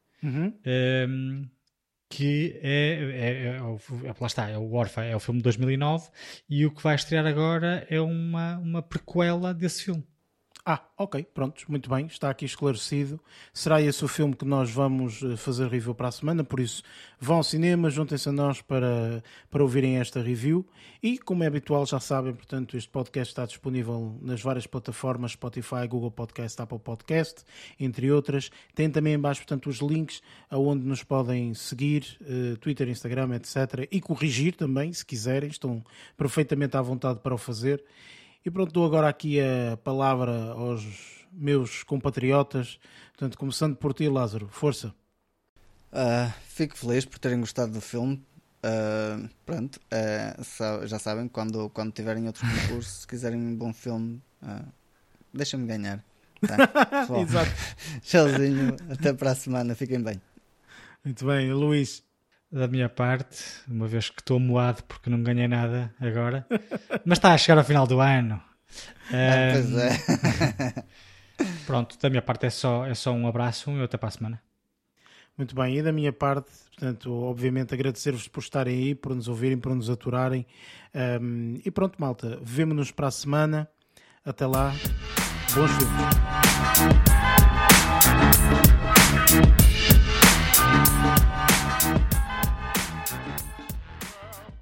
que lá está, é o Orphan, é o filme de 2009, e o que vai estrear agora é uma prequela desse filme. Ok, pronto, muito bem, está aqui esclarecido. Será esse o filme que nós vamos fazer review para a semana, por isso vão ao cinema, juntem-se a nós para ouvirem esta review. E, como é habitual, já sabem, portanto, este podcast está disponível nas várias plataformas, Spotify, Google Podcast, Apple Podcast, entre outras. Tem também em baixo, portanto, os links aonde nos podem seguir, Twitter, Instagram, etc. E corrigir também, se quiserem, estão perfeitamente à vontade para o fazer. E pronto, dou agora aqui a palavra aos meus compatriotas, portanto, começando por ti, Lázaro, força. Fico feliz por terem gostado do filme. Já sabem, quando tiverem outros concursos, se quiserem um bom filme, deixem-me ganhar. Tá? Exato. Tchauzinho, até para a semana, fiquem bem. Muito bem, Luís. Da minha parte, uma vez que estou moado porque não ganhei nada agora, mas está a chegar ao final do ano. Pois é. Pronto, da minha parte é só um abraço e até para a semana. Muito bem, e da minha parte, portanto, obviamente agradecer-vos por estarem aí, por nos ouvirem, por nos aturarem. E pronto, malta, vemo-nos para a semana. Até lá, bons filmes.